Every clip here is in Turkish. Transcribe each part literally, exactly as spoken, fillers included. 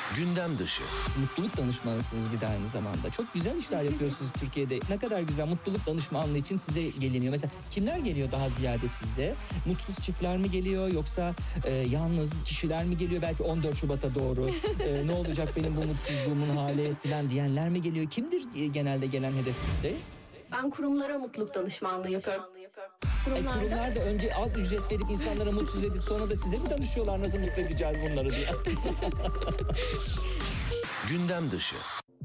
Gündem dışı. Mutluluk danışmanısınız bir de aynı zamanda. Çok güzel işler yapıyorsunuz Türkiye'de. Ne kadar güzel, mutluluk danışmanlığı için size geliniyor. Mesela kimler geliyor daha ziyade size? Mutsuz çiftler mi geliyor yoksa e, yalnız kişiler mi geliyor? Belki on dört Şubat'a doğru e, ne olacak benim bu mutsuzluğumun hali falan diyenler mi geliyor? Kimdir e, genelde gelen hedef kitle? Ben kurumlara mutluluk danışmanlığı yapıyorum. E, Kurumlarda, kurumlar da önce az ücret verip insanlara mutsuz edip sonra da size mi danışıyorlar nasıl mutlu edeceğiz bunları diye? Gündem dışı.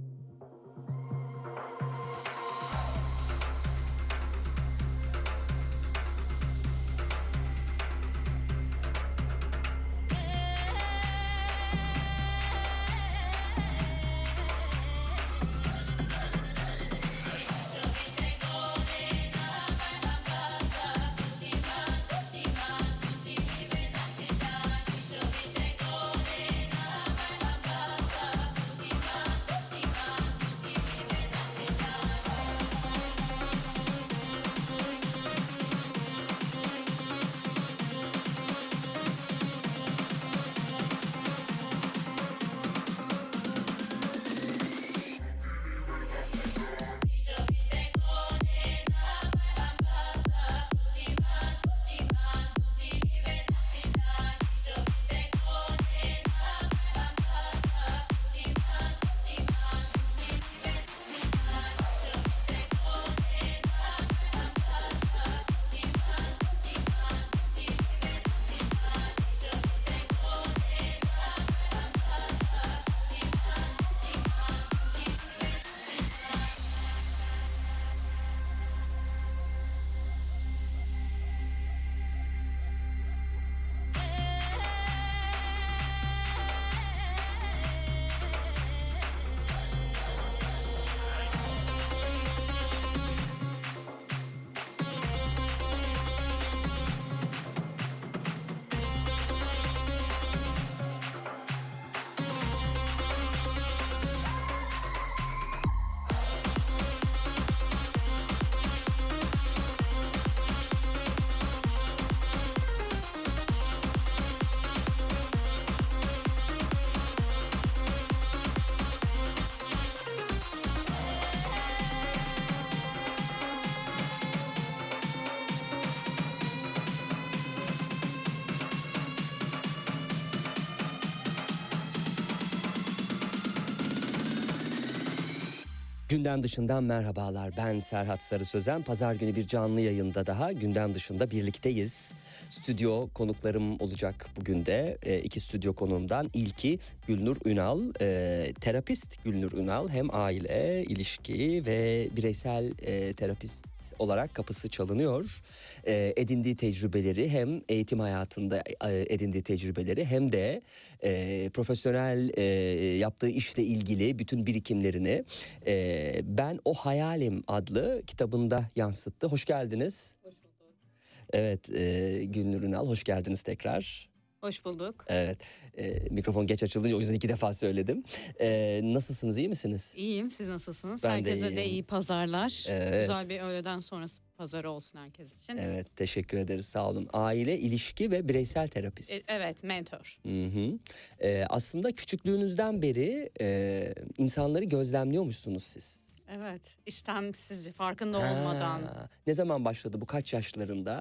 Gündem dışından merhabalar. Ben Serhat Sarı Sözen. Pazar günü bir canlı yayında daha gündem dışında birlikteyiz. Stüdyo konuklarım olacak bugün de. E, iki stüdyo konuğumdan ilki Gülnur Ünal. E, terapist Gülnur Ünal hem aile, ilişki ve bireysel e, terapist olarak kapısı çalınıyor. E, edindiği tecrübeleri hem eğitim hayatında e, edindiği tecrübeleri hem de e, profesyonel e, yaptığı işle ilgili bütün birikimlerini e, Ben O Hayalim adlı kitabında yansıttı. Hoş geldiniz. Hoş bulduk. Evet, e, Gülnur Ünal, hoş geldiniz tekrar. Hoş bulduk. Evet, e, mikrofon geç açılınca o yüzden iki defa söyledim. E, nasılsınız, iyi misiniz? İyiyim, siz nasılsınız? Ben de Herkese de, iyiyim. iyi pazarlar. Evet. Güzel bir öğleden sonrası pazarı olsun herkes için. Evet, teşekkür ederiz, sağ olun. Aile, ilişki ve bireysel terapist. E, evet, mentor. Hı hı. E, aslında küçüklüğünüzden beri e, insanları gözlemliyormuşsunuz siz. Evet, istemsizce, farkında Ha, olmadan. Ne zaman başladı bu, kaç yaşlarında?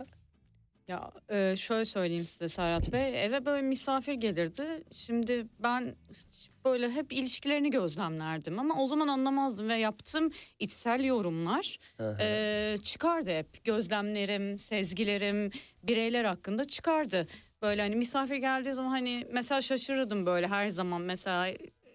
Ya e, şöyle söyleyeyim size Serhat Bey, eve böyle misafir gelirdi. Şimdi ben böyle hep ilişkilerini gözlemlerdim ama o zaman anlamazdım ve yaptığım içsel yorumlar e, çıkardı hep. Gözlemlerim, sezgilerim, bireyler hakkında çıkardı. Böyle hani misafir geldiği zaman hani mesela şaşırırdım böyle her zaman, mesela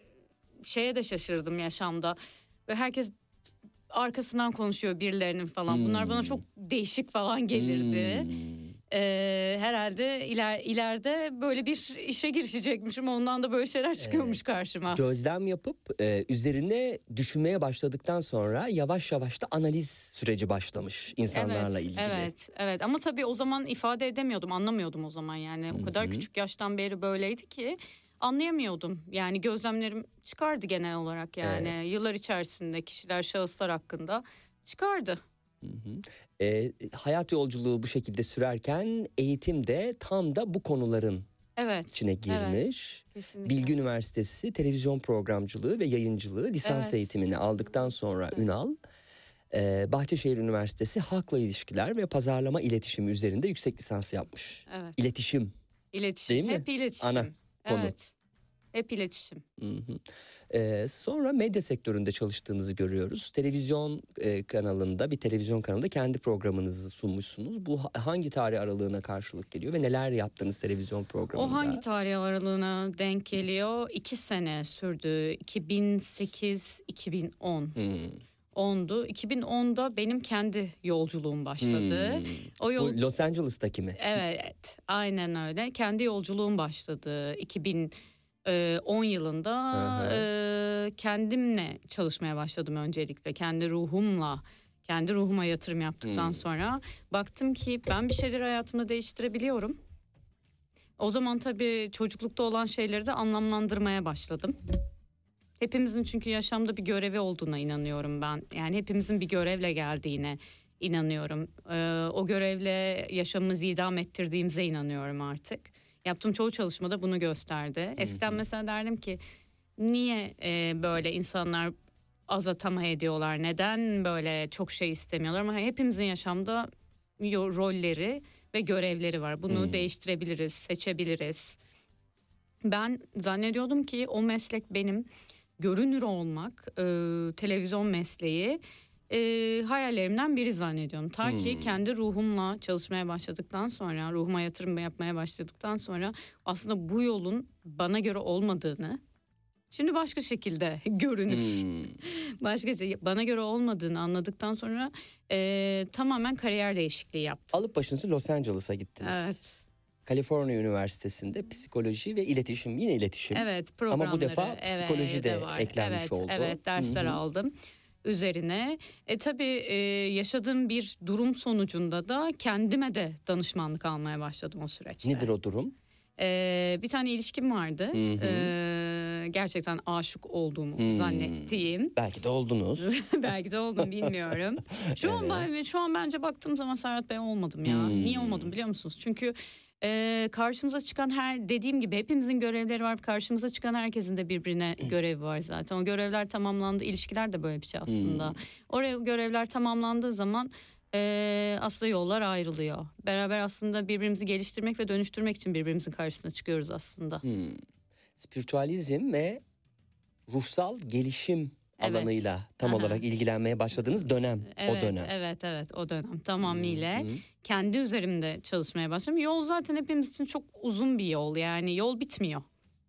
şeye de şaşırdım yaşamda. Ve herkes arkasından konuşuyor birilerinin falan. Bunlar bana çok değişik falan gelirdi. Hmm. Ee, herhalde iler, ileride böyle bir işe girişecekmişim. Ondan da böyle şeyler çıkıyormuş Evet. karşıma. Gözlem yapıp e, üzerine düşünmeye başladıktan sonra yavaş yavaş da analiz süreci başlamış insanlarla evet, ilgili. Evet, evet. Ama tabii o zaman ifade edemiyordum, anlamıyordum o zaman yani. O kadar Hı hı. küçük yaştan beri böyleydi ki anlayamıyordum. Yani gözlemlerim çıkardı genel olarak yani. Yıllar içerisinde kişiler, şahıslar hakkında çıkardı. Hı hı. E, hayat yolculuğu bu şekilde sürerken eğitim de tam da bu konuların Evet. içine girmiş. Evet, kesinlikle. Bilgi Üniversitesi televizyon programcılığı ve yayıncılığı lisans Evet. eğitimini aldıktan sonra Ünal, e, Bahçeşehir Üniversitesi Halkla İlişkiler ve Pazarlama İletişimi üzerinde yüksek lisans yapmış. Evet. İletişim. İletişim. Değil mi? Hep iletişim. Ana konu. Evet. Hep iletişim. Hı hı. Ee, sonra medya sektöründe çalıştığınızı görüyoruz. Televizyon e, kanalında, bir televizyon kanalında kendi programınızı sunmuşsunuz. Bu ha- hangi tarih aralığına karşılık geliyor ve neler yaptınız televizyon programında? O hangi tarih aralığına denk geliyor? İki sene sürdü. iki bin sekiz iki bin on. Hmm. ondu. iki bin onda benim kendi yolculuğum başladı. Hmm. O yol... Bu Los Angeles'taki mi? Evet, aynen öyle. Kendi yolculuğum başladı. iki bin on yılında Hı hı. e, kendimle çalışmaya başladım öncelikle. Kendi ruhumla, kendi ruhuma yatırım yaptıktan Hmm. sonra baktım ki ben bir şeyleri hayatımda değiştirebiliyorum. O zaman tabii çocuklukta olan şeyleri de anlamlandırmaya başladım. Hepimizin çünkü yaşamda bir görevi olduğuna inanıyorum ben. Yani hepimizin bir görevle geldiğine inanıyorum. Ee, o görevle yaşamımızı idame ettirdiğimize inanıyorum artık. Yaptığım çoğu çalışmada bunu gösterdi. Eskiden mesela derdim ki niye e, böyle insanlar az atama ediyorlar? Neden böyle çok şey istemiyorlar? Ama hepimizin yaşamda yo- rolleri ve görevleri var. Bunu Hmm. değiştirebiliriz, seçebiliriz. Ben zannediyordum ki o meslek benim. Görünür olmak, e, televizyon mesleği e, hayallerimden biri zannediyorum. Ta Hmm. ki kendi ruhumla çalışmaya başladıktan sonra, ruhuma yatırım yapmaya başladıktan sonra aslında bu yolun bana göre olmadığını, şimdi başka şekilde görünür, Hmm. başka şey, bana göre olmadığını anladıktan sonra e, tamamen kariyer değişikliği yaptım. Alıp başınızı Los Angeles'a gittiniz. Evet. Kaliforniya Üniversitesi'nde psikoloji ve iletişim, yine iletişim. Evet, programları. Ama bu defa psikoloji evet, de var. eklenmiş evet, oldu. Evet, dersler Hı hı. aldım üzerine. E tabii e, yaşadığım bir durum sonucunda da kendime de danışmanlık almaya başladım o süreçte. Nedir o durum? E, bir tane ilişkim vardı. Hı hı. E, gerçekten aşık olduğumu Hmm. zannettiğim. Belki de oldunuz. Belki de oldum, bilmiyorum. Şu an ben, şu an bence baktığım zaman Serhat Bey olmadım ya. Hmm. Niye olmadım biliyor musunuz? Çünkü e, karşımıza çıkan her, dediğim gibi hepimizin görevleri var. Karşımıza çıkan herkesin de birbirine görevi var zaten. O görevler tamamlandı. İlişkiler de böyle bir şey aslında. Hmm. Oraya görevler tamamlandığı zaman e, aslında yollar ayrılıyor. Beraber aslında birbirimizi geliştirmek ve dönüştürmek için birbirimizin karşısına çıkıyoruz aslında. Hmm. Spiritüalizm ve ruhsal gelişim Evet. alanıyla tam Aha. olarak ilgilenmeye başladığınız dönem. Evet, o dönem. evet, evet o dönem tamamıyla Hı hı. kendi üzerimde çalışmaya başladım. Yol zaten hepimiz için çok uzun bir yol, yani yol bitmiyor.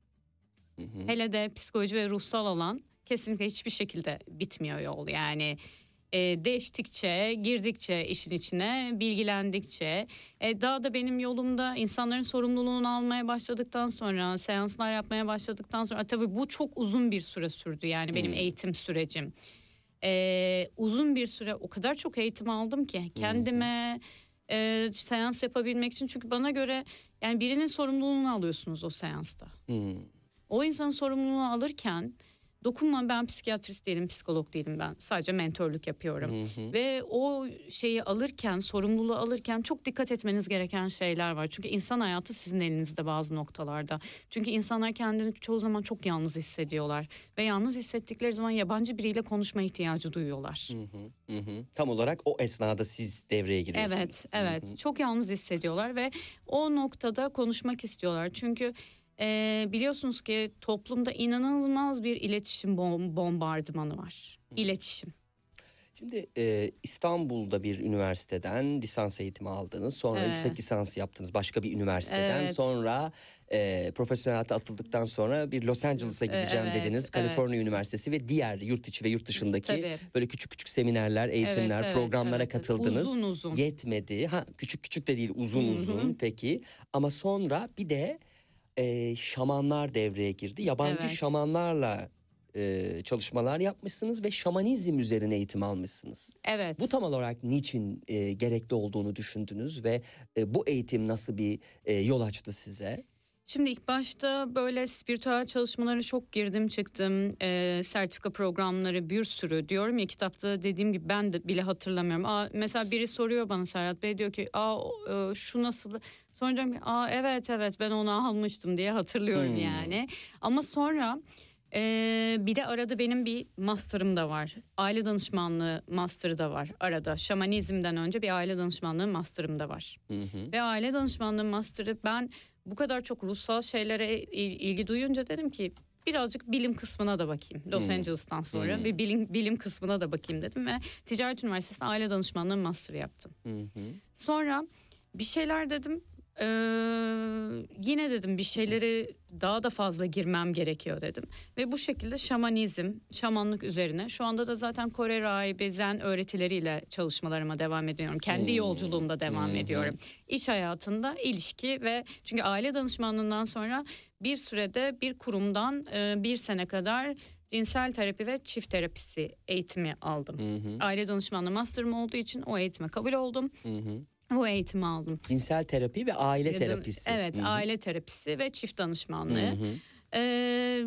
Hı hı. Hele de psikoloji ve ruhsal alan kesinlikle hiçbir şekilde bitmiyor yol. Yani e, değiştikçe, girdikçe işin içine, bilgilendikçe, e, daha da benim yolumda insanların sorumluluğunu almaya başladıktan sonra, seanslar yapmaya başladıktan sonra, tabii bu çok uzun bir süre sürdü yani benim Hmm. eğitim sürecim. E, uzun bir süre o kadar çok eğitim aldım ki kendime e, seans yapabilmek için, çünkü bana göre yani birinin sorumluluğunu alıyorsunuz o seansta. Hmm. O insanın sorumluluğunu alırken dokunma, ben psikiyatrist değilim, psikolog değilim, ben sadece mentörlük yapıyorum. Hı hı. Ve o şeyi alırken, sorumluluğu alırken çok dikkat etmeniz gereken şeyler var. Çünkü insan hayatı sizin elinizde bazı noktalarda. Çünkü insanlar kendini çoğu zaman çok yalnız hissediyorlar. Ve yalnız hissettikleri zaman yabancı biriyle konuşma ihtiyacı duyuyorlar. Hı hı. Hı hı. Tam olarak o esnada siz devreye giriyorsunuz. Evet, evet. Hı hı. Çok yalnız hissediyorlar ve o noktada konuşmak istiyorlar. Çünkü e, biliyorsunuz ki toplumda inanılmaz bir iletişim bom- bombardımanı var. İletişim. Şimdi e, İstanbul'da bir üniversiteden lisans eğitimi aldınız. Sonra Evet. yüksek lisans yaptınız başka bir üniversiteden. Evet. Sonra e, profesyonel hayata atıldıktan sonra bir Los Angeles'a gideceğim Evet, dediniz. evet. Kaliforniya Üniversitesi ve diğer yurt içi ve yurt dışındaki Tabii. böyle küçük küçük seminerler, eğitimler, Evet, evet, programlara evet, evet. katıldınız. Uzun uzun. Yetmedi. Ha, küçük küçük de değil, uzun Hı hı. uzun peki. Ama sonra bir de e, şamanlar devreye girdi. Yabancı Evet. şamanlarla e, çalışmalar yapmışsınız ve şamanizm üzerine eğitim almışsınız. Evet. Bu tam olarak niçin e, gerekli olduğunu düşündünüz ve e, bu eğitim nasıl bir e, yol açtı size? Şimdi ilk başta böyle spiritüel çalışmalara çok girdim çıktım. Ee, sertifika programları bir sürü diyorum ya, kitapta dediğim gibi ben de bile hatırlamıyorum. Aa, mesela biri soruyor bana, Serhat Bey diyor ki aa e, şu nasıl? Sonra diyorum ki aa evet evet ben onu almıştım diye hatırlıyorum Hmm. yani. Ama sonra e, bir de arada benim bir master'ım da var. Aile danışmanlığı master'ı da var arada. Şamanizmden önce bir aile danışmanlığı master'ım da var. Hı hı. Ve aile danışmanlığı master'ı ben bu kadar çok ruhsal şeylere il- ilgi duyunca dedim ki birazcık bilim kısmına da bakayım. Los Hmm. Angeles'tan sonra Hmm. bir bilim bilim kısmına da bakayım dedim ve Ticaret Üniversitesi'nde aile danışmanlığı master yaptım. Hı hı. Sonra bir şeyler dedim. Ee, yine dedim bir şeyleri daha da fazla girmem gerekiyor dedim. Ve bu şekilde şamanizm, şamanlık üzerine şu anda da zaten Kore rahibi zen öğretileriyle çalışmalarıma devam ediyorum. Kendi Hmm. yolculuğumda devam Hı hı. ediyorum. İş hayatında ilişki ve çünkü aile danışmanlığından sonra bir sürede bir kurumdan e, bir sene kadar cinsel terapi ve çift terapisi eğitimi aldım. Hı hı. Aile danışmanlığı master'ım olduğu için o eğitime kabul oldum. Hı hı. O eğitimi aldım. Cinsel terapi ve aile Ya da- terapisi. Evet, Hı hı. aile terapisi ve çift Hı danışmanlığı. hı. Ee,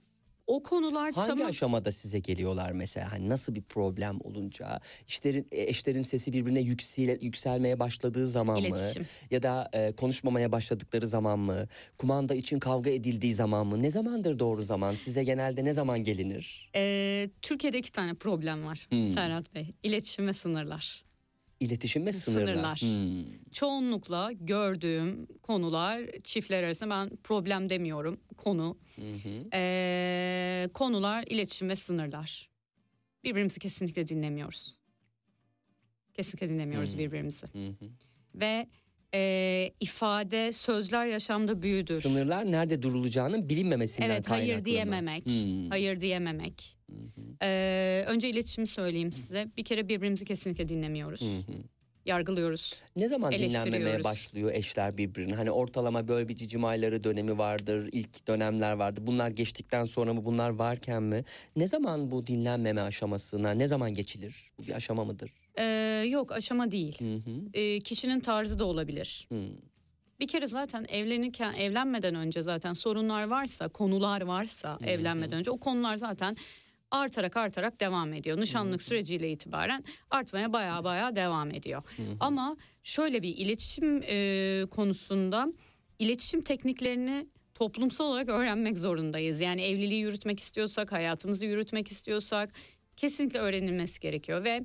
o konular Hangi tamam. aşamada size geliyorlar mesela? Hani nasıl bir problem olunca? İşlerin, eşlerin sesi birbirine yüksel, yükselmeye başladığı zaman İletişim. mı? Ya da e, konuşmamaya başladıkları zaman mı? Kumanda için kavga edildiği zaman mı? Ne zamandır doğru zaman? Size genelde ne zaman gelinir? Ee, Türkiye'de iki tane problem var Hmm. Serhat Bey. İletişim ve sınırlar. İletişim ve sınırlar. Sınırlar. Hmm. Çoğunlukla gördüğüm konular çiftler arasında, ben problem demiyorum, konu. Hı hı. Ee, konular iletişim ve sınırlar. Birbirimizi kesinlikle dinlemiyoruz. Kesinlikle dinlemiyoruz Hmm. birbirimizi. Hı hı. Ve e, ifade, sözler yaşamda büyüdür. Sınırlar nerede durulacağının bilinmemesinden Evet, kaynaklı hayır mı? diyememek. Hmm. Hayır diyememek. Hı hı. Ee, önce iletişimi söyleyeyim size. Bir kere birbirimizi kesinlikle dinlemiyoruz. Hı hı. Yargılıyoruz. Ne zaman dinlenmemeye Eleştiriyoruz. başlıyor eşler birbirini? Hani ortalama böyle bir cicim ayları dönemi vardır, ilk dönemler vardır. Bunlar geçtikten sonra mı, bunlar varken mi? Ne zaman bu dinlenmeme aşamasına, ne zaman geçilir? Bu bir aşama mıdır? Ee, yok, aşama değil. Hı hı. Ee, kişinin tarzı da olabilir. Hı. Bir kere zaten evlenirken, evlenmeden önce zaten sorunlar varsa, konular varsa Hı hı. evlenmeden önce o konular zaten artarak artarak devam ediyor. Nişanlık süreciyle itibaren artmaya baya baya devam ediyor. Hı hı. Ama şöyle bir iletişim e, konusunda iletişim tekniklerini toplumsal olarak öğrenmek zorundayız. Yani evliliği yürütmek istiyorsak, hayatımızı yürütmek istiyorsak kesinlikle öğrenilmesi gerekiyor. Ve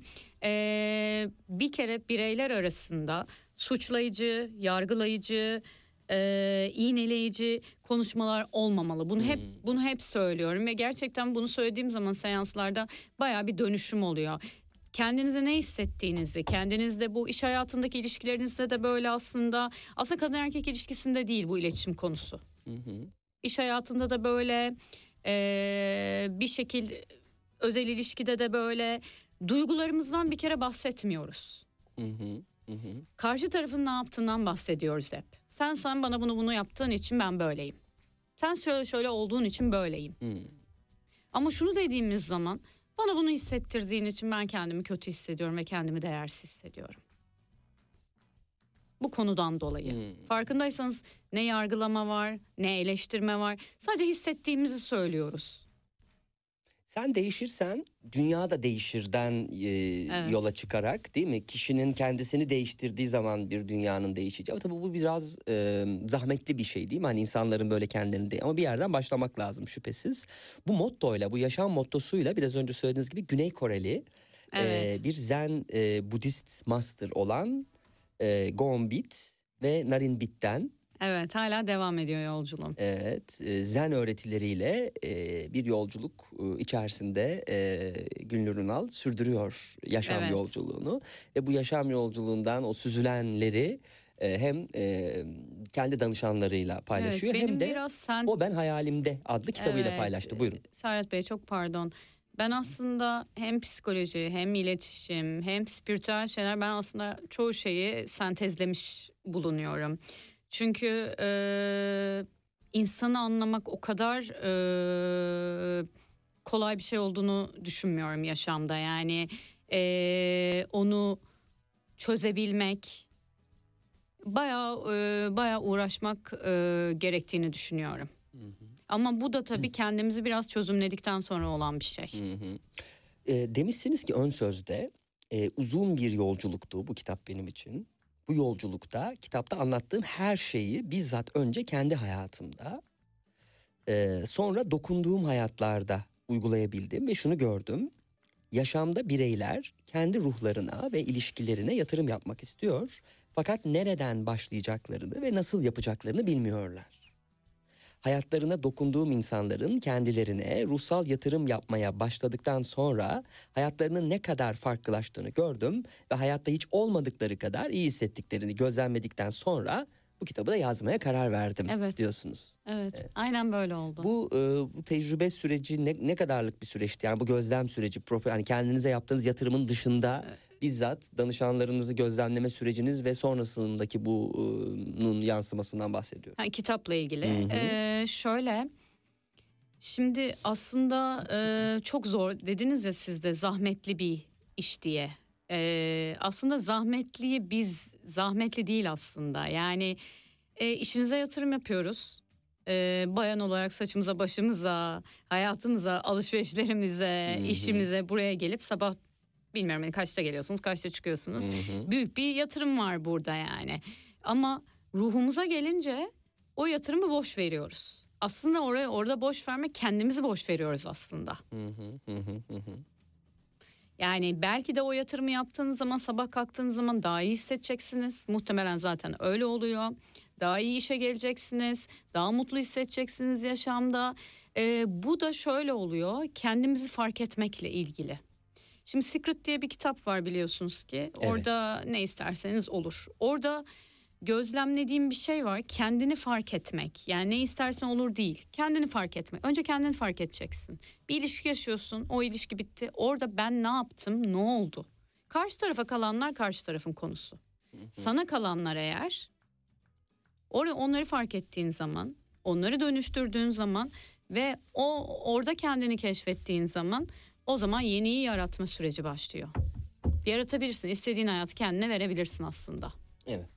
e, bir kere bireyler arasında suçlayıcı, yargılayıcı, e, iğneleyici konuşmalar olmamalı. Bunu hep Hmm. bunu hep söylüyorum ve gerçekten bunu söylediğim zaman seanslarda bayağı bir dönüşüm oluyor. Kendinize ne hissettiğinizi, kendinizde bu iş hayatındaki ilişkilerinizde de böyle aslında aslında kadın erkek ilişkisinde değil bu iletişim konusu. Hı hı. İş hayatında da böyle, e, bir şekilde özel ilişkide de böyle duygularımızdan bir kere bahsetmiyoruz. Hı hı. Hı hı. Karşı tarafın ne yaptığından bahsediyoruz hep. Sen sen bana bunu bunu yaptığın için ben böyleyim. Sen şöyle şöyle olduğun için böyleyim. Hı. Ama şunu dediğimiz zaman bana bunu hissettirdiğin için ben kendimi kötü hissediyorum ve kendimi değersiz hissediyorum. Bu konudan dolayı. Hmm. Farkındaysanız ne yargılama var, ne eleştirme var. Sadece hissettiğimizi söylüyoruz. Sen değişirsen dünya da değişirden e, Evet. yola çıkarak, değil mi? Kişinin kendisini değiştirdiği zaman bir dünyanın değişeceği. Tabii bu biraz e, zahmetli bir şey, değil mi? Hani insanların böyle kendilerini de, ama bir yerden başlamak lazım şüphesiz. Bu mottoyla, bu yaşam mottosuyla biraz önce söylediğiniz gibi Güney Koreli Evet. e, bir Zen e, Budist master olan e, Gombit ve Narinbit'ten, Evet, hala devam ediyor yolculuğum. evet, e, Zen öğretileriyle e, bir yolculuk e, içerisinde e, Gülnur Ünal sürdürüyor yaşam Evet. yolculuğunu. Ve bu yaşam yolculuğundan o süzülenleri e, hem e, kendi danışanlarıyla paylaşıyor, Evet, benim hem de biraz sen... O Ben Hayalimde adlı kitabıyla Evet, paylaştı. Buyurun. Serhat Bey çok pardon. Ben aslında hem psikoloji hem iletişim hem spiritüel şeyler, ben aslında çoğu şeyi sentezlemiş bulunuyorum. Çünkü e, insanı anlamak o kadar e, kolay bir şey olduğunu düşünmüyorum yaşamda. Yani e, onu çözebilmek, bayağı e, bayağı uğraşmak e, gerektiğini düşünüyorum. Hı hı. Ama bu da tabii kendimizi biraz çözümledikten sonra olan bir şey. Hı hı. E, demişsiniz ki ön sözde e, uzun bir yolculuktu bu kitap benim için. Bu yolculukta kitapta anlattığım her şeyi bizzat önce kendi hayatımda, e, sonra dokunduğum hayatlarda uygulayabildim ve şunu gördüm. Yaşamda bireyler kendi ruhlarına ve ilişkilerine yatırım yapmak istiyor. Fakat nereden başlayacaklarını ve nasıl yapacaklarını bilmiyorlar. Hayatlarına dokunduğum insanların kendilerine ruhsal yatırım yapmaya başladıktan sonra hayatlarının ne kadar farklılaştığını gördüm ve hayatta hiç olmadıkları kadar iyi hissettiklerini gözlemledikten sonra bu kitabı da yazmaya karar verdim, evet. diyorsunuz. Evet, evet, aynen böyle oldu. Bu, e, bu tecrübe süreci ne, ne kadarlık bir süreçti? Yani bu gözlem süreci, profe, yani kendinize yaptığınız yatırımın dışında evet. bizzat danışanlarınızı gözlemleme süreciniz ve sonrasındaki bunun yansımasından bahsediyorum. Ha, kitapla ilgili. Ee, şöyle, şimdi aslında e, çok zor dediniz ya siz de, zahmetli bir iş diye. Ee, aslında zahmetliyi biz zahmetli değil aslında. Yani e, işinize yatırım yapıyoruz. Ee, bayan olarak saçımıza, başımıza, hayatımıza, alışverişlerimize, Hı-hı. işimize buraya gelip sabah bilmiyorum yani kaçta geliyorsunuz, kaçta çıkıyorsunuz. Hı-hı. Büyük bir yatırım var burada yani. Ama ruhumuza gelince o yatırımı boş veriyoruz. Aslında oraya orada boş vermek, kendimizi boş veriyoruz aslında. Hı hı hı hı. Yani belki de o yatırımı yaptığınız zaman, sabah kalktığınız zaman daha iyi hissedeceksiniz. Muhtemelen zaten öyle oluyor. Daha iyi işe geleceksiniz. Daha mutlu hissedeceksiniz yaşamda. Ee, bu da şöyle oluyor. Kendimizi fark etmekle ilgili. Şimdi Secret diye bir kitap var biliyorsunuz ki. Evet. Orada ne isterseniz olur. Orada gözlemlediğim bir şey var. Kendini fark etmek. Yani ne istersen olur değil. Kendini fark etmek. Önce kendini fark edeceksin. Bir ilişki yaşıyorsun. O ilişki bitti. Orada ben ne yaptım? Ne oldu? Karşı tarafa kalanlar karşı tarafın konusu. Sana kalanlar eğer, or- onları fark ettiğin zaman, onları dönüştürdüğün zaman ve o orada kendini keşfettiğin zaman, o zaman yeniyi yaratma süreci başlıyor. Yaratabilirsin. İstediğin hayatı kendine verebilirsin aslında. Evet.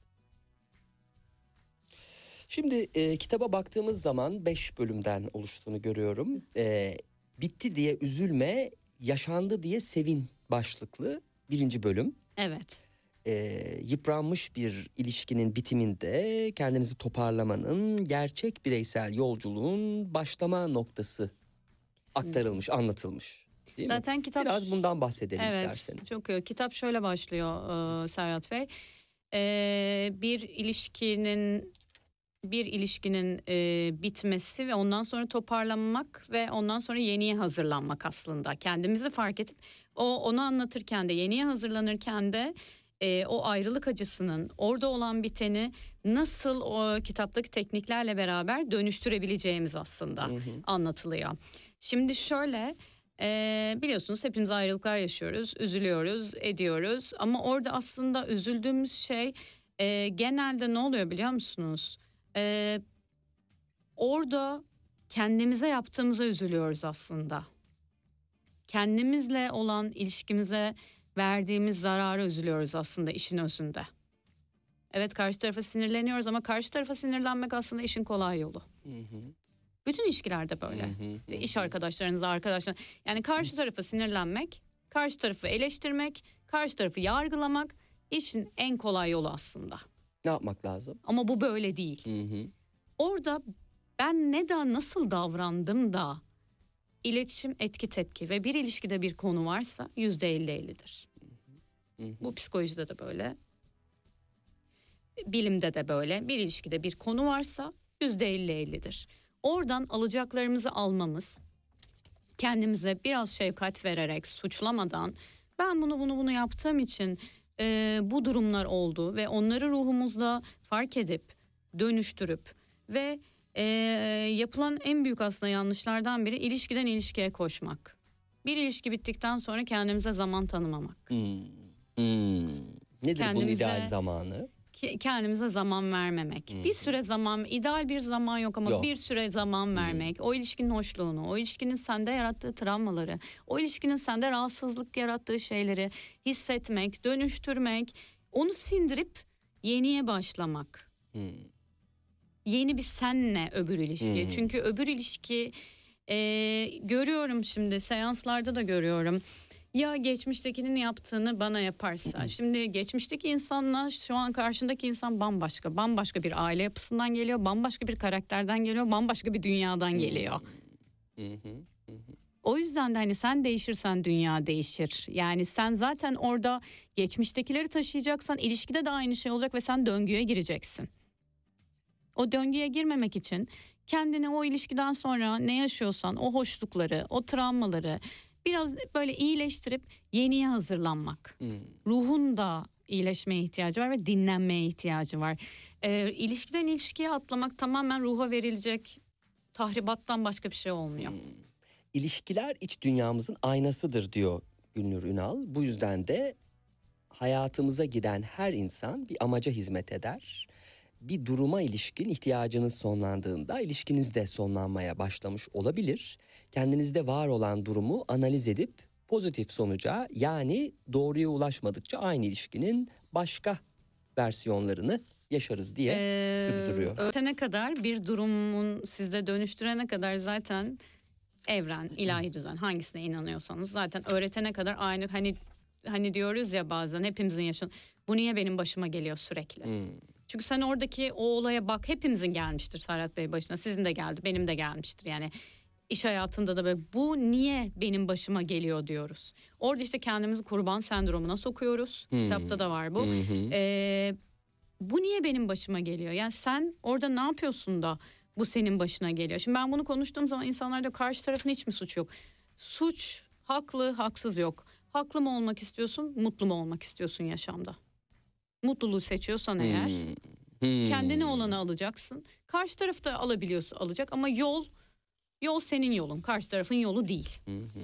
Şimdi e, kitaba baktığımız zaman beş bölümden oluştuğunu görüyorum. E, bitti diye üzülme, yaşandı diye sevin başlıklı birinci bölüm. Evet. E, yıpranmış bir ilişkinin bitiminde kendinizi toparlamanın, gerçek bireysel yolculuğun başlama noktası aktarılmış, anlatılmış. Değil Zaten mi? kitap... Biraz bundan bahsedelim evet, isterseniz. Evet, çok iyi. Kitap şöyle başlıyor e, Serhat Bey. E, bir ilişkinin... bir ilişkinin e, bitmesi ve ondan sonra toparlanmak ve ondan sonra yeniye hazırlanmak aslında. Kendimizi fark edip o onu anlatırken de, yeniye hazırlanırken de e, o ayrılık acısının, orada olan biteni nasıl o kitaptaki tekniklerle beraber dönüştürebileceğimiz aslında hı hı. anlatılıyor. Şimdi şöyle, e, biliyorsunuz hepimiz ayrılıklar yaşıyoruz, üzülüyoruz, ediyoruz ama orada aslında üzüldüğümüz şey e, genelde ne oluyor biliyor musunuz? Ee, orada kendimize yaptığımıza üzülüyoruz aslında. Kendimizle olan ilişkimize verdiğimiz zarara üzülüyoruz aslında işin özünde. Evet, karşı tarafa sinirleniyoruz ama karşı tarafa sinirlenmek aslında işin kolay yolu. Hı hı. Bütün ilişkilerde böyle. Hı hı hı. İş arkadaşlarınızla, arkadaşlar. Yani karşı tarafa sinirlenmek, karşı tarafı eleştirmek, karşı tarafı yargılamak işin en kolay yolu aslında. Ne yapmak lazım? Ama bu böyle değil. Hı hı. Orada ben ne da nasıl davrandım da iletişim, etki, tepki ve bir ilişkide bir konu varsa yüzde elli ellidir. Hı hı. Bu psikolojide de böyle. Bilimde de böyle. Bir ilişkide bir konu varsa yüzde elli ellidir. Oradan alacaklarımızı almamız, kendimize biraz şefkat vererek, suçlamadan, ben bunu bunu bunu yaptığım için e, bu durumlar oldu ve onları ruhumuzda fark edip dönüştürüp ve e, yapılan en büyük aslında yanlışlardan biri ilişkiden ilişkiye koşmak. Bir ilişki bittikten sonra kendimize zaman tanımamak. Hmm. Hmm. Nedir kendimize, bunun ideal zamanı? Kendimize zaman vermemek. Hmm. Bir süre zaman, ideal bir zaman yok ama yok. Bir süre zaman vermek. Hmm. O ilişkinin hoşluğunu, o ilişkinin sende yarattığı travmaları, o ilişkinin sende rahatsızlık yarattığı şeyleri hissetmek, dönüştürmek, onu sindirip Yeniye başlamak. Hmm. Yeni bir senle öbür ilişki. Hmm. Çünkü öbür ilişki e, görüyorum şimdi seanslarda da görüyorum. Ya geçmiştekinin yaptığını bana yaparsa. Şimdi geçmişteki insanla şu an karşındaki insan bambaşka. Bambaşka bir aile yapısından geliyor. Bambaşka bir karakterden geliyor. Bambaşka bir dünyadan geliyor. Hı hı, hı hı. O yüzden de hani sen değişirsen dünya değişir. Yani sen zaten orada geçmiştekileri taşıyacaksan ilişkide de aynı şey olacak ve sen döngüye gireceksin. O döngüye girmemek için kendini o ilişkiden sonra ne yaşıyorsan o hoşlukları, o travmaları biraz böyle iyileştirip yeniye hazırlanmak. Hmm. Ruhun da iyileşmeye ihtiyacı var ve dinlenmeye ihtiyacı var. Ee, ilişkiden ilişkiye atlamak tamamen ruha verilecek tahribattan başka bir şey olmuyor. İlişkiler iç dünyamızın aynasıdır diyor Gülnur Ünal. Bu yüzden de hayatımıza giren her insan bir amaca hizmet eder. Bir duruma ilişkin ihtiyacınız sonlandığında ilişkiniz de sonlanmaya başlamış olabilir. Kendinizde var olan durumu analiz edip pozitif sonuca, yani doğruya ulaşmadıkça aynı ilişkinin başka versiyonlarını yaşarız diye Ee, sürdürüyor. Ötene kadar bir durumun sizde dönüştürene kadar zaten evren, ilahi düzen hangisine inanıyorsanız zaten öğretene kadar aynı, hani hani diyoruz ya bazen hepimizin yaşın bu niye benim başıma geliyor sürekli. Hmm. Çünkü sen oradaki o olaya bak, hepimizin gelmiştir Serhat Bey başına, sizin de geldi, benim de gelmiştir yani. İş hayatında da böyle bu niye benim başıma geliyor diyoruz. Orada işte kendimizi kurban sendromuna sokuyoruz. Hmm. Kitapta da var bu. Hı hı. Ee, bu niye benim başıma geliyor? Yani sen orada ne yapıyorsun da bu senin başına geliyor? Şimdi ben bunu konuştuğum zaman insanlarda karşı tarafın hiç mi suç yok? Suç, haklı, haksız yok. Haklı mı olmak istiyorsun, mutlu mu olmak istiyorsun yaşamda? Mutluluğu seçiyorsan eğer Hmm. Hmm. kendine olanı alacaksın. Karşı taraf da alabiliyorsa alacak ama yol yol senin yolun. Karşı tarafın yolu değil. Hı hı.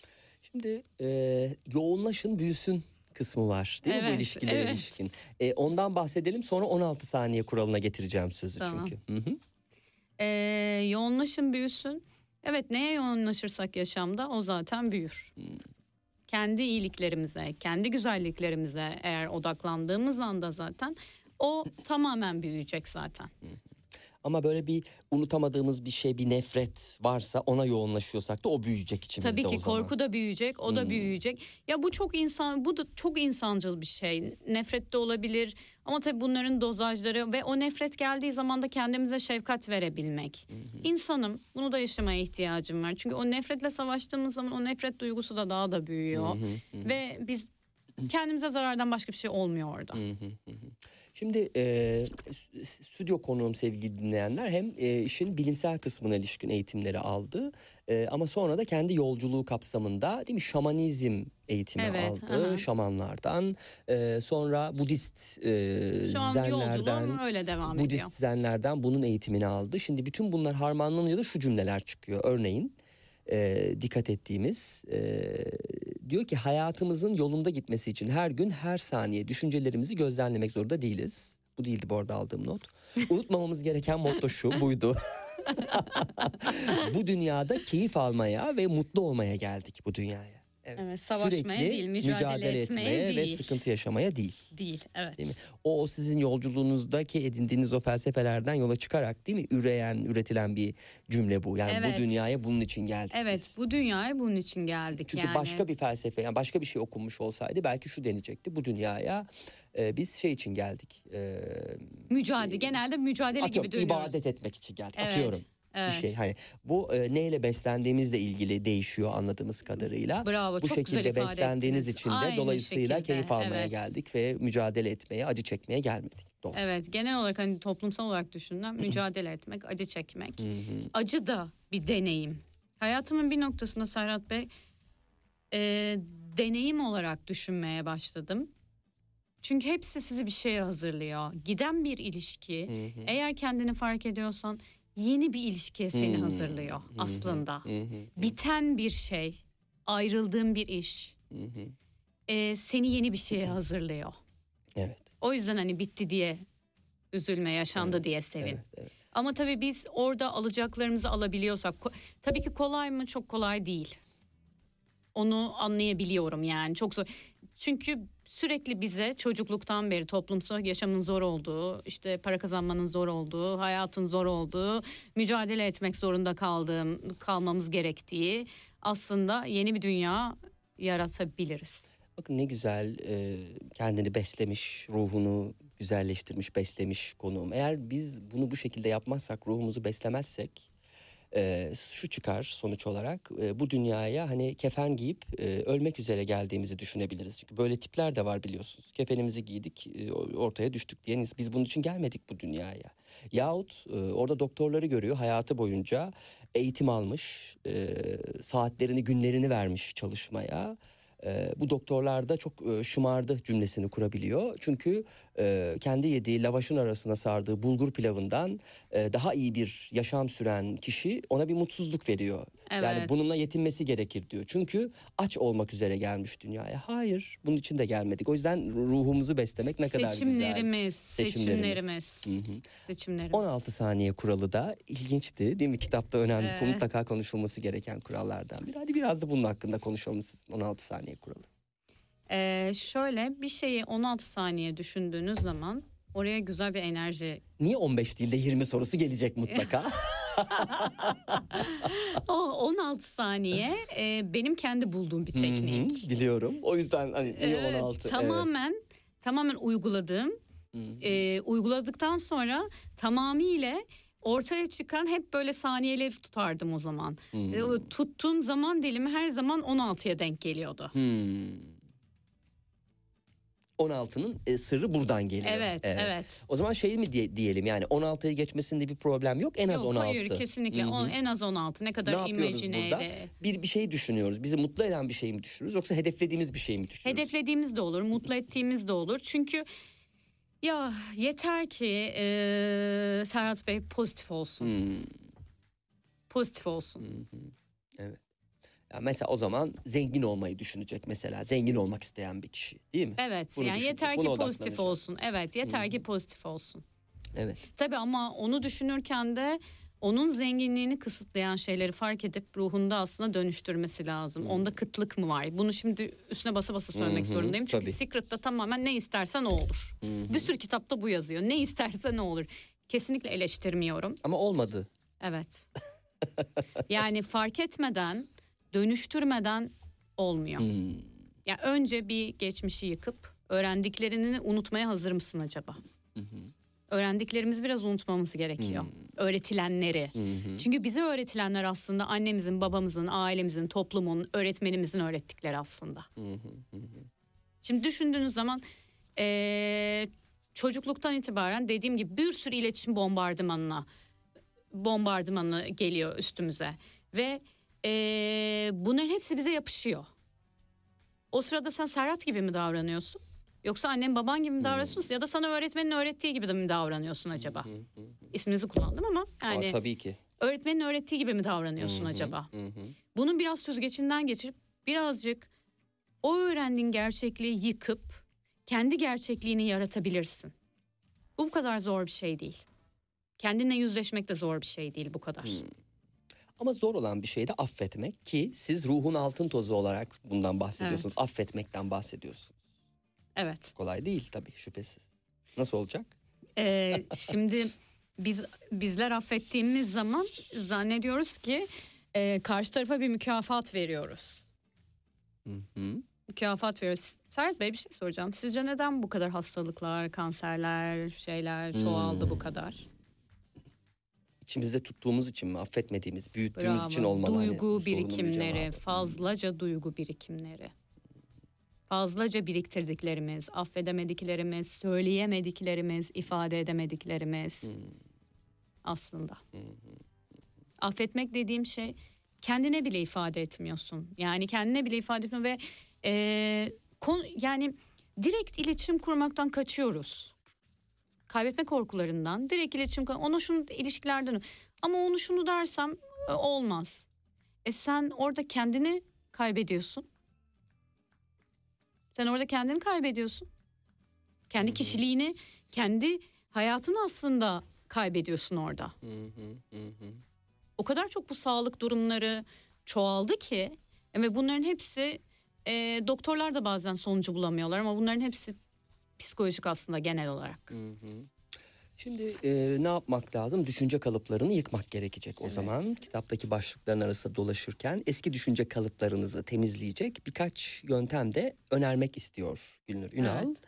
Şimdi e, yoğunlaşın büyüsün kısmı var değil mi bu Evet, ilişkilere evet. ilişkin? E, ondan bahsedelim, sonra on altı saniye kuralına getireceğim sözü Tamam. çünkü. Hı hı. Ee, yoğunlaşın büyüsün. Evet, neye yoğunlaşırsak yaşamda o zaten büyür. Hmm. Kendi iyiliklerimize, kendi güzelliklerimize eğer odaklandığımız anda zaten o tamamen büyüyecek zaten. Ama böyle bir unutamadığımız bir şey, bir nefret varsa ona yoğunlaşıyorsak da o büyüyecek içimizde Tabii o ki zaman. korku da büyüyecek, o da Hmm. büyüyecek. Ya bu çok insan, bu da çok insancıl bir şey. Nefret de olabilir ama tabii bunların dozajları ve o nefret geldiği zaman da kendimize şefkat verebilmek. İnsanım, bunu da yaşamaya ihtiyacım var. Çünkü o nefretle savaştığımız zaman o nefret duygusu da daha da büyüyor. Hı hı, hı. Ve biz kendimize zarardan başka bir şey olmuyor orada. Hı hı, hı hı. Şimdi e, stüdyo konuğum sevgili dinleyenler hem e, işin bilimsel kısmına ilişkin eğitimleri aldı e, ama sonra da kendi yolculuğu kapsamında değil mi şamanizm eğitimi Evet, aldı aha. şamanlardan, e, sonra Budist e, Şu an zenlerden, yolculuğum öyle devam Budist ediyor. zenlerden bunun eğitimini aldı. Şimdi bütün bunlar harmanlanınca da şu cümleler çıkıyor. Örneğin e, dikkat ettiğimiz e, diyor ki hayatımızın yolunda gitmesi için her gün her saniye düşüncelerimizi gözlemlemek zorunda değiliz. Bu değildi bu arada aldığım not. Unutmamamız gereken motto şu, buydu. Bu dünyada keyif almaya ve mutlu olmaya geldik bu dünyaya. Evet. Evet, savaşmaya Sürekli değil, mücadele etmeye ve değil. sıkıntı yaşamaya değil. Değil, evet. Değil mi? O, o sizin yolculuğunuzdaki edindiğiniz o felsefelerden yola çıkarak değil mi? Üreyen, üretilen bir cümle bu. Yani Evet. bu dünyaya bunun için geldik Evet, biz. bu dünyaya bunun için geldik Çünkü yani. başka bir felsefe, yani başka bir şey okunmuş olsaydı belki şu denecekti. Bu dünyaya e, biz şey için geldik. E, Mücadele, genelde mücadele atıyorum, gibi dönüyoruz. ibadet etmek için geldik. Evet, Atıyorum. evet. Bir şey hani bu e, neyle beslendiğimizle ilgili değişiyor anladığımız kadarıyla. Bravo, Bu çok güzel şekilde ifade beslendiğiniz ettiniz. için de Aynı dolayısıyla şekilde, keyif almaya evet. geldik ve mücadele etmeye, acı çekmeye gelmedik. Doğru. Evet, genel olarak hani toplumsal olarak düşünülen mücadele etmek, acı çekmek. Hı hı. Acı da bir deneyim. Hayatımın bir noktasında Serhat Bey e, deneyim olarak düşünmeye başladım. Çünkü hepsi sizi bir şeye hazırlıyor. Giden bir ilişki, Hı hı. eğer kendini fark ediyorsan yeni bir ilişkiye seni Hmm. hazırlıyor Hı hı. aslında. Hı hı. Biten bir şey, ayrıldığın bir iş Hı hı. e, seni yeni bir şeye hazırlıyor. Evet. O yüzden hani bitti diye üzülme, yaşandı Evet, diye sevin. Evet, evet. Ama tabii biz orada alacaklarımızı alabiliyorsak, ko- tabii ki kolay mı? Çok kolay değil. Onu anlayabiliyorum yani. Çok zor. Çünkü sürekli bize çocukluktan beri toplumsal yaşamın zor olduğu, işte para kazanmanın zor olduğu, hayatın zor olduğu, mücadele etmek zorunda kaldığım, kalmamız gerektiği aslında yeni bir dünya yaratabiliriz. Bakın ne güzel e, kendini beslemiş, ruhunu güzelleştirmiş, beslemiş konuğum. Eğer biz bunu bu şekilde yapmazsak, ruhumuzu beslemezsek e, şu çıkar sonuç olarak. E, bu dünyaya hani kefen giyip e, ölmek üzere geldiğimizi düşünebiliriz. Çünkü böyle tipler de var biliyorsunuz. Kefenimizi giydik, e, ortaya düştük diye. Biz bunun için gelmedik bu dünyaya. Yahut e, orada doktorları görüyor, hayatı boyunca eğitim almış, e, saatlerini, günlerini vermiş çalışmaya. Ee, bu doktorlar da çok e, şımardı cümlesini kurabiliyor. Çünkü e, kendi yediği lavaşın arasına sardığı bulgur pilavından e, daha iyi bir yaşam süren kişi ona bir mutsuzluk veriyor. Evet. Yani bununla yetinmesi gerekir diyor. Çünkü aç olmak üzere gelmiş dünyaya. Hayır, bunun için de gelmedik. O yüzden ruhumuzu beslemek ne kadar güzel. Seçimlerimiz, seçimlerimiz, Hı hı. seçimlerimiz. on altı saniye kuralı da ilginçti değil mi? Kitapta önemli, Ee. mutlaka konuşulması gereken kurallardan biri. Hadi biraz da bunun hakkında konuşalım siz. on altı saniye kuralı. Ee, şöyle bir şeyi on altı saniye düşündüğünüz zaman oraya güzel bir enerji. Niye on beş değil de yirmi sorusu gelecek mutlaka? O on altı saniye e, benim kendi bulduğum bir teknik. Hı hı, biliyorum. O yüzden hani niye Evet, on altı? tamamen tamamen uyguladığım. E, uyguladıktan sonra tamamıyla ortaya çıkan hep böyle saniyeleri tutardım o zaman. Hmm. E, o tuttuğum zaman dilimi her zaman on altıya denk geliyordu. Hmm. on altının e, sırrı buradan geliyor. Evet, evet. O zaman şey mi diye, diyelim yani on altıyı geçmesinde bir problem yok, en az Yok, on altı. hayır kesinlikle Hı hı. on, en az on altı ne kadar Ne yapıyoruz imagineyle. burada? Bir bir şey düşünüyoruz. Bizi mutlu eden bir şey mi düşünürüz yoksa hedeflediğimiz bir şey mi düşünürüz? Hedeflediğimiz de olur, mutlu ettiğimiz de olur. Çünkü ya yeter ki e, Serhat Bey pozitif olsun. Hmm. Pozitif olsun. Hı hı. Evet. Ya mesela o zaman zengin olmayı düşünecek mesela. Zengin olmak isteyen bir kişi değil mi? Evet, Bunu yani düşünecek, yeter ki buna pozitif odaklanacak. olsun. Evet, yeter ki pozitif olsun. Evet. Tabii ama onu düşünürken de onun zenginliğini kısıtlayan şeyleri fark edip ruhunda aslında dönüştürmesi lazım. Hmm. Onda kıtlık mı var? Bunu şimdi üstüne basa basa söylemek Hı hı, zorundayım. Çünkü tabii. Secret'ta tamamen ne istersen o olur. Hı hı. Bir sürü kitapta bu yazıyor. Ne istersen o olur. Kesinlikle eleştirmiyorum. Ama olmadı. Evet. Yani fark etmeden, dönüştürmeden olmuyor. Hmm. Yani önce bir geçmişi yıkıp öğrendiklerini unutmaya hazır mısın acaba? Hı hı. Öğrendiklerimizi biraz unutmamız gerekiyor. Öğretilenleri. Hı hı. Çünkü bize öğretilenler aslında annemizin, babamızın, ailemizin, toplumun, öğretmenimizin öğrettikleri aslında. Hı hı, hı hı. Şimdi düşündüğünüz zaman ee, çocukluktan itibaren dediğim gibi bir sürü iletişim bombardımanına bombardımanı geliyor üstümüze. Ve ee, bunların hepsi bize yapışıyor. O sırada sen Serhat gibi mi davranıyorsun? Yoksa annen baban gibi mi davranıyorsun? Ya da sana öğretmenin öğrettiği gibi de mi davranıyorsun acaba? Hı hı. İsminizi kullandım ama yani Aa, tabii ki. öğretmenin öğrettiği gibi mi davranıyorsun Hı hı, acaba? hı hı. Bunun biraz süzgecinden geçirip birazcık o öğrendiğin gerçekliği yıkıp kendi gerçekliğini yaratabilirsin. Bu bu kadar zor bir şey değil. Kendinle yüzleşmek de zor bir şey değil bu kadar. Ama zor olan bir şey de affetmek ki siz ruhun altın tozu olarak bundan bahsediyorsunuz. Affetmekten bahsediyorsunuz. Evet. Kolay değil tabii şüphesiz. Nasıl olacak? Ee, şimdi biz bizler affettiğimiz zaman zannediyoruz ki e, karşı tarafa bir mükafat veriyoruz. Hı hı. Mükafat veriyoruz. Serhat Bey bir şey soracağım. Sizce neden bu kadar hastalıklar, kanserler, şeyler çoğaldı Hmm. bu kadar? İçimizde tuttuğumuz için mi, affetmediğimiz, büyüttüğümüz Bravo. için olmalı. hani Duygu bu sorunun bir birikimleri, cevabı. fazlaca duygu birikimleri. Fazlaca biriktirdiklerimiz, affedemediklerimiz, söyleyemediklerimiz, ifade edemediklerimiz Hmm. aslında. Affetmek dediğim şey kendine bile ifade etmiyorsun. Yani kendine bile ifade etmiyorsun ve e, konu, yani direkt iletişim kurmaktan kaçıyoruz. Kaybetme korkularından direkt iletişim kur- onu şunu ilişkilerden ama onu şunu dersem e, olmaz. E sen orada kendini kaybediyorsun. Sen orada kendini kaybediyorsun. Kendi kişiliğini, kendi hayatını aslında kaybediyorsun orada. Hı hı, hı hı. O kadar çok bu sağlık durumları çoğaldı ki ve bunların hepsi E, doktorlar da bazen sonucu bulamıyorlar ama bunların hepsi psikolojik aslında genel olarak. Hı hı. Şimdi e, ne yapmak lazım? Düşünce kalıplarını yıkmak gerekecek o Evet. zaman. Kitaptaki başlıkların arasında dolaşırken eski düşünce kalıplarınızı temizleyecek birkaç yöntem de önermek istiyor Gülnur Ünal. Evet.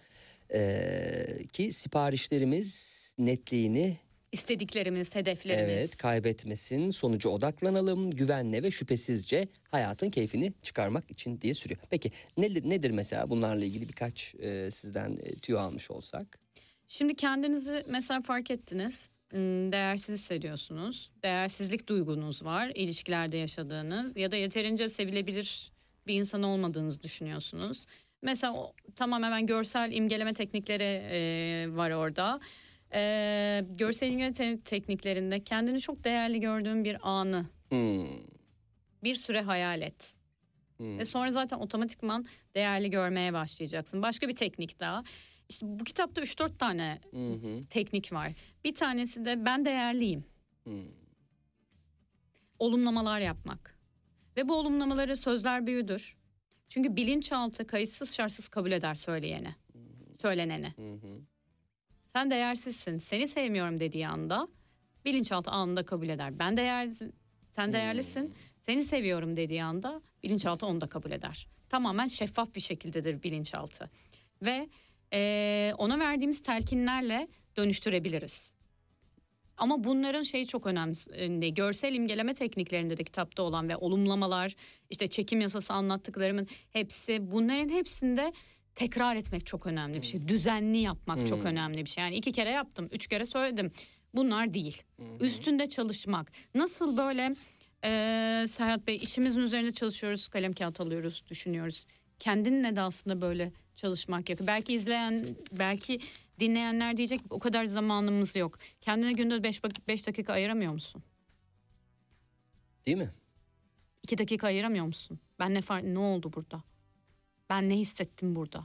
E, ki siparişlerimiz netliğini İstediklerimiz, hedeflerimiz. evet kaybetmesin, sonuca odaklanalım, güvenle ve şüphesizce hayatın keyfini çıkarmak için diye sürüyor. Peki nedir, nedir mesela bunlarla ilgili birkaç e, sizden e, tüyo almış olsak? Şimdi kendinizi mesela fark ettiniz. Hmm, Değersiz hissediyorsunuz. Değersizlik duygunuz var. İlişkilerde yaşadığınız ya da yeterince sevilebilir bir insan olmadığınızı düşünüyorsunuz. Mesela o, tamam hemen görsel imgeleme teknikleri e, var orada. E, görsel imgeleme te- tekniklerinde kendini çok değerli gördüğün bir anı Hmm. bir süre hayal et. Hmm. Ve sonra zaten otomatikman değerli görmeye başlayacaksın. Başka bir teknik daha. İşte bu kitapta üç dört tane Hı hı. teknik var. Bir tanesi de ben değerliyim. Hmm. Olumlamalar yapmak. Ve bu olumlamaları sözler büyüdür. Çünkü bilinçaltı kayıtsız şartsız kabul eder söyleyeni. Söyleneni. Hı hı. Sen değersizsin. Seni sevmiyorum dediği anda bilinçaltı anında kabul eder. Ben değer sen değerlisin. Seni seviyorum dediği anda bilinçaltı onu da kabul eder. Tamamen şeffaf bir şekildedir bilinçaltı. Ve Ee, ona verdiğimiz telkinlerle dönüştürebiliriz. Ama bunların şeyi çok önemli. Görsel imgeleme tekniklerinde de kitapta olan ve olumlamalar, işte çekim yasası anlattıklarımın hepsi, bunların hepsinde tekrar etmek çok önemli bir şey. Düzenli yapmak Hmm. çok önemli bir şey. Yani iki kere yaptım, üç kere söyledim. Bunlar değil. Üstünde çalışmak. Nasıl böyle e, Serhat Bey işimizin üzerinde çalışıyoruz, kalem kağıt alıyoruz, düşünüyoruz. Kendinle de aslında böyle çalışmak gerekiyor. Belki izleyen, belki dinleyenler diyecek o kadar zamanımız yok. Kendine günde beş dakika ayıramıyor musun? Değil mi? iki dakika ayıramıyor musun? Ben ne fark, ne oldu burada? Ben ne hissettim burada?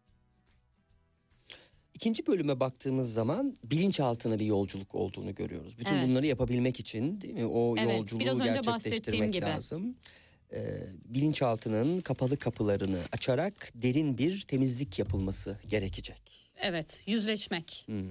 İkinci bölüme baktığımız zaman bilinçaltına bir yolculuk olduğunu görüyoruz. Bütün Evet. bunları yapabilmek için değil mi? O Evet, yolculuğu biraz önce bahsettiğim gerçekleştirmek gibi. lazım. Ee, bilinçaltının kapalı kapılarını açarak derin bir temizlik yapılması gerekecek. Evet, yüzleşmek. Hmm.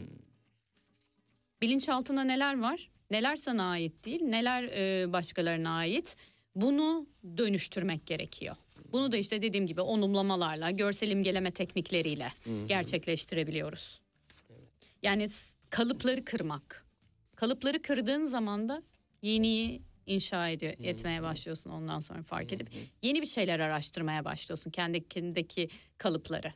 Bilinçaltında neler var? Neler sana ait değil, neler e, başkalarına ait? Bunu dönüştürmek gerekiyor. Bunu da işte dediğim gibi olumlamalarla, görsel imgeleme teknikleriyle gerçekleştirebiliyoruz. Yani s- kalıpları kırmak. Kalıpları kırdığın zaman da yeniyi inşa ediyor, etmeye başlıyorsun ondan sonra fark edip. Yeni bir şeyler araştırmaya başlıyorsun kendindeki kalıpları.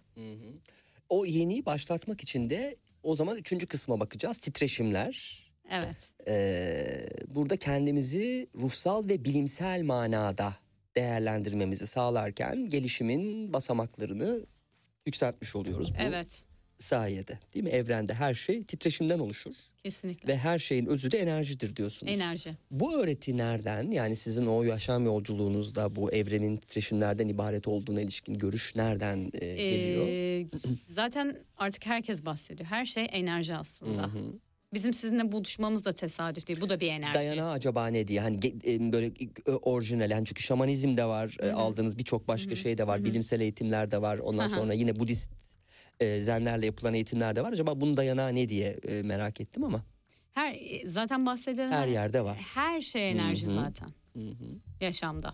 O yeniyi başlatmak için de o zaman üçüncü kısma bakacağız. Titreşimler. Evet. Ee, burada kendimizi ruhsal ve bilimsel manada değerlendirmemizi sağlarken gelişimin basamaklarını yükseltmiş oluyoruz bu Evet. sayede. Değil mi? Evrende her şey titreşimden oluşur Kesinlikle. ve her şeyin özü de enerjidir diyorsunuz. Enerji. Bu öğreti nereden? Yani sizin o yaşam yolculuğunuzda bu evrenin titreşimlerden ibaret olduğuna ilişkin görüş nereden e, geliyor? Ee, zaten artık herkes bahsediyor. Her şey enerji aslında. Bizim sizinle buluşmamız da tesadüf değil. Bu da bir enerji. Dayanağı acaba ne diye hani ge- e, böyle e, orijinal yani çünkü şamanizm de var e, aldığınız birçok başka şey de var bilimsel eğitimler de var ondan Hı hı. sonra yine Budist e, zenlerle yapılan eğitimler de var acaba bunun dayanağı ne diye e, merak ettim ama Her zaten bahsedilen her yerde var. Her şey enerji Hı hı. zaten Hı hı. yaşamda.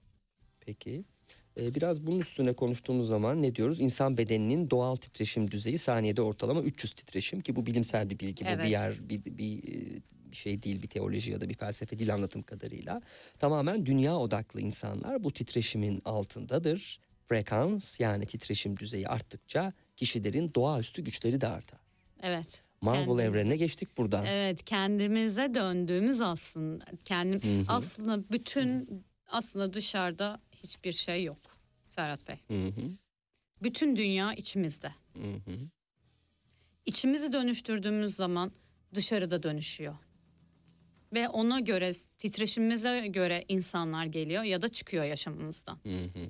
Peki e, biraz bunun üstüne konuştuğumuz zaman ne diyoruz? İnsan bedeninin doğal titreşim düzeyi saniyede ortalama üç yüz titreşim ki bu bilimsel bir bilgi bu Evet. bir yer bir, bir, bir şey değil bir teoloji ya da bir felsefe değil anlatım kadarıyla tamamen dünya odaklı insanlar bu titreşimin altındadır. Frekans yani titreşim düzeyi arttıkça kişilerin doğaüstü güçleri de artar. Evet. Marvel Kendimiz- evrenine geçtik buradan. Evet, kendimize döndüğümüz aslında kendim Hı hı. aslında bütün aslında dışarıda hiçbir şey yok Serhat Bey. Hı hı, Bütün dünya içimizde. hı hı. İçimizi dönüştürdüğümüz zaman dışarıda dönüşüyor. Ve ona göre titreşimimize göre insanlar geliyor ya da çıkıyor yaşamımızdan. Hı hı.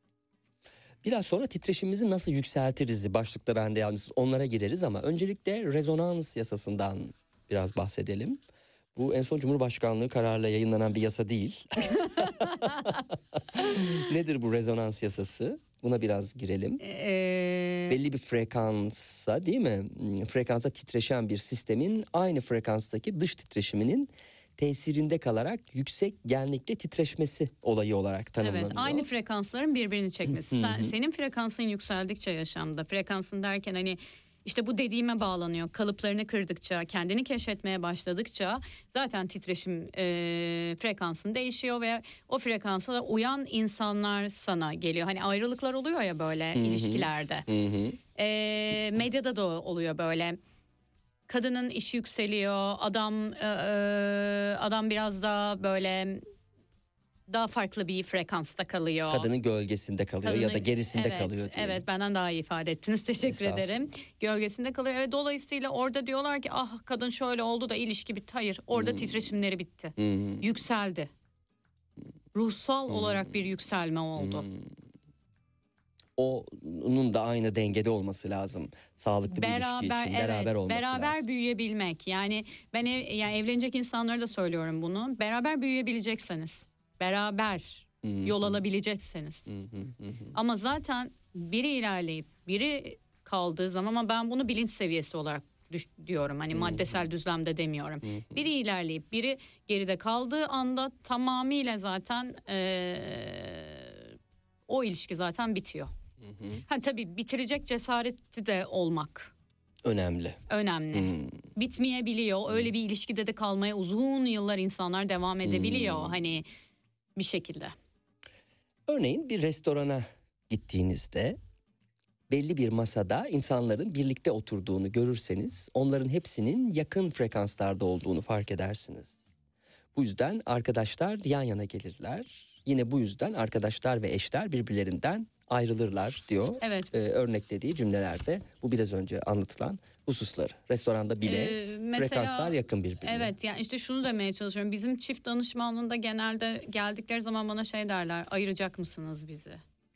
Biraz sonra titreşimimizi nasıl yükseltiriz başlıkta bende yalnız onlara gireriz ama öncelikle rezonans yasasından biraz bahsedelim. Bu en son Cumhurbaşkanlığı kararıyla yayınlanan bir yasa değil. Nedir bu rezonans yasası? Buna biraz girelim. Ee, Belli bir frekansa, değil mi? Frekansa titreşen bir sistemin aynı frekanstaki dış titreşiminin tesirinde kalarak yüksek genlikte titreşmesi olayı olarak tanımlanıyor. Evet, aynı frekansların birbirini çekmesi. Sen, senin frekansın yükseldikçe yaşamda, frekansın derken hani işte bu dediğime bağlanıyor. Kalıplarını kırdıkça, kendini keşfetmeye başladıkça zaten titreşim e, frekansın değişiyor ve o frekansa da uyan insanlar sana geliyor. Hani ayrılıklar oluyor ya böyle ilişkilerde. E, medyada da oluyor böyle. Kadının işi yükseliyor, adam e, e, adam biraz daha böyle daha farklı bir frekansta kalıyor. Kadının gölgesinde kalıyor Kadının- ya da gerisinde evet, kalıyor diye. Evet, benden daha iyi ifade ettiniz. Teşekkür Estağfurullah. ederim. Gölgesinde kalıyor. Evet, dolayısıyla orada diyorlar ki ah kadın şöyle oldu da ilişki bitti. Hayır, orada Hmm. titreşimleri bitti. Hmm. Yükseldi. Ruhsal olarak bir yükselme oldu. Hmm. O- Onun da aynı dengede olması lazım. Sağlıklı bir ilişki için beraber evet, olması beraber lazım. büyüyebilmek. Yani ben ev, yani evlenecek insanlara da söylüyorum bunu. Beraber büyüyebilecekseniz, beraber Hmm. yol alabilecekseniz. Hı hı hı hı. Ama zaten biri ilerleyip biri kaldığı zaman, ama ben bunu bilinç seviyesi olarak düş- diyorum. Hani maddesel düzlemde demiyorum. Biri ilerleyip biri geride kaldığı anda tamamıyla zaten eee, o ilişki zaten bitiyor. Ha tabii bitirecek cesareti de olmak Önemli. önemli. Hmm. Bitmeyebiliyor. Öyle bir ilişkide de kalmaya uzun yıllar insanlar devam edebiliyor. Hani bir şekilde. Örneğin bir restorana gittiğinizde belli bir masada insanların birlikte oturduğunu görürseniz onların hepsinin yakın frekanslarda olduğunu fark edersiniz. Bu yüzden arkadaşlar yan yana gelirler. Yine bu yüzden arkadaşlar ve eşler birbirlerinden ayrılırlar diyor. Evet. Ee, örneklediği cümlelerde bu biraz önce anlatılan hususları. Restoranda bile Ee, mesela- frekanslar yakın birbirine. Evet, yani işte şunu demeye çalışıyorum. Bizim çift danışmanlığında genelde geldikleri zaman bana şey derler. Ayıracak mısınız bizi?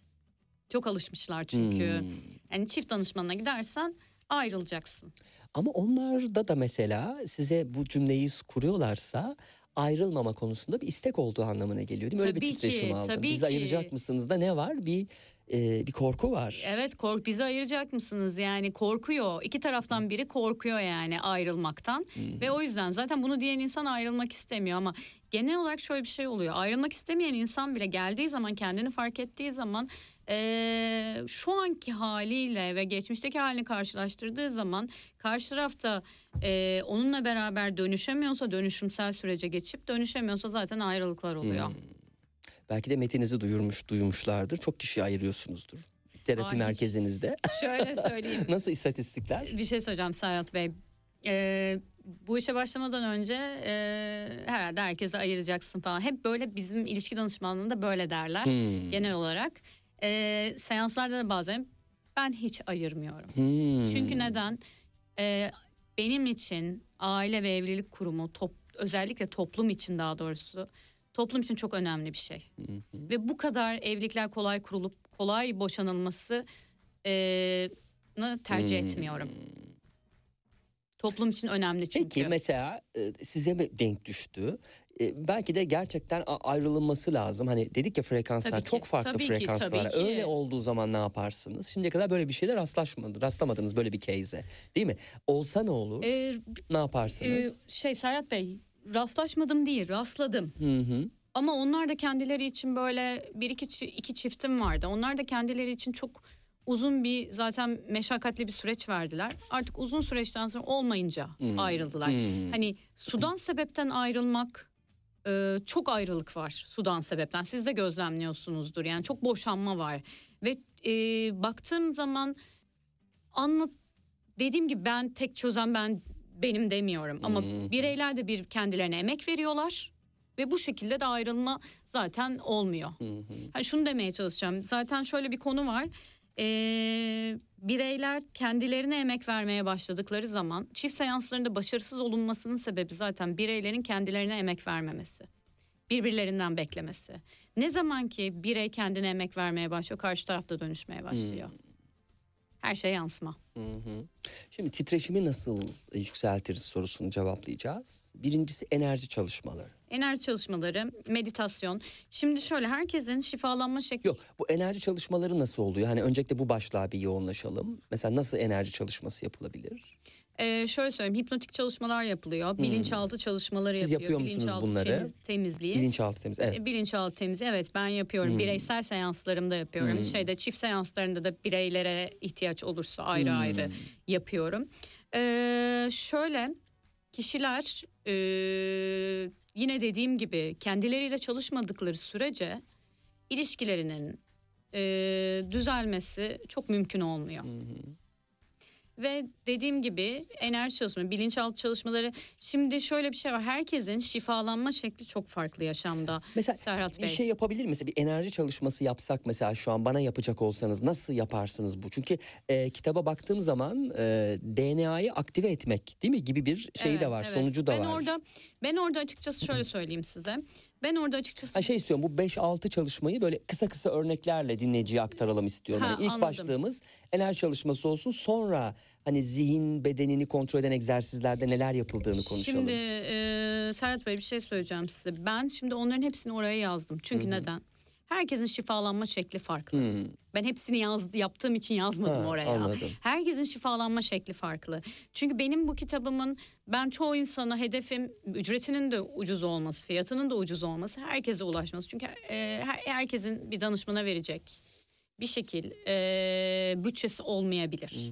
Çok alışmışlar çünkü. Hmm. Yani çift danışmanına gidersen ayrılacaksın. Ama onlarda da mesela size bu cümleyi kuruyorlarsa ayrılmama konusunda bir istek olduğu anlamına geliyor değil mi? Öyle bir Tabii titreşim ki, aldım. tabii Bizi ki. ayıracak mısınız da ne var? Bir e, bir korku var. Evet, kork bizi ayıracak mısınız? Yani korkuyor. İki taraftan biri korkuyor yani ayrılmaktan. Ve o yüzden zaten bunu diyen insan ayrılmak istemiyor, ama genel olarak şöyle bir şey oluyor. Ayrılmak istemeyen insan bile geldiği zaman, kendini fark ettiği zaman eee, şu anki haliyle ve geçmişteki halini karşılaştırdığı zaman karşı tarafta eee, onunla beraber dönüşemiyorsa, dönüşümsel sürece geçip dönüşemiyorsa zaten ayrılıklar oluyor. Belki de metinizi duyurmuş, duymuşlardır. Çok kişi ayırıyorsunuzdur. Terapi Ay, hiç. merkezinizde. Şöyle söyleyeyim. Nasıl istatistikler? Bir şey söyleyeceğim Serhat Bey. Ee, bu işe başlamadan önce e, herhalde herkese ayıracaksın falan. Hep böyle bizim ilişki danışmanlığında böyle derler Hmm. genel olarak. Ee, seanslarda da bazen ben hiç ayırmıyorum. Hmm. Çünkü neden? Ee, benim için aile ve evlilik kurumu, top, özellikle toplum için, daha doğrusu toplum için çok önemli bir şey. Ve bu kadar evlilikler kolay kurulup kolay boşanılması e, tercih Hmm. etmiyorum. Toplum için önemli çünkü. Peki mesela e, size mi denk düştü? E, Belki de gerçekten a- ayrılınması lazım. Hani dedik ya frekanslar Tabii ki, çok farklı tabii ki, frekanslar. tabii ki. Öyle olduğu zaman ne yaparsınız? Şimdiye kadar böyle bir şeyle rastlaşmadı, rastlamadınız böyle bir case'e. Değil mi? Olsa ne olur? Ee, ne e, yaparsınız? şey Serhat Bey, rastlaşmadım değil, rastladım. Hı hı. Ama onlar da kendileri için böyle bir iki, çi- iki çiftim vardı. Onlar da kendileri için çok uzun bir, zaten meşakkatli bir süreç verdiler. Artık uzun süreçten sonra olmayınca ayrıldılar. Hmm. Hani sudan sebepten ayrılmak, e, çok ayrılık var sudan sebepten. Siz de gözlemliyorsunuzdur. Yani çok boşanma var. Ve e, baktığım zaman anlat dediğim gibi ben tek çözen ben benim demiyorum. Ama bireyler de bir kendilerine emek veriyorlar. Ve bu şekilde de ayrılma zaten olmuyor. Hani şunu demeye çalışacağım. Zaten şöyle bir konu var. Ee, bireyler kendilerine emek vermeye başladıkları zaman çift seanslarında başarısız olunmasının sebebi zaten bireylerin kendilerine emek vermemesi. Birbirlerinden beklemesi. Ne zaman ki birey kendine emek vermeye başlıyor, karşı tarafta dönüşmeye başlıyor. Her şey yansıma. Hı hı. Şimdi titreşimi nasıl yükseltiriz sorusunu cevaplayacağız. Birincisi enerji çalışmaları. Enerji çalışmaları, meditasyon. Şimdi şöyle herkesin şifalanma şekli... Yok, bu enerji çalışmaları nasıl oluyor? Hani öncelikle bu başlığa bir yoğunlaşalım. Mesela nasıl enerji çalışması yapılabilir? Ee, şöyle söyleyeyim, hipnotik çalışmalar yapılıyor, bilinçaltı çalışmaları Siz yapıyor. yapıyor musunuz bilinçaltı bunları? temiz- temizliği. Bilinçaltı temiz. Evet. E, Bilinçaltı temizliği, evet ben yapıyorum. Bireysel seanslarımda yapıyorum. Şeyde çift seanslarında da bireylere ihtiyaç olursa ayrı ayrı yapıyorum. Ee, şöyle kişiler e, yine dediğim gibi kendileriyle çalışmadıkları sürece ilişkilerinin e, düzelmesi çok mümkün olmuyor. Ve dediğim gibi enerji çalışmaları, bilinçaltı çalışmaları. Şimdi şöyle bir şey var. Herkesin şifalanma şekli çok farklı yaşamda. Mesela Serhat bir Bey. şey yapabilir misin? Bir enerji çalışması yapsak mesela şu an bana yapacak olsanız nasıl yaparsınız bu? Çünkü e, kitaba baktığım zaman e, D N A'yı aktive etmek değil mi gibi bir şey Evet, de var, evet. sonucu da ben var. Orada, ben orada açıkçası şöyle söyleyeyim size. Ben orada açıkçası... Ha şey istiyorum, bu beş altı çalışmayı böyle kısa kısa örneklerle dinleyiciye aktaralım istiyorum. Ha, Yani ilk anladım. başlığımız enerji çalışması olsun, sonra hani zihin bedenini kontrol eden egzersizlerde neler yapıldığını konuşalım. Şimdi e, Serhat Bey bir şey söyleyeceğim size. Ben şimdi onların hepsini oraya yazdım. Çünkü neden? Herkesin şifalanma şekli farklı. Hmm. Ben hepsini yaz, yaptığım için yazmadım Ha, oraya. anladım. Herkesin şifalanma şekli farklı. Çünkü benim bu kitabımın ben çoğu insana hedefim ücretinin de ucuz olması, fiyatının da ucuz olması, herkese ulaşması. Çünkü e, her, herkesin bir danışmana verecek bir şekil e, bütçesi olmayabilir.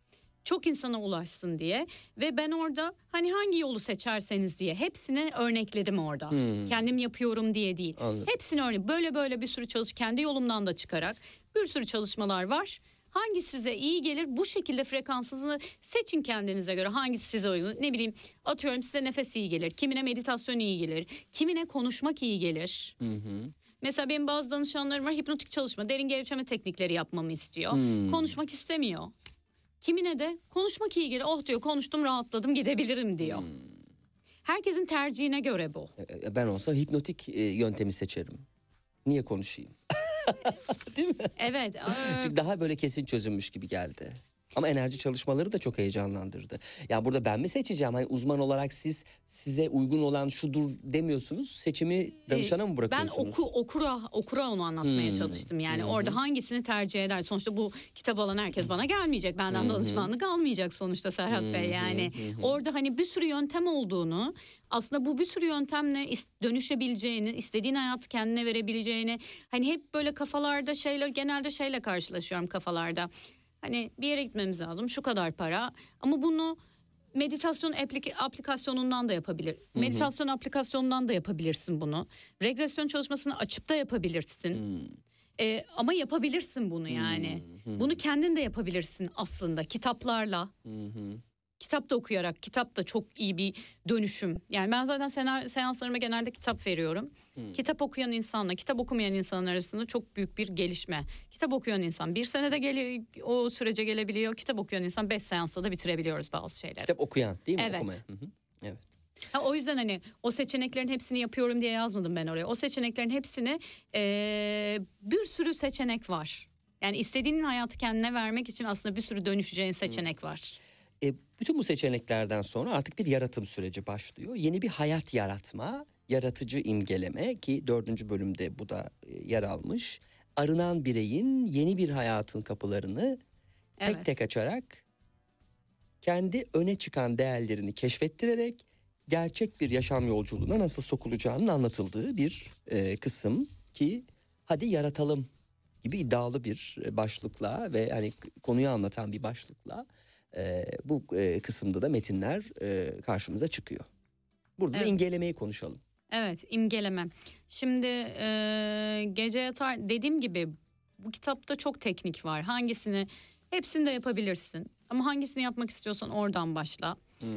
Çok insana ulaşsın diye ve ben orada hani hangi yolu seçerseniz diye hepsini örnekledim orada. Kendim yapıyorum diye değil. Anladım. Hepsini örnek böyle böyle bir sürü çalış kendi yolumdan da çıkarak bir sürü çalışmalar var. Hangisi size iyi gelir bu şekilde frekansınızı seçin kendinize göre, hangisi size uygun. Ne bileyim atıyorum size nefes iyi gelir, kimine meditasyon iyi gelir, kimine konuşmak iyi gelir. Hı hı. Mesela benim bazı danışanlarım var, hipnotik çalışma, derin gevşeme teknikleri yapmamı istiyor. Hmm. Konuşmak istemiyor. Kimine de konuşmak iyi gelir. Oh diyor, konuştum rahatladım gidebilirim diyor. Herkesin tercihine göre bu. E, Ben olsa hipnotik e, yöntemi seçerim. Niye konuşayım? Değil mi? Evet. e, Çünkü daha böyle kesin çözülmüş gibi geldi. Ama enerji çalışmaları da çok heyecanlandırdı. Ya burada ben mi seçeceğim? Hani uzman olarak siz size uygun olan şudur demiyorsunuz. Seçimi danışana mı ben bırakıyorsunuz? oku, okura okura onu anlatmaya Hmm. çalıştım. Yani orada hangisini tercih eder? Sonuçta bu kitap alan herkes bana gelmeyecek. Benden danışmanlık almayacak sonuçta Serhat Bey. Yani orada hani bir sürü yöntem olduğunu, aslında bu bir sürü yöntemle is- dönüşebileceğini, istediğin hayatı kendine verebileceğini, hani hep böyle kafalarda şeyler, genelde şeyle karşılaşıyorum kafalarda. Hani bir yere gitmemiz lazım, şu kadar para, ama bunu meditasyon aplik- aplikasyonundan da yapabilir. Meditasyon aplikasyonundan da yapabilirsin bunu. Regresyon çalışmasını açıp da yapabilirsin. Ee, ama yapabilirsin bunu yani. Bunu kendin de yapabilirsin aslında kitaplarla. Kitap da okuyarak, kitap da çok iyi bir dönüşüm. Yani ben zaten sena- seanslarıma genelde kitap veriyorum. Kitap okuyan insanla kitap okumayan insan arasında çok büyük bir gelişme. Kitap okuyan insan bir senede geliyor, o sürece gelebiliyor. Kitap okuyan insan beş seansta da bitirebiliyoruz bazı şeyleri. Kitap okuyan değil mi? Evet. Okumayan. Hı hı. Evet. Ha, o yüzden hani o seçeneklerin hepsini yapıyorum diye yazmadım ben oraya. O seçeneklerin hepsini eee, bir sürü seçenek var. Yani istediğin hayatı kendine vermek için aslında bir sürü dönüşeceğin seçenek var. E, bütün bu seçeneklerden sonra artık bir yaratım süreci başlıyor. Yeni bir hayat yaratma, yaratıcı imgeleme, ki dördüncü bölümde bu da e, yer almış. Arınan bireyin yeni bir hayatın kapılarını tek Evet. tek açarak, kendi öne çıkan değerlerini keşfettirerek gerçek bir yaşam yolculuğuna nasıl sokulacağının anlatıldığı bir e, kısım, ki hadi yaratalım gibi iddialı bir başlıkla ve hani konuyu anlatan bir başlıkla e, bu e, kısımda da metinler e, karşımıza çıkıyor. Burada Evet. da imgelemeyi konuşalım. Evet, imgeleme. Şimdi e, gece yatar dediğim gibi bu kitapta çok teknik var. Hangisini, hepsini de yapabilirsin. Ama hangisini yapmak istiyorsan oradan başla.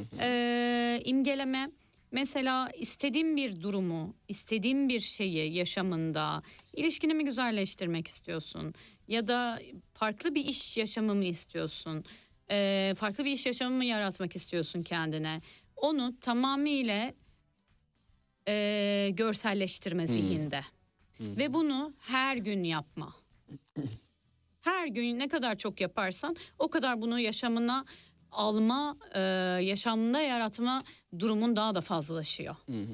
E, imgeleme mesela istediğin bir durumu, istediğin bir şeyi yaşamında, ilişkini mi güzelleştirmek istiyorsun? Ya da farklı bir iş yaşamı mı istiyorsun? E, farklı bir iş yaşamı mı yaratmak istiyorsun kendine? Onu tamamıyla e, görselleştirme zihinde. Ve bunu her gün yapma. Her gün ne kadar çok yaparsan o kadar bunu yaşamına alma, e, yaşamında yaratma durumun daha da fazlalaşıyor.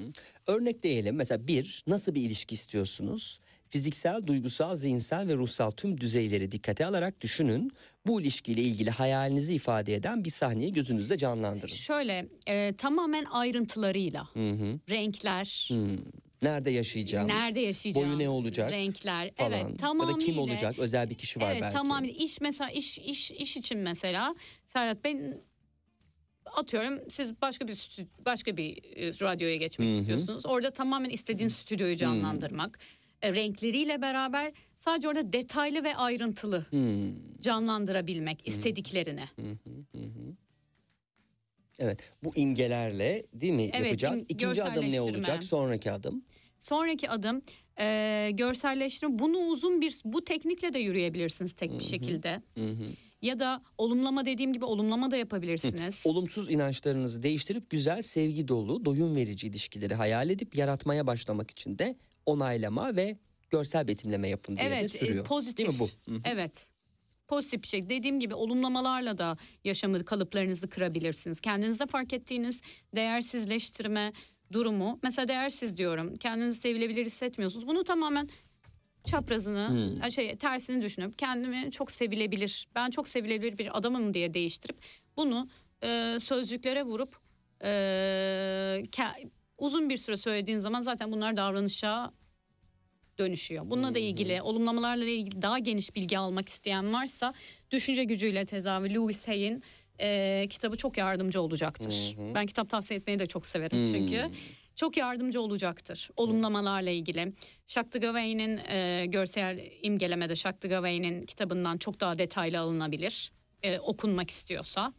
Örnekleyelim. Mesela bir, nasıl bir ilişki istiyorsunuz? Fiziksel, duygusal, zihinsel ve ruhsal tüm düzeyleri dikkate alarak düşünün. Bu ilişkiyle ilgili hayalinizi ifade eden bir sahneyi gözünüzde canlandırın. Şöyle e, tamamen ayrıntılarıyla, Hı hı. renkler, Hı. Nerede yaşayacağım? nerede yaşayacağım, Boyu ne olacak? renkler, Falan. evet tamamıyla. Ya da kim olacak? Özel bir kişi var evet, belki. tamamıyla iş mesela iş iş iş için mesela Serhat Bey, atıyorum siz başka bir stü- başka bir e, radyoya geçmek Hı hı. istiyorsunuz. Orada tamamen istediğiniz stüdyoyu canlandırmak. E, renkleriyle beraber sadece orada detaylı ve ayrıntılı Hmm. canlandırabilmek istediklerini. Hı hı, hı hı. Evet, bu imgelerle değil mi Evet, yapacağız? im- İkinci adım ne görselleştirme. olacak? Sonraki adım? Sonraki adım e, görselleştirme. Bunu uzun bir bu teknikle de yürüyebilirsiniz tek bir şekilde. Hı hı. Ya da olumlama, dediğim gibi olumlama da yapabilirsiniz. Olumsuz inançlarınızı değiştirip güzel, sevgi dolu, doyum verici ilişkileri hayal edip yaratmaya başlamak için de onaylama ve görsel betimleme yapın diye de Evet, sürüyor. e, pozitif. Değil mi bu? Hı hı. Evet. Pozitif bir şey. Dediğim gibi olumlamalarla da yaşamı, kalıplarınızı kırabilirsiniz. Kendinizde fark ettiğiniz değersizleştirme durumu. Mesela değersiz diyorum. Kendinizi sevilebilir hissetmiyorsunuz. Bunu tamamen çaprazını, Hmm. şey tersini düşünüp kendimi çok sevilebilir, ben çok sevilebilir bir adamım diye değiştirip bunu e, sözcüklere vurup e, ke- uzun bir süre söylediğin zaman zaten bunlar davranışa dönüşüyor. Bununla da ilgili, olumlamalarla ilgili daha geniş bilgi almak isteyen varsa Düşünce Gücüyle Tezavi, Louis Hay'in e, kitabı çok yardımcı olacaktır. Hı hı. Ben kitap tavsiye etmeyi de çok severim Hmm. çünkü. Çok yardımcı olacaktır olumlamalarla ilgili. Jacques de Gavay'nin e, görsel imgelemede Jacques de Gavay'nin kitabından çok daha detaylı alınabilir. E, okunmak istiyorsa.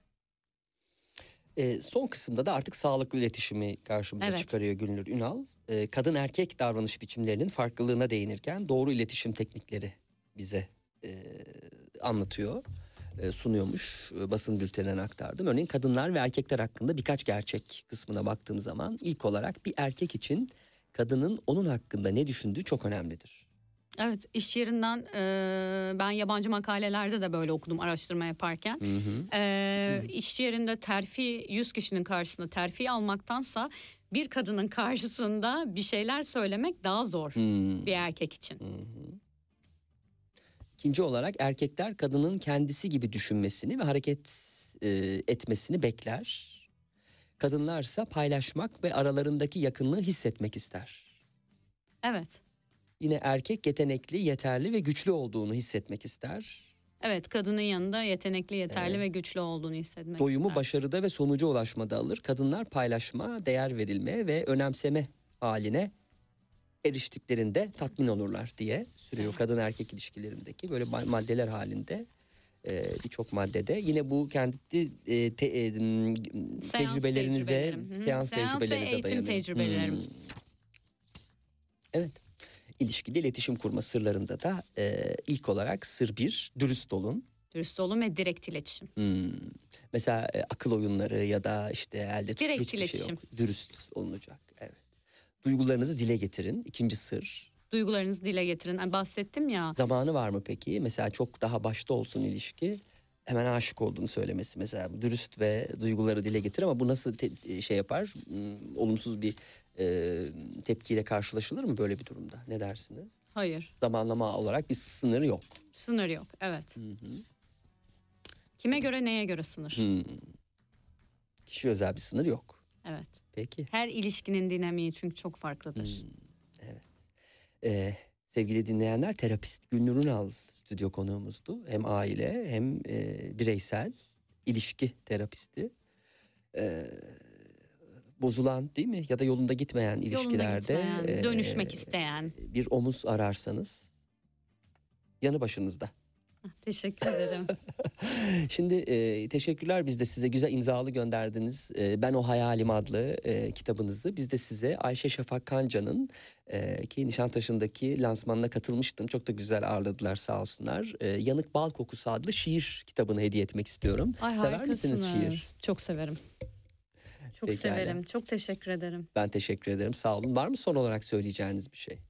E, son kısımda da artık sağlıklı iletişimi karşımıza Evet. çıkarıyor Gülnur Ünal. E, kadın erkek davranış biçimlerinin farklılığına değinirken doğru iletişim teknikleri bize e, anlatıyor. E, sunuyormuş, e, basın bülteninden aktardım. Örneğin kadınlar ve erkekler hakkında birkaç gerçek kısmına baktığım zaman ilk olarak bir erkek için kadının onun hakkında ne düşündüğü çok önemlidir. Evet, iş yerinden e, ben yabancı makalelerde de böyle okudum araştırma yaparken. Hı hı. E, iş yerinde terfi yüz kişinin karşısında terfi almaktansa bir kadının karşısında bir şeyler söylemek daha zor Hmm. bir erkek için. Hı hı. İkinci olarak erkekler kadının kendisi gibi düşünmesini ve hareket e, etmesini bekler. Kadınlarsa paylaşmak ve aralarındaki yakınlığı hissetmek ister. Evet. Yine erkek yetenekli, yeterli ve güçlü olduğunu hissetmek ister. Evet, kadının yanında yetenekli, yeterli Evet. ve güçlü olduğunu hissetmek Doyumu ister. başarıda ve sonuca ulaşmada alır. Kadınlar paylaşma, değer verilme ve önemseme haline eriştiklerinde tatmin olurlar diye sürüyor. Evet. Kadın erkek ilişkilerindeki böyle ma- maddeler halinde e, birçok maddede. Yine bu kendi e, te, e, m, Seans tecrübelerinize, tecrübelerim. Hı hı. seans, Seans ve tecrübelerinize eğitim dayanıyor. tecrübelerim. Hmm. Evet. İlişkide iletişim kurma sırlarında da e, ilk olarak sır bir, dürüst olun. Dürüst olun ve direkt iletişim. Hmm. Mesela e, akıl oyunları ya da işte elde tutup Direkt hiçbir şey iletişim. yok. Dürüst olunacak. Evet. Duygularınızı dile getirin. İkinci sır. Duygularınızı dile getirin. Yani bahsettim ya. Zamanı var mı peki? Mesela çok daha başta olsun ilişki. Hemen aşık olduğunu söylemesi mesela. Dürüst ve duyguları dile getir ama bu nasıl te- şey yapar? Hmm, olumsuz bir e, tepkiyle karşılaşılır mı böyle bir durumda? Ne dersiniz? Hayır. Zamanlama olarak bir sınır yok. Sınır yok. Evet. Hı hı. Kime göre, neye göre sınır? Hmm. Kişi özel bir sınır yok. Evet. Peki. Her ilişkinin dinamiği çünkü çok farklıdır. Hmm. Evet. Ee, sevgili dinleyenler, terapist Gülnur Ünal stüdyo konuğumuzdu. Hem aile hem e, bireysel ilişki terapisti. Ee, bozulan değil mi ya da yolunda gitmeyen Yolunda ilişkilerde gitmeyen, e, dönüşmek isteyen. bir omuz ararsanız yanı başınızda. Teşekkür ederim. Şimdi e, teşekkürler, biz de size güzel imzalı gönderdiniz. E, Ben O Hayalim adlı e, kitabınızı. Biz de size Ayşe Şafak Kanca'nın e, ki Nişantaşı'ndaki lansmanına katılmıştım. Çok da güzel ağırladılar sağ olsunlar. E, Yanık Bal Kokusu adlı şiir kitabını hediye etmek istiyorum. Ay, Sever misiniz harikasınız. şiir? Çok severim. Çok Pekala. severim. Çok teşekkür ederim. Ben teşekkür ederim, sağ olun. Var mı son olarak söyleyeceğiniz bir şey?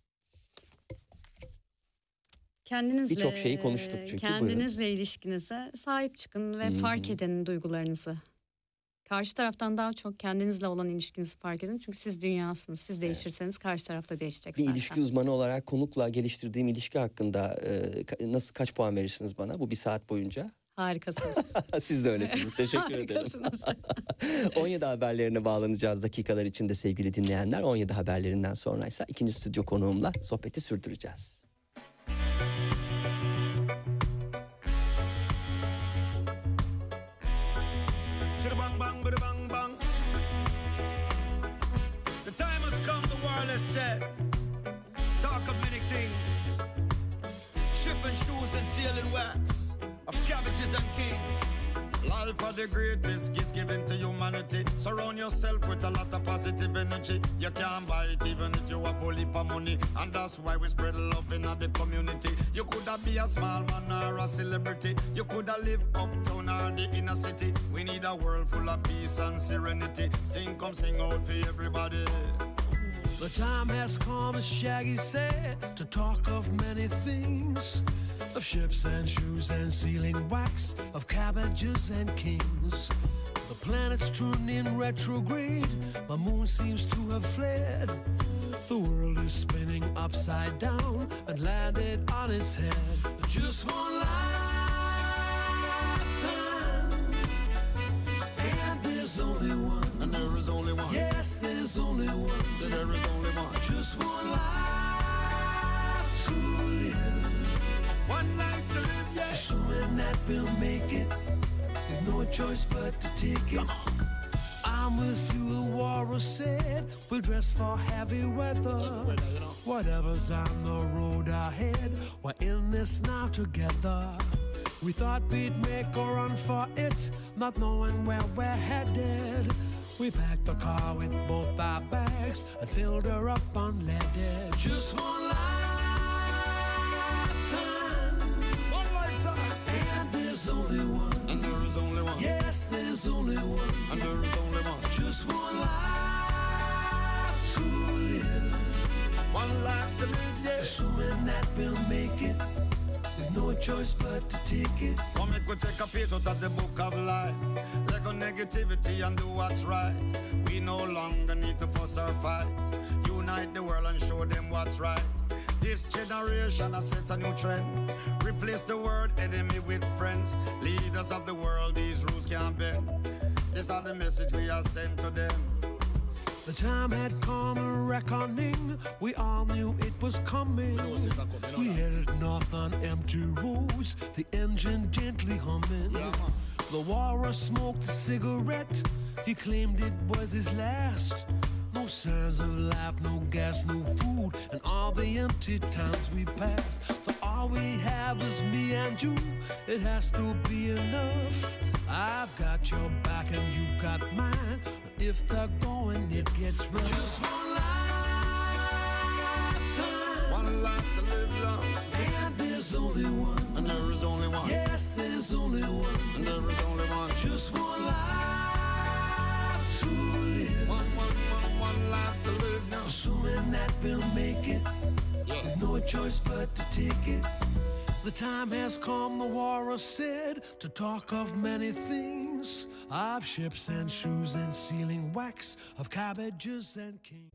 Kendinizle, Birçok şeyi konuştuk çünkü, buyurun. Kendinizle ilişkinize sahip çıkın ve Hı hı. fark edin duygularınızı. karşı taraftan daha çok kendinizle olan ilişkinizi fark edin. Çünkü siz dünyasınız. Siz değişirseniz karşı tarafta değişecek Bir zaten. ilişki uzmanı olarak konukla geliştirdiğim ilişki hakkında e, ka- nasıl kaç puan verirsiniz bana bu bir saat boyunca? Harikasınız. Siz de öylesiniz. Teşekkür ederim. Harikasınız. on yedi haberlerine bağlanacağız dakikalar içinde sevgili dinleyenler. on yedi haberlerinden sonraysa ikinci stüdyo konuğumla sohbeti sürdüreceğiz. Bang bang, bada bang bang. The time has come, the world has said. Talk of many things. Shipping shoes and sealing wax of cabbages and kings. Life are the greatest gift given to humanity. Surround yourself with a lot of positive energy. You can't buy it even if you have a heap of money. And that's why we spread love in the community. You could have be a small man or a celebrity. You could have live uptown or the inner city. We need a world full of peace and serenity. Sing, come sing out for everybody. The time has come, as Shaggy said, to talk of many things. Of ships and shoes and sealing wax, of cabbages and kings. The planet's turned in retrograde, the moon seems to have fled. The world is spinning upside down and landed on its head. Just one lifetime, and there's only one. And there is only one. Yes, there's only one. So there is only one. Just one life to live. One life to live, yeah. Assuming that we'll make it, with no choice but to take it. I'm with you, the warrior said. We'll dress for heavy weather. Whatever's on the road ahead, we're in this now together. We thought we'd make a run for it, not knowing where we're headed. We packed the car with both our bags and filled her up unleaded. Just one lifetime, One lifetime. and there's only one. And there is only one. Yes, there's only one. And there is only one. Just one life to live. One life to live, yeah. Assuming that we'll make it, with no choice but to take it. One make we take a page out of the book of life. Let go negativity and do what's right. We no longer need to fuss or fight. Unite the world and show them what's right. This generation has set a new trend. Replace the word enemy with friends. Leaders of the world, these rules can't bend. These are the message we are sent to them. The time had come, a reckoning. We all knew it was coming. We headed north on empty roads, the engine gently humming. The warrior smoked a cigarette. He claimed it was his last. No signs of life, no gas, no food, and all the empty towns we passed. So all we have is me and you. It has to be enough. I've got your back and you got mine. If they're going, it gets rough. Just one lifetime, One life to live long. and there's only one. And there is only one. Yes, there's only one. And there is only one. Just one life to live. One, one, one, one life to live now. Assuming that we'll make it, with no choice but to take it. The time has come, the warrior said, to talk of many things. Of ships and shoes and sealing wax, of cabbages and kings.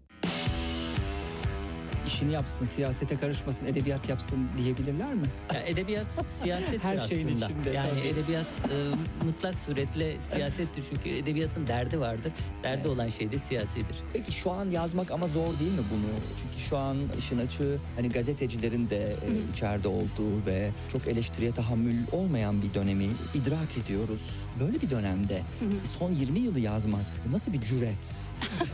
İşini yapsın, siyasete karışmasın, edebiyat yapsın diyebilirler mi? Ya edebiyat siyasettir Her şeyin aslında. içinde, Yani tabii. edebiyat e, mutlak suretle siyasettir. Çünkü edebiyatın derdi vardır. Derdi Evet. olan şey de siyasidir. Peki şu an yazmak ama zor değil mi bunu? Çünkü şu an işin açığı hani gazetecilerin de e, içeride olduğu ve çok eleştiriye tahammül olmayan bir dönemi idrak ediyoruz. Böyle bir dönemde son yirmi yılı yazmak nasıl bir cüret?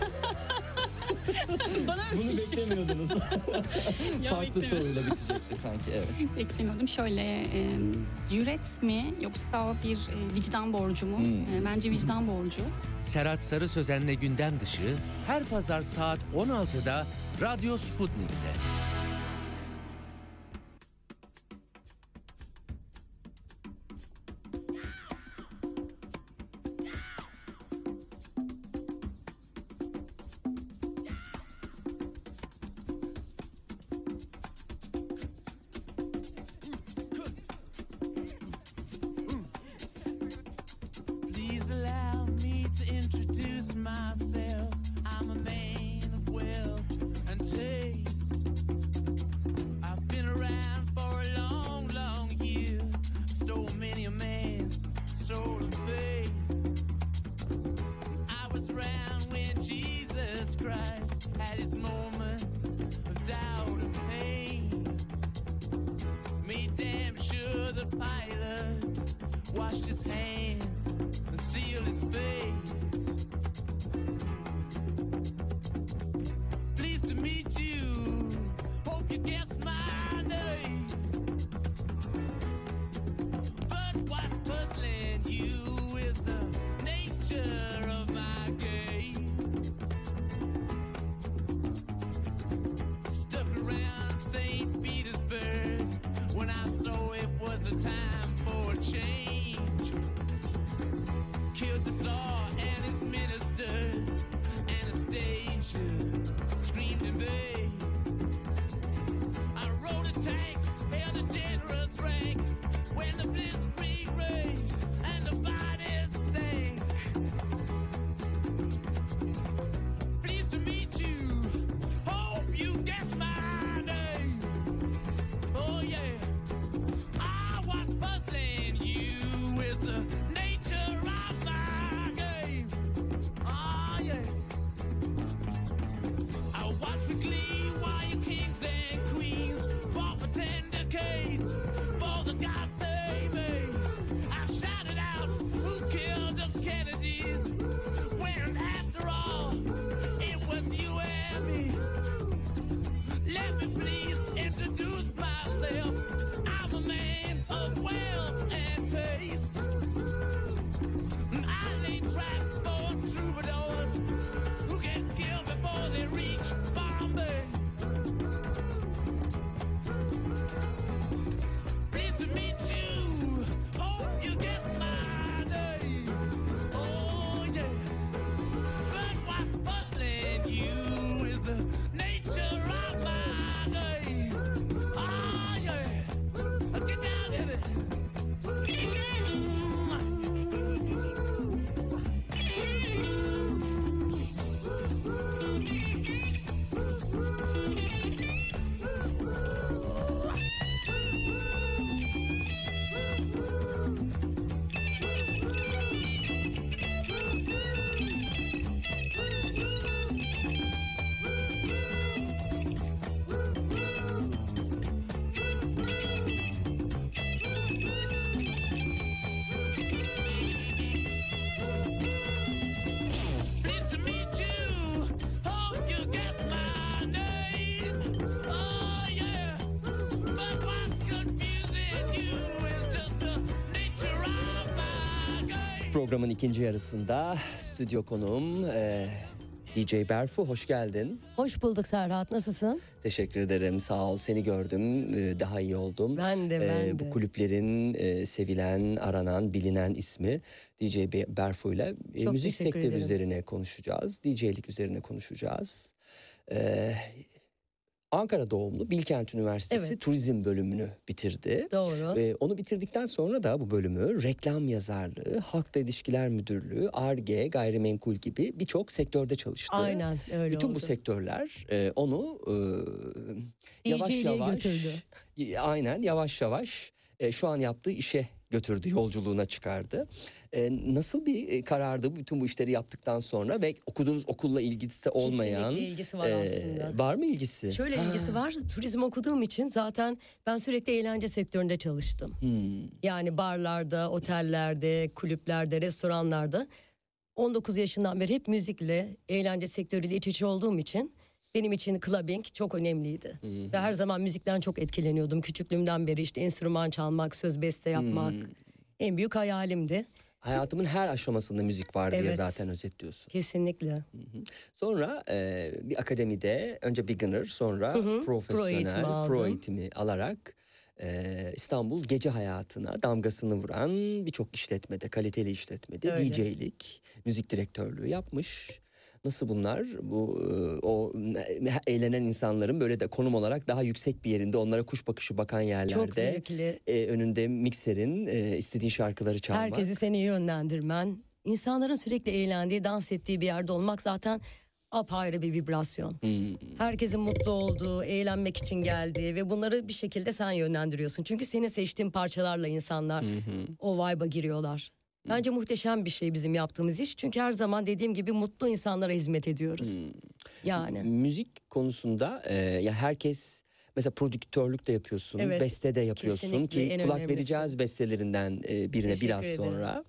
Bana Bunu özgü beklemiyordunuz. Farklı beklemedim. soruyla bitecekti sanki, evet. beklemiyordum. Şöyle e, cüret mi yoksa bir e, vicdan borcu mu? Hmm. E, bence vicdan borcu. Serhat Sarı Sözen'le Gündem Dışı her pazar saat on altıda Radyo Sputnik'te. Please allow me to soul of faith. I was around when Jesus Christ had his moment of doubt and pain. Made damn sure the pilot washed his hands and sealed his face. Pleased to meet you, hope you guessed my name. But what's puzzling you is the nature of my game. Stuck around Saint Petersburg when I saw it was a time for a change. Killed the Tsar and his ministers. Anastasia screamed in vain. I rode a tank, held a generous rank when the blitzkrieg raged and the bodies stank. Pleased to meet you, hope you guess my name. Oh yeah, I was puzzling you is the nature of my game. Oh yeah, I watch with glee while your kings and queens fought for ten decades for the gods they made. I shouted out, who killed the Kennedys? When after all, it was you and me. Let me please introduce myself. I'm a man of wealth and taste. I lay traps for troubadours who get killed before they reach Bombay. Pleased to meet you, hope you get my name. Oh yeah, but what's puzzling you is the nature of my game. Oh yeah, get down in it. Pleased to meet you, hope you get my name. Oh yeah, but what's confusing you is just the nature of my game. Programın ikinci yarısında stüdyo konuğum e, D J Berfu, hoş geldin. Hoş bulduk Serhat, nasılsın? Teşekkür ederim, sağ ol. Seni gördüm, e, daha iyi oldum. Ben de, ben E, de. Bu kulüplerin e, sevilen, aranan, bilinen ismi D J Berfu ile e, Çok müzik teşekkür sektörü ederim. üzerine konuşacağız. D J'lik üzerine konuşacağız. E, Ankara doğumlu, Bilkent Üniversitesi Evet. Turizm bölümünü bitirdi. Doğru. Ve onu bitirdikten sonra da bu bölümü reklam yazarlığı, halkla ilişkiler müdürlüğü, Ar-Ge, gayrimenkul gibi birçok sektörde çalıştı. Aynen öyle Bütün oldu. bu sektörler e, onu e, yavaş İyiciliğe yavaş, götürdü. y- aynen yavaş yavaş e, şu an yaptığı işe götürdü, yolculuğuna çıkardı. E, nasıl bir e, karardı bütün bu işleri yaptıktan sonra ve okuduğunuz okulla ilgisi olmayan? Kesinlikle ilgisi var e, aslında. Var mı ilgisi? Şöyle Ha. ilgisi var. Turizm okuduğum için zaten ben sürekli eğlence sektöründe çalıştım. Hmm. Yani barlarda, otellerde, kulüplerde, restoranlarda. on dokuz yaşından beri hep müzikle, eğlence sektörüyle iç içe olduğum için benim için clubbing çok önemliydi. Hmm. Ve her zaman müzikten çok etkileniyordum. Küçüklüğümden beri işte enstrüman çalmak, söz beste yapmak Hmm. en büyük hayalimdi. Hayatımın her aşamasında müzik var diye Evet. zaten özetliyorsun. Kesinlikle. Sonra e, bir akademide önce beginner, sonra Hı hı, pro profesyonel eğitimi pro aldım. eğitimi alarak e, İstanbul gece hayatına damgasını vuran birçok işletmede, kaliteli işletmede Öyle. D J'lik, müzik direktörlüğü yapmış. Nasıl bunlar? Bu e, o e, eğlenen insanların böyle de konum olarak daha yüksek bir yerinde, onlara kuş bakışı bakan Çok yerlerde zevkli. e, önünde mikserin, e, istediğin şarkıları çalmak. Herkesi seni yönlendirmen, insanların sürekli eğlendiği, dans ettiği bir yerde olmak zaten apayrı bir vibrasyon. Hmm. Herkesin mutlu olduğu, eğlenmek için geldiği ve bunları bir şekilde sen yönlendiriyorsun. Çünkü senin seçtiğin parçalarla insanlar Hı hı. o vibe'a giriyorlar. Bence muhteşem bir şey bizim yaptığımız iş. Çünkü her zaman dediğim gibi mutlu insanlara hizmet ediyoruz. Hmm. Yani. Müzik konusunda e, ya herkes mesela prodüktörlük de yapıyorsun, Evet, beste de yapıyorsun kesinlikle, ki en kulak önemlisi. vereceğiz bestelerinden e, birine Teşekkür biraz ederim. sonra.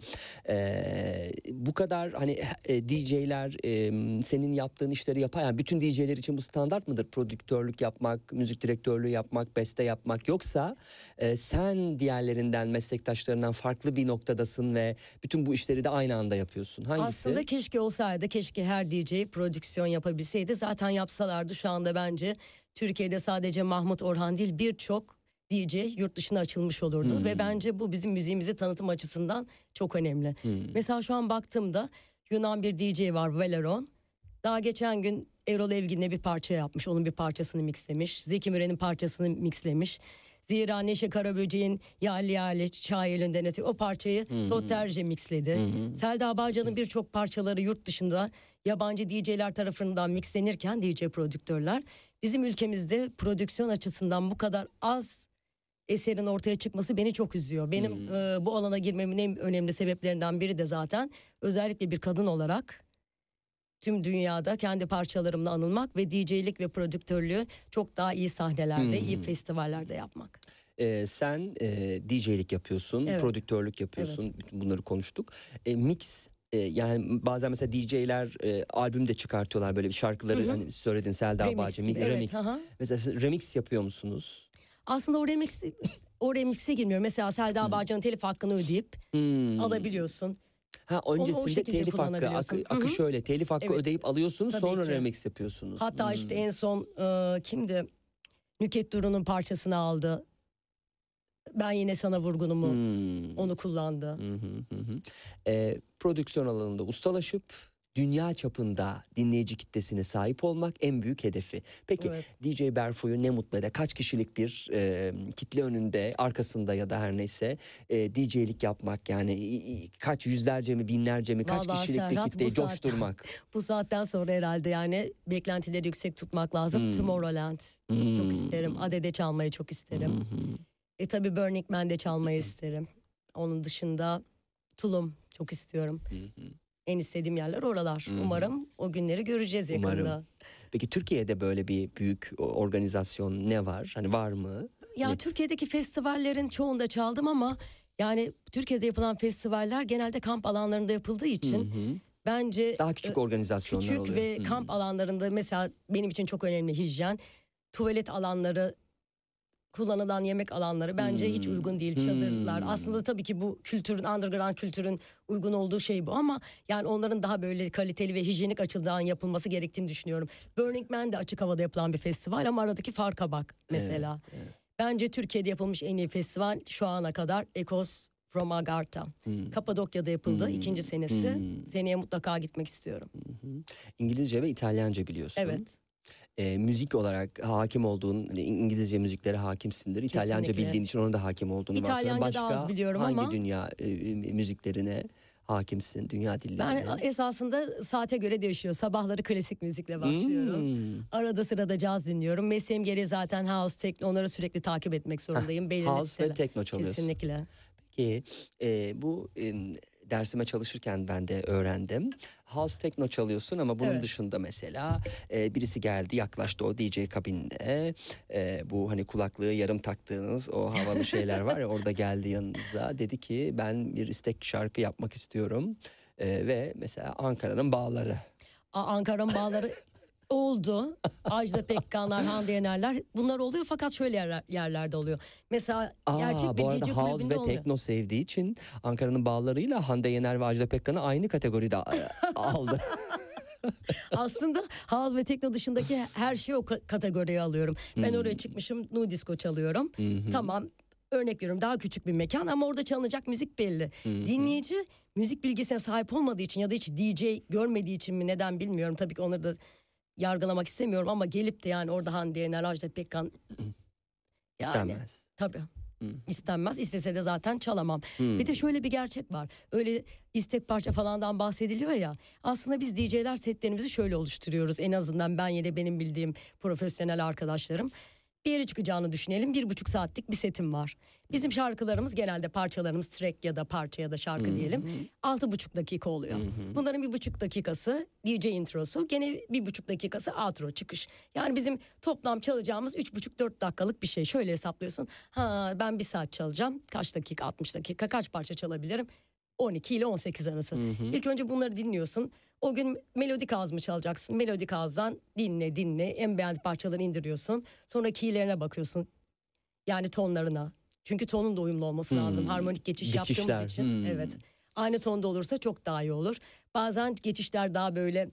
E, bu kadar hani e, D J'ler e, senin yaptığın işleri yapar. Yani bütün D J'ler için bu standart mıdır? Prodüktörlük yapmak, müzik direktörlüğü yapmak, beste yapmak, yoksa e, sen diğerlerinden, meslektaşlarından farklı bir noktadasın ve bütün bu işleri de aynı anda yapıyorsun. Hangisi? Aslında keşke olsaydı, keşke her D J prodüksiyon yapabilseydi. Zaten yapsalardı şu anda bence Türkiye'de sadece Mahmut Orhan değil, birçok D J yurt dışına açılmış olurdu. Hmm. Ve bence bu bizim müziğimizi tanıtım açısından çok önemli. Hmm. Mesela şu an baktığımda Yunan bir D J var, Valeron. Daha geçen gün Erol Evgin'le bir parça yapmış. Onun bir parçasını mixlemiş. Zeki Müren'in parçasını mixlemiş. Zira Neşe Karaböcek'in Yali Yali Çay Elinden Öte o parçayı Hı hı. Todd Terje mixledi. Hı hı. Selda Bağcan'ın birçok parçaları yurt dışında yabancı D J'ler tarafından mixlenirken, D J prodüktörler, bizim ülkemizde prodüksiyon açısından bu kadar az eserin ortaya çıkması beni çok üzüyor. Benim e, bu alana girmemin en önemli sebeplerinden biri de zaten özellikle bir kadın olarak tüm dünyada kendi parçalarımla anılmak ve D J'lik ve prodüktörlüğü çok daha iyi sahnelerde, Hmm. iyi festivallerde yapmak. Ee, sen e, D J'lik yapıyorsun, Evet. prodüktörlük yapıyorsun. Bütün bunları konuştuk. E, mix e, yani bazen mesela D J'ler e, albüm de çıkartıyorlar, böyle bir şarkıları Hı hı. hani söyledin Selda Remix Bağcan, gibi, remix. evet, aha. Mesela remix yapıyor musunuz? Aslında o remix o remix'e girmiyor. Mesela Selda Bağcan'ın telif hakkını ödeyip Hmm. alabiliyorsun. Ha, Onu o öncesinde şekilde telif hakkı, kullanabiliyorsun. akı, akı Hı hı. şöyle telif hakkı Evet. ödeyip alıyorsunuz, Tabii sonra ki. remix yapıyorsunuz. Hatta Hmm. işte en son e, kimdi? Nüket Duru'nun parçasını aldı. Ben yine sana vurgunumu Hmm. onu kullandı. Hı hı hı hı. Ee, prodüksiyon alanında ustalaşıp dünya çapında dinleyici kitlesine sahip olmak en büyük hedefi. Peki Evet. D J Berfo'yu ne mutlu eder? Kaç kişilik bir e, kitle önünde, arkasında ya da her neyse e, D J'lik yapmak, yani i- i- kaç yüzlerce mi, binlerce mi, kaç Vallahi kişilik bir Serhat, kitleyi bu saatten- coşturmak? Bu saatten sonra herhalde yani beklentileri yüksek tutmak lazım. Hmm. Tomorrowland Hmm. çok isterim. Adede çalmayı çok isterim. Hı hı. E tabii Burning Man'de çalmayı isterim. Onun dışında Tulum çok istiyorum. Hı hı. En istediğim yerler oralar. Hı hı. Umarım o günleri göreceğiz yakında. Umarım. Peki Türkiye'de böyle bir büyük organizasyon ne var? Hani var mı? Ya Ne- Türkiye'deki festivallerin çoğunda çaldım ama yani Türkiye'de yapılan festivaller genelde kamp alanlarında yapıldığı için Hı hı. bence Daha küçük e, organizasyonlar küçük oluyor. ve Hı. kamp alanlarında mesela benim için çok önemli hijyen, tuvalet alanları, kullanılan yemek alanları bence hiç Hmm. uygun değil, çadırlar. Hmm. Aslında tabii ki bu kültürün, underground kültürün uygun olduğu şey bu ama yani onların daha böyle kaliteli ve hijyenik açıdan yapılması gerektiğini düşünüyorum. Burning Man de açık havada yapılan bir festival ama aradaki farka bak mesela. Bence Türkiye'de yapılmış en iyi festival şu ana kadar Ecos from Agartha. Hmm. Kapadokya'da yapıldı, Hmm. ikinci senesi. Hmm. Seneye mutlaka gitmek istiyorum. Hı hı. İngilizce ve İtalyanca biliyorsun. Evet. Ee, müzik olarak hakim olduğun, hani İngilizce müziklere hakimsindir. İtalyanca Kesinlikle. bildiğin için ona da hakim olduğunu İtalyanca varsayıyorum. da az biliyorum hangi ama- dünya e, müziklerine hakimsin, dünya dillerine? Ben esasında saate göre değişiyor. Sabahları klasik müzikle başlıyorum. Hmm. Arada sırada caz dinliyorum. Mesleğim gereği zaten house, tekno, onları sürekli takip etmek zorundayım. Belirli House ve siteler. tekno çalıyorsun. Kesinlikle. Peki e, bu e, dersime çalışırken ben de öğrendim. House tekno çalıyorsun ama bunun Evet. dışında mesela e, birisi geldi, yaklaştı o D J kabinine. E, bu hani kulaklığı yarım taktığınız o havalı şeyler var ya, orada geldi yanınıza. Dedi ki ben bir istek şarkı yapmak istiyorum. E, ve mesela Ankara'nın bağları. A- Ankara'nın bağları oldu. Ajda Pekkanlar, Hande Yenerler bunlar oluyor fakat şöyle yerler, yerlerde oluyor. Mesela Aa, gerçek bir bu D arada J house kulübünde ve olmuyor. tekno sevdiği için Ankara'nın bağlarıyla Hande Yener ve Ajda Pekkan'ı aynı kategoride e, aldı. Aslında house ve tekno dışındaki her şeyi o ka- kategoriye alıyorum. Ben Hmm. oraya çıkmışım, nu disco çalıyorum. Hı hı. Tamam, örnek veriyorum, daha küçük bir mekan ama orada çalınacak müzik belli. Hı hı. Dinleyici müzik bilgisine sahip olmadığı için ya da hiç D J görmediği için mi neden bilmiyorum. Tabii ki onları da yargılamak istemiyorum ama gelip de yani orada Hande Yener, Ajda Pekkan yani, İstenmez. tabii. Hı. İstenmez. İstese de zaten çalamam. Hmm. Bir de şöyle bir gerçek var. Öyle istek parça falandan bahsediliyor ya. Aslında biz D J'ler setlerimizi şöyle oluşturuyoruz. En azından ben ya da benim bildiğim profesyonel arkadaşlarım. bir yere çıkacağını düşünelim. Bir buçuk saatlik bir setim var. Bizim şarkılarımız genelde parçalarımız track ya da parça ya da şarkı Hı-hı. diyelim. Altı buçuk dakika oluyor. Hı-hı. Bunların bir buçuk dakikası D J introsu. Gene bir buçuk dakikası outro çıkış. Yani bizim toplam çalacağımız üç buçuk dört dakikalık bir şey. Şöyle hesaplıyorsun. Ha ben bir saat çalacağım. Kaç dakika? altmış dakika. Kaç parça çalabilirim? on iki ile on sekiz arası. Hı-hı. İlk önce bunları dinliyorsun. O gün melodik ağız mı çalacaksın? Melodik ağızdan dinle dinle. En beğendiğin parçaları indiriyorsun. Sonra keylerine bakıyorsun. Yani tonlarına. Çünkü tonun da uyumlu olması Hmm. lazım. Harmonik geçiş Geçişler, yaptığımız için. hmm. Evet. Aynı tonda olursa çok daha iyi olur. Bazen geçişler daha böyle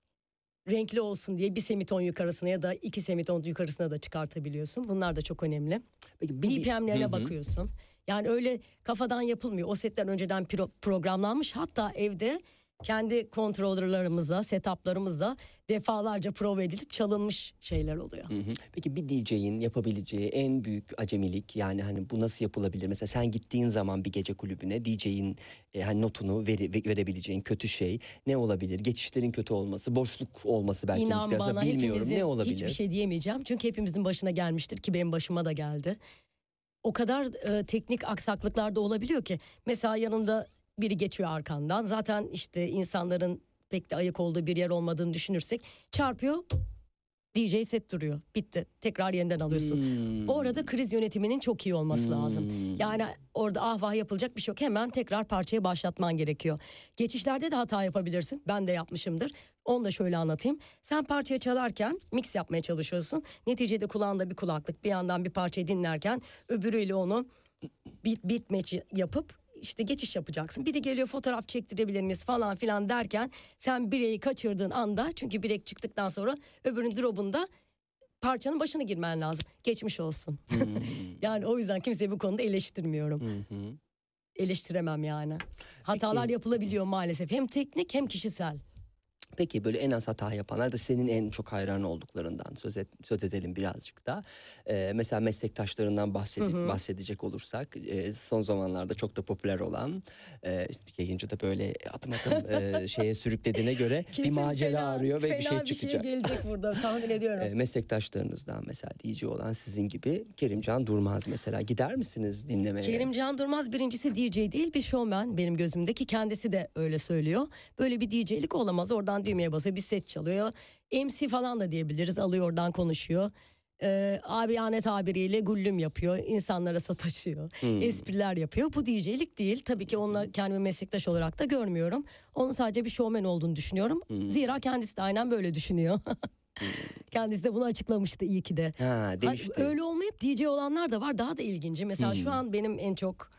renkli olsun diye bir semiton yukarısına ya da iki semiton yukarısına da çıkartabiliyorsun. Bunlar da çok önemli. Peki, B P M'lerine Hı hı. bakıyorsun. Yani öyle kafadan yapılmıyor. O setler önceden pro- programlanmış. Hatta evde kendi kontrolörlerimizle, setuplarımızla defalarca prova edilip çalınmış şeyler oluyor. Hı hı. Peki bir D J'in yapabileceği en büyük acemilik, yani hani bu nasıl yapılabilir? Mesela sen gittiğin zaman bir gece kulübüne D J'in e, hani notunu veri, ve- verebileceğin kötü şey ne olabilir? Geçişlerin kötü olması, boşluk olması belki İnan müzikler arasında, bana bilmiyorum hepimizin ne olabilir? hiçbir şey diyemeyeceğim. Çünkü hepimizin başına gelmiştir ki benim başıma da geldi. O kadar e, teknik aksaklıklar da olabiliyor ki. Mesela yanında biri geçiyor arkandan. Zaten işte insanların pek de ayık olduğu bir yer olmadığını düşünürsek çarpıyor. D J set duruyor. Bitti. Tekrar yeniden alıyorsun. Hmm. Orada kriz yönetiminin çok iyi olması Hmm. lazım. Yani orada ah vah yapılacak bir şey yok. Hemen tekrar parçayı başlatman gerekiyor. Geçişlerde de hata yapabilirsin. Ben de yapmışımdır. Onu da şöyle anlatayım. Sen parçayı çalarken mix yapmaya çalışıyorsun. Neticede kulağında bir kulaklık, bir yandan bir parçayı dinlerken öbürüyle onu beat, beat match yapıp işte geçiş yapacaksın. Biri geliyor fotoğraf çektirebilir miyiz falan filan derken sen bireyi kaçırdığın anda, çünkü birek çıktıktan sonra öbürünün drop'unda parçanın başına girmen lazım. Geçmiş olsun. Hmm. Yani o yüzden kimseyi bu konuda eleştirmiyorum. Hı hı. Eleştiremem yani. Hatalar Peki. yapılabiliyor maalesef. Hem teknik hem kişisel. Peki böyle en az hata yapanlar da senin en çok hayran olduklarından söz, et, söz edelim birazcık da. Ee, mesela meslektaşlarından bahsede, Hı hı. bahsedecek olursak e, son zamanlarda çok da popüler olan e, yayıncı da böyle adım adım e, şeye sürüklediğine göre bir Kesin macera fena- arıyor ve bir şey fena çıkacak. bir şey gelecek burada tahmin ediyorum. E, meslektaşlarınızdan mesela D J olan sizin gibi Kerimcan Durmaz mesela, gider misiniz dinlemeye? Kerimcan Durmaz birincisi D J değil, bir showman benim gözümdeki, kendisi de öyle söylüyor. Böyle bir D J'lik olamaz. Oradan düğmeye basıyor, bir set çalıyor. M C falan da diyebiliriz, alıyor oradan konuşuyor. Ee, abiyane tabiriyle gullüm yapıyor, insanlara sataşıyor, Hmm. espriler yapıyor. Bu D J'lik değil. Tabii ki onunla kendimi meslektaş olarak da görmüyorum. Onun sadece bir showman olduğunu düşünüyorum. Hmm. Zira kendisi de aynen böyle düşünüyor. Kendisi de bunu açıklamıştı iyi ki de. Ha, demişti. Ha, öyle olmayıp D J olanlar da var, daha da ilginci. Mesela Hmm. şu an benim en çok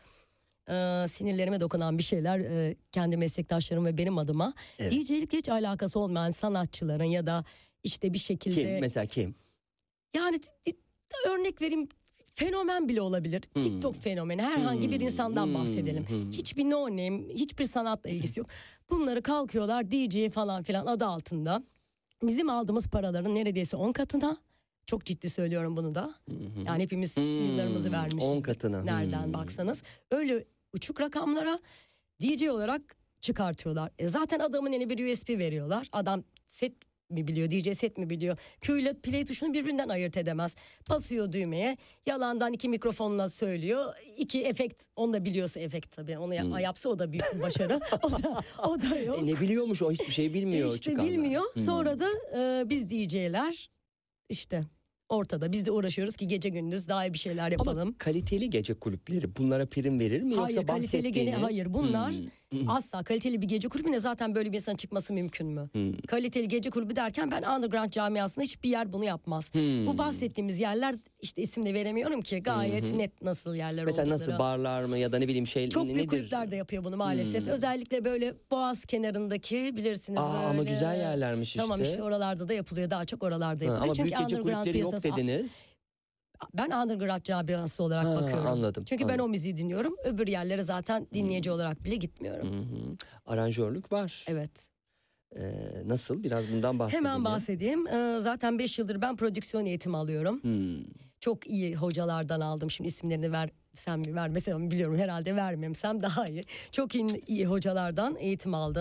e, sinirlerime dokunan bir şeyler e, kendi meslektaşlarım ve benim adıma. Evet. D J'likle hiç alakası olmayan sanatçıların ya da işte bir şekilde... Kim? Mesela kim? Yani t- t- örnek vereyim, fenomen bile olabilir. Hmm. TikTok fenomeni, herhangi bir Hmm. insandan Hmm. bahsedelim. Hmm. Hiçbir no name, hiçbir sanatla ilgisi yok. Bunları kalkıyorlar D J falan filan adı altında. Bizim aldığımız paraların neredeyse on katına. Çok ciddi söylüyorum bunu da. Yani hepimiz Hmm. yıllarımızı vermişiz. on katına. Nereden Hmm. baksanız. Öyle uçuk rakamlara D J olarak çıkartıyorlar. E zaten adamın eline bir U S B veriyorlar. Adam set mi biliyor, D J set mi biliyor? Q ile play tuşunu birbirinden ayırt edemez. Basıyor düğmeye, yalandan iki mikrofonla söylüyor. İki efekt, onu da biliyorsa efekt tabii. Onu ya- Hmm. yapsa o da büyük bir başarı. o da o da yok. E ne biliyormuş o, hiçbir şey bilmiyor. E işte çıkanlar. bilmiyor. Hmm. Sonra da e, biz D J'ler işte ortada. Biz de uğraşıyoruz ki gece gündüz daha iyi bir şeyler yapalım. Ama kaliteli gece kulüpleri bunlara prim verir mi? Hayır, Yoksa kaliteli gene bahsettiğiniz- hayır. Bunlar Hmm. asla kaliteli bir gece kulübüne zaten böyle bir insan çıkması mümkün mü? Hmm. Kaliteli gece kulübü derken ben underground camiasında hiçbir yer bunu yapmaz. Hmm. Bu bahsettiğimiz yerler işte isim de veremiyorum ki gayet Hı hı. net nasıl yerler Mesela oldukları. nasıl barlar mı ya da ne bileyim şey Çok nedir? büyük kulüpler de yapıyor bunu maalesef. Hmm. Özellikle böyle Boğaz kenarındaki bilirsiniz Aa, böyle. ama güzel yerlermiş Tamam işte. işte oralarda da yapılıyor. Daha çok oralarda Ha, yapılıyor. ama Çünkü büyük gece underground kulüpleri yok piyasası- dediniz. Ben underground camiası olarak Ha, bakıyorum. anladım, Çünkü ben anladım. o müziği dinliyorum. Öbür yerlere zaten dinleyici olarak bile gitmiyorum. Hı hı. Aranjörlük var. Evet. Ee, nasıl? Biraz bundan bahsedelim. Hemen bahsedeyim. Ee, zaten beş yıldır ben prodüksiyon eğitimi alıyorum. Hmm. Çok iyi hocalardan aldım. Şimdi isimlerini versem mi vermesem mi biliyorum. Herhalde vermemsem daha iyi. Çok iyi, iyi hocalardan eğitim aldım.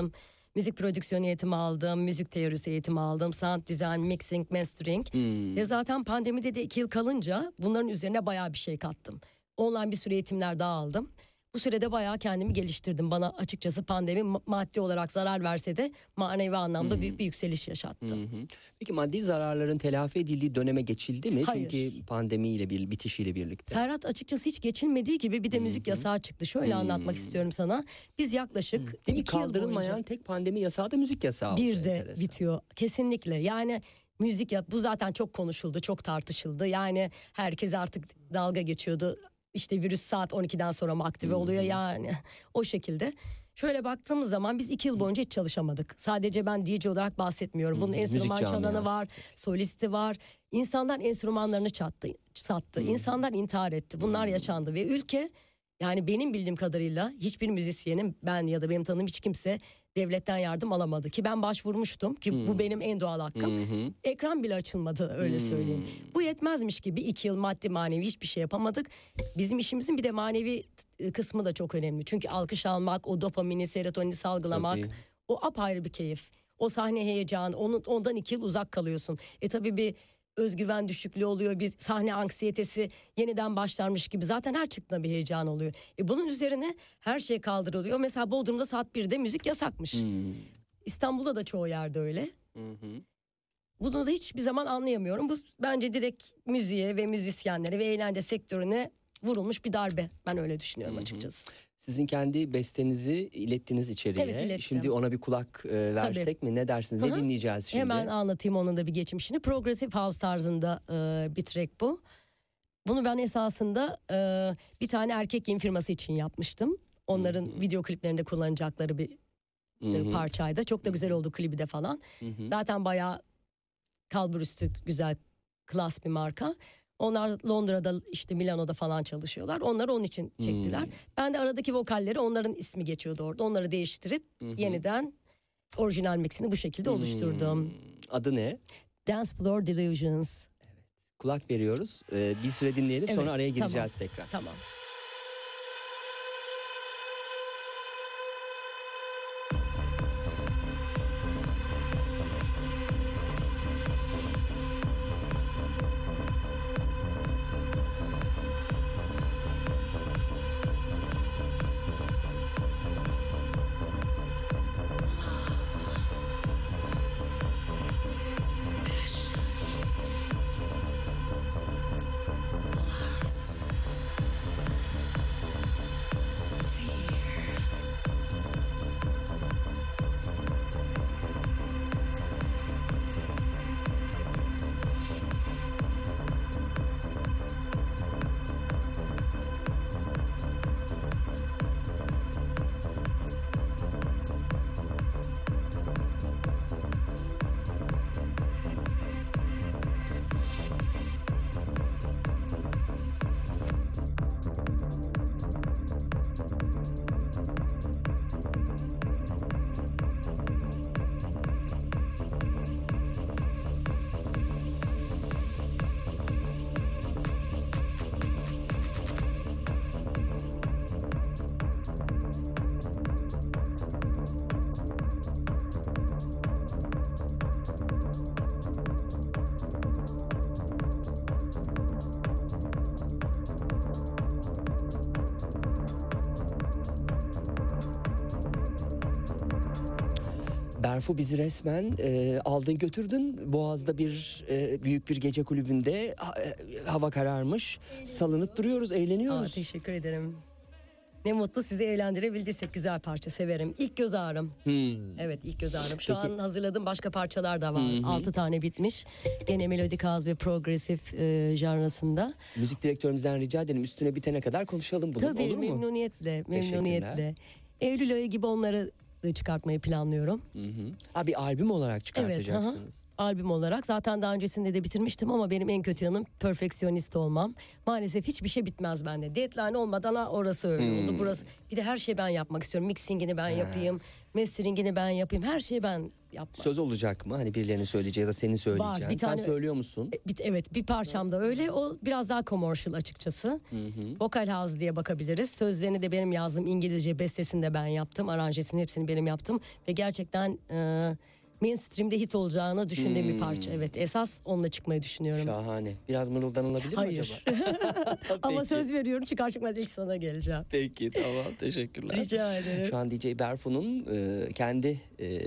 müzik prodüksiyonu eğitimi aldım, müzik teorisi eğitimi aldım, sound design, mixing, mastering. Hmm. Ve zaten pandemide de iki yıl kalınca bunların üzerine bayağı bir şey kattım. Online bir sürü eğitimler daha aldım. Bu sürede bayağı kendimi geliştirdim. Bana açıkçası pandemi ma- maddi olarak zarar verse de manevi anlamda Hmm. büyük bir yükseliş yaşattı. Hı hı. Peki maddi zararların telafi edildiği döneme geçildi mi? Hayır. Çünkü pandemiyle bir bitişiyle birlikte. Ferhat açıkçası hiç geçilmediği gibi bir de müzik yasağı çıktı. Şöyle anlatmak istiyorum sana. Biz yaklaşık Değil mi? iki yıl Kaldırılmayan boyunca tek pandemi yasağı da müzik yasağı oldu. bir de Enteresan. bitiyor. Kesinlikle. Yani müzik ya bu zaten çok konuşuldu, çok tartışıldı. Yani herkes artık dalga geçiyordu. İşte virüs saat on ikiden sonra mı aktive oluyor yani o şekilde. Şöyle baktığımız zaman biz iki yıl boyunca hiç çalışamadık. Sadece ben D J olarak bahsetmiyorum. Bunun Hı hı, müzik enstrüman çalanı camiası. var, solisti var. İnsanlar enstrümanlarını çattı, sattı. İnsanlar intihar etti. Bunlar yaşandı ve ülke yani benim bildiğim kadarıyla hiçbir müzisyenin ben ya da benim tanıdığım hiç kimse devletten yardım alamadı. Ki ben başvurmuştum ki bu benim en doğal hakkım. Hı hı. Ekran bile açılmadı öyle söyleyeyim. Bu yetmezmiş gibi iki yıl maddi manevi hiçbir şey yapamadık. Bizim işimizin bir de manevi t- kısmı da çok önemli. Çünkü alkış almak, o dopamini, serotonini salgılamak Tabii. o apayrı bir keyif. O sahne heyecanı, onun, ondan iki yıl uzak kalıyorsun. E tabii bir özgüven düşüklüğü oluyor, bir sahne anksiyetesi yeniden başlarmış gibi. Zaten her çıktığında bir heyecan oluyor. E bunun üzerine her şey kaldırılıyor. Mesela Bodrum'da saat birde müzik yasakmış. Hmm. İstanbul'da da çoğu yerde öyle. Hı hı. Bunu da hiçbir zaman anlayamıyorum. Bu bence direkt müziğe ve müzisyenlere ve eğlence sektörüne vurulmuş bir darbe. Ben öyle düşünüyorum açıkçası. Sizin kendi bestenizi ilettiniz içeriye. Evet, ilettim. Şimdi ona bir kulak e, versek mi? Ne dersiniz? Hı Ne hı. dinleyeceğiz şimdi? Hemen anlatayım onun da bir geçmişini. Progressive House tarzında e, bir track bu. Bunu ben esasında e, bir tane erkek giyim firması için yapmıştım. Onların video kliplerinde kullanacakları bir e, Hı hı. parçaydı. Çok da güzel oldu klibi de falan. Hı hı. Zaten bayağı kalburüstü, güzel, klas bir marka. Onlar Londra'da işte Milano'da falan çalışıyorlar. Onları onun için çektiler. Hmm. Ben de aradaki vokalleri onların ismi geçiyordu orada. Onları değiştirip Hı hı. yeniden orijinal mixini bu şekilde oluşturdum. Hmm. Adı ne? Dance Floor Delusions. Kulak veriyoruz. Ee, bir süre dinleyelim sonra Evet, araya gireceğiz tamam. tekrar. Tamam. Berfu bizi resmen e, aldın götürdün. Boğaz'da bir e, büyük bir gece kulübünde ha- e, hava kararmış. Salınıp duruyoruz, Aa, eğleniyoruz. teşekkür ederim. Ne mutlu sizi eğlendirebildiysek, güzel parça severim. İlk göz ağrım. Hmm. Evet, ilk göz ağrım. Şu Peki. an hazırladığım başka parçalar da var. Hı hı. Altı tane bitmiş. Gene melodik house ve progresif e, janrasında. Müzik direktörümüzden rica edelim üstüne bitene kadar konuşalım bunu. Tabii Olur mu? memnuniyetle, memnuniyetle. Eylül ayı gibi onları da çıkartmayı planlıyorum. Hı hı. Ha, bir albüm olarak Evet, aha. çıkartacaksınız. albüm olarak. Zaten daha öncesinde de bitirmiştim ama benim en kötü yanım perfeksiyonist olmam. Maalesef hiçbir şey bitmez bende. Deadline olmadan ha orası öyle Hmm. oldu, burası. Bir de her şeyi ben yapmak istiyorum. Mixingini ben yapayım, masteringini ben yapayım. Her şeyi ben yapmak. Söz olacak mı? Hani birilerinin söyleyeceği ya da senin söyleyeceğin. Var, bir tane- Sen söylüyor musun? Bir- Evet, bir parçam da öyle. O biraz daha commercial açıkçası. Vocal House diye bakabiliriz. Sözlerini de benim yazdım. İngilizce bestesini de ben yaptım. Aranjesini hepsini benim yaptım. Ve gerçekten e, mainstream'de hit olacağını düşündüğüm bir parça. Evet, esas onunla çıkmayı düşünüyorum. Şahane. Biraz mırıldanılabilir mi Hayır. acaba? Ama Peki. söz veriyorum, çıkar çıkmaz ilk sana geleceğim. Peki tamam, teşekkürler. Rica ederim. Şu an D J Berfu'nun e, kendi e,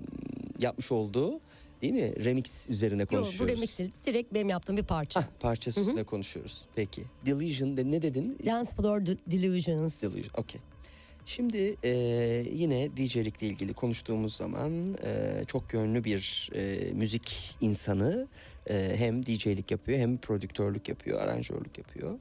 yapmış olduğu, değil mi, remix üzerine Yok, konuşuyoruz. bu remix değil. Direkt benim yaptığım bir parça. Hah, parçası üstüne konuşuyoruz. Peki. Delusion de, ne dedin? Dance Floor D- Delusions. Delusion. Okey. Şimdi e, yine D J'likle ilgili konuştuğumuz zaman e, çok yönlü bir e, müzik insanı, e, hem D J'lik yapıyor hem prodüktörlük yapıyor, aranjörlük yapıyor.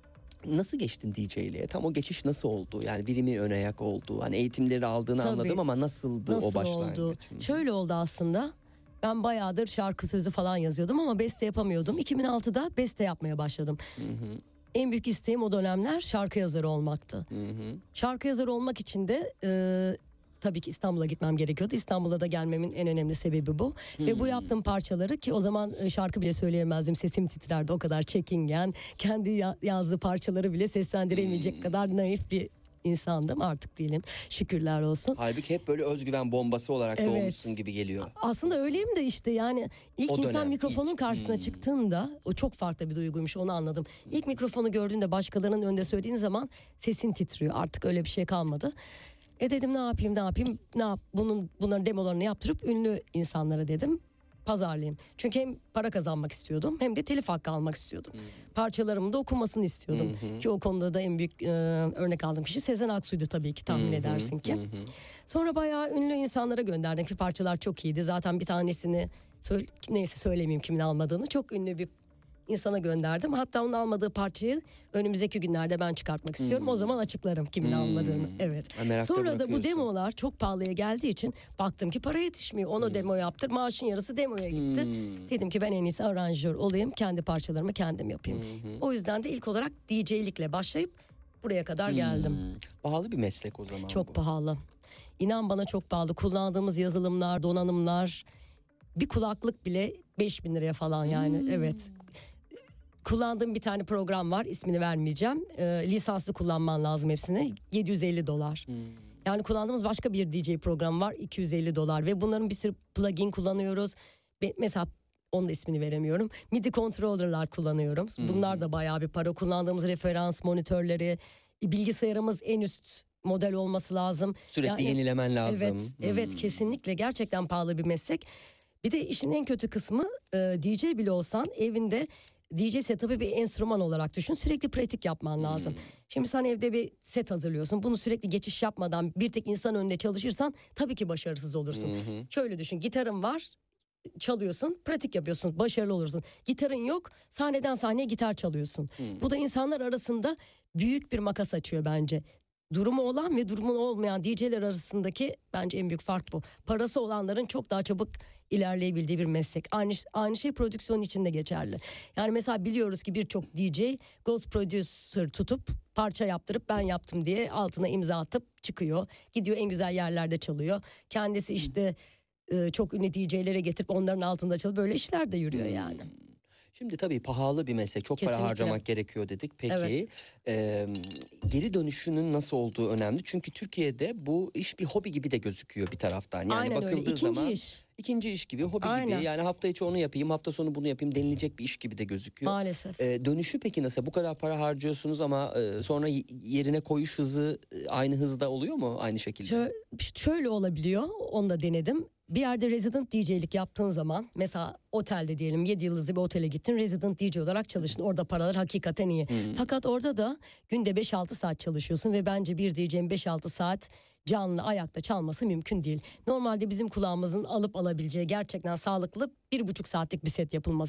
Nasıl geçtin D J'liğe? Tam o geçiş nasıl oldu? Yani biri mi ön ayak oldu? Hani eğitimleri aldığını Tabii. anladım ama nasıldı Nasıl o başlangıç? oldu? Şöyle oldu aslında. Ben bayağıdır şarkı sözü falan yazıyordum ama beste yapamıyordum. iki bin altıda beste yapmaya başladım. Hı hı, En büyük isteğim o dönemler şarkı yazarı olmaktı. hı hı. Şarkı yazarı olmak için de e, tabii ki İstanbul'a gitmem gerekiyordu. İstanbul'a da gelmemin en önemli sebebi bu. Ve bu yaptığım parçaları, ki o zaman e, şarkı bile söyleyemezdim. Sesim titrerdi, o kadar çekingen. Kendi ya- yazdığı parçaları bile seslendiremeyecek kadar naif bir insandım. Artık değilim. Şükürler olsun. Halbuki hep böyle özgüven bombası olarak Evet. doğmuşsun gibi geliyor. Aslında öyleyim de işte yani ilk O insan dönem, mikrofonun ilk. karşısına Hmm. çıktığında o çok farklı bir duyguymuş, onu anladım. İlk mikrofonu gördüğünde, başkalarının önünde söylediğin zaman sesin titriyor. Artık öyle bir şey kalmadı. E dedim ne yapayım ne yapayım ne yap bunun bunların demolarını yaptırıp ünlü insanlara dedim pazarlayayım. Çünkü hem para kazanmak istiyordum hem de telif hakkı almak istiyordum. Parçalarımı da okunmasını istiyordum. Hı hı. Ki o konuda da en büyük e, örnek aldığım kişi Sezen Aksu'ydu tabii ki, tahmin Hı hı, edersin ki. hı hı. Sonra bayağı ünlü insanlara gönderdim ki parçalar çok iyiydi. Zaten bir tanesini söyle, neyse söylemeyeyim kimin almadığını, çok ünlü bir insana gönderdim. Hatta onun almadığı parçayı önümüzdeki günlerde ben çıkartmak istiyorum. Hmm. O zaman açıklarım kimin Hmm. almadığını. Evet. Ha, merakta Sonra da bu bırakıyorsun. demolar çok pahalıya geldiği için baktım ki para yetişmiyor. Onu demo yaptır, maaşın yarısı demoya gitti. Hmm. Dedim ki ben en iyisi aranjör olayım, kendi parçalarımı kendim yapayım. O yüzden de ilk olarak D J'likle başlayıp buraya kadar geldim. Hmm. Pahalı bir meslek o zaman Çok bu. pahalı. İnan bana çok pahalı. Kullandığımız yazılımlar, donanımlar, bir kulaklık bile beş bin liraya falan yani. Hmm. Evet. Kullandığım bir tane program var, ismini vermeyeceğim. Ee, lisanslı kullanman lazım hepsini. yedi yüz elli dolar. Hmm. Yani kullandığımız başka bir D J programı var, iki yüz elli dolar. Ve bunların bir sürü plugin kullanıyoruz. Ve mesela onun da ismini veremiyorum. MIDI controller'lar kullanıyorum. Bunlar da bayağı bir para. Kullandığımız referans monitörleri, bilgisayarımız en üst model olması lazım. Sürekli Yani- yenilemen lazım. Evet, evet Hmm. kesinlikle gerçekten pahalı bir meslek. Bir de işin en kötü kısmı e, D J bile olsan evinde D J setup'ı bir enstrüman olarak düşün. Sürekli pratik yapman lazım. Şimdi sen evde bir set hazırlıyorsun. Bunu sürekli geçiş yapmadan bir tek insan önünde çalışırsan tabii ki başarısız olursun. Şöyle düşün, gitarın var, çalıyorsun, pratik yapıyorsun, başarılı olursun. Gitarın yok, sahneden sahneye gitar çalıyorsun. Bu da insanlar arasında büyük bir makas açıyor bence. Durumu olan ve durumu olmayan D J'ler arasındaki bence en büyük fark bu. Parası olanların çok daha çabuk ilerleyebildiği bir meslek. Aynı, aynı şey prodüksiyon için de geçerli. Yani mesela biliyoruz ki birçok D J ghost producer tutup parça yaptırıp ben yaptım diye altına imza atıp çıkıyor. Gidiyor en güzel yerlerde çalıyor. Kendisi işte e, çok ünlü D J'lere getirip onların altında çalıyor. Böyle işler de yürüyor yani. Şimdi tabii pahalı bir meslek, çok Kesinlikle. para harcamak gerekiyor dedik. Peki Evet. e, geri dönüşünün nasıl olduğu önemli. Çünkü Türkiye'de bu iş bir hobi gibi de gözüküyor bir taraftan. Yani Aynen öyle. bakıldığı İkinci zaman iş. ikinci iş gibi, hobi Aynen. gibi. Yani hafta içi onu yapayım, hafta sonu bunu yapayım denilecek bir iş gibi de gözüküyor. Maalesef. E, dönüşü peki nasıl? Bu kadar para harcıyorsunuz ama e, sonra y- yerine koyuş hızı e, aynı hızda oluyor mu aynı şekilde? Şöyle, şöyle olabiliyor, onu da denedim. Bir yerde resident D J'lik yaptığın zaman, mesela otelde diyelim yedi yıldızlı bir otele gittin, resident D J olarak çalıştın. Orada paralar hakikaten iyi. Fakat orada da günde beş altı saat çalışıyorsun ve bence bir D J'nin beş altı saat canlı ayakta çalması mümkün değil. Normalde bizim kulağımızın alıp alabileceği gerçekten sağlıklı bir buçuk saatlik bir set yapılması.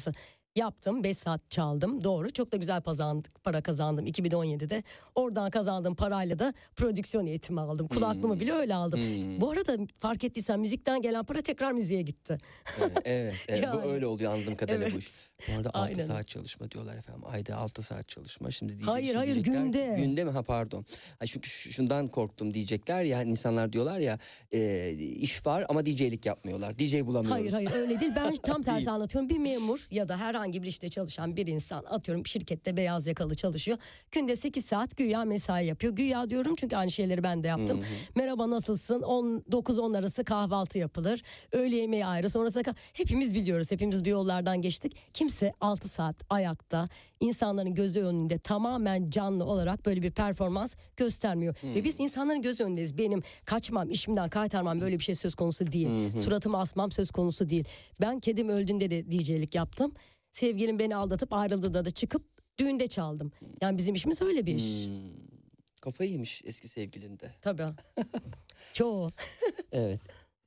Yaptım, beş saat çaldım, doğru, çok da güzel pazandık, para kazandım iki bin on yedide. Oradan kazandığım parayla da prodüksiyon eğitimi aldım, kulaklığımı Hmm. bile öyle aldım. Hmm. Bu arada fark ettiysen müzikten gelen para tekrar müziğe gitti. Evet, evet, evet. Yani. Bu öyle oluyor anladığım kadarıyla Evet. bu iş. Bu arada altı Aynen. saat çalışma diyorlar efendim. Ayda altı saat çalışma. Şimdi diyecek, Hayır, hayır, diyecekler ki- günde. Günde mi? Ha pardon. Ha, çünkü ş- şundan korktum diyecekler ya, hani insanlar diyorlar ya e, iş var ama D J'lik yapmıyorlar. D J bulamıyoruz. Hayır hayır öyle değil. Ben tam tersi Değil. anlatıyorum. Bir memur ya da herhangi bir işte çalışan bir insan, atıyorum şirkette beyaz yakalı çalışıyor. Günde sekiz saat güya mesai yapıyor. Güya diyorum çünkü aynı şeyleri ben de yaptım. Hı hı. Merhaba nasılsın? on dokuz on arası kahvaltı yapılır. Öğle yemeği ayrı. Sonrasında kah- hepimiz biliyoruz. Hepimiz bir yollardan geçtik. Kimse altı saat ayakta insanların gözü önünde tamamen canlı olarak böyle bir performans göstermiyor. Hmm. Ve biz insanların gözü önündeyiz. Benim kaçmam, işimden kaytarmam böyle bir şey söz konusu değil. Hı hı. Suratımı asmam söz konusu değil. Ben kedim öldüğünde de D J'lik yaptım. Sevgilim beni aldatıp ayrıldığında da çıkıp düğünde çaldım. Yani bizim işimiz öyle bir iş. Hmm. Kafayı yemiş eski sevgilinde. Tabii. Çoğu. Evet.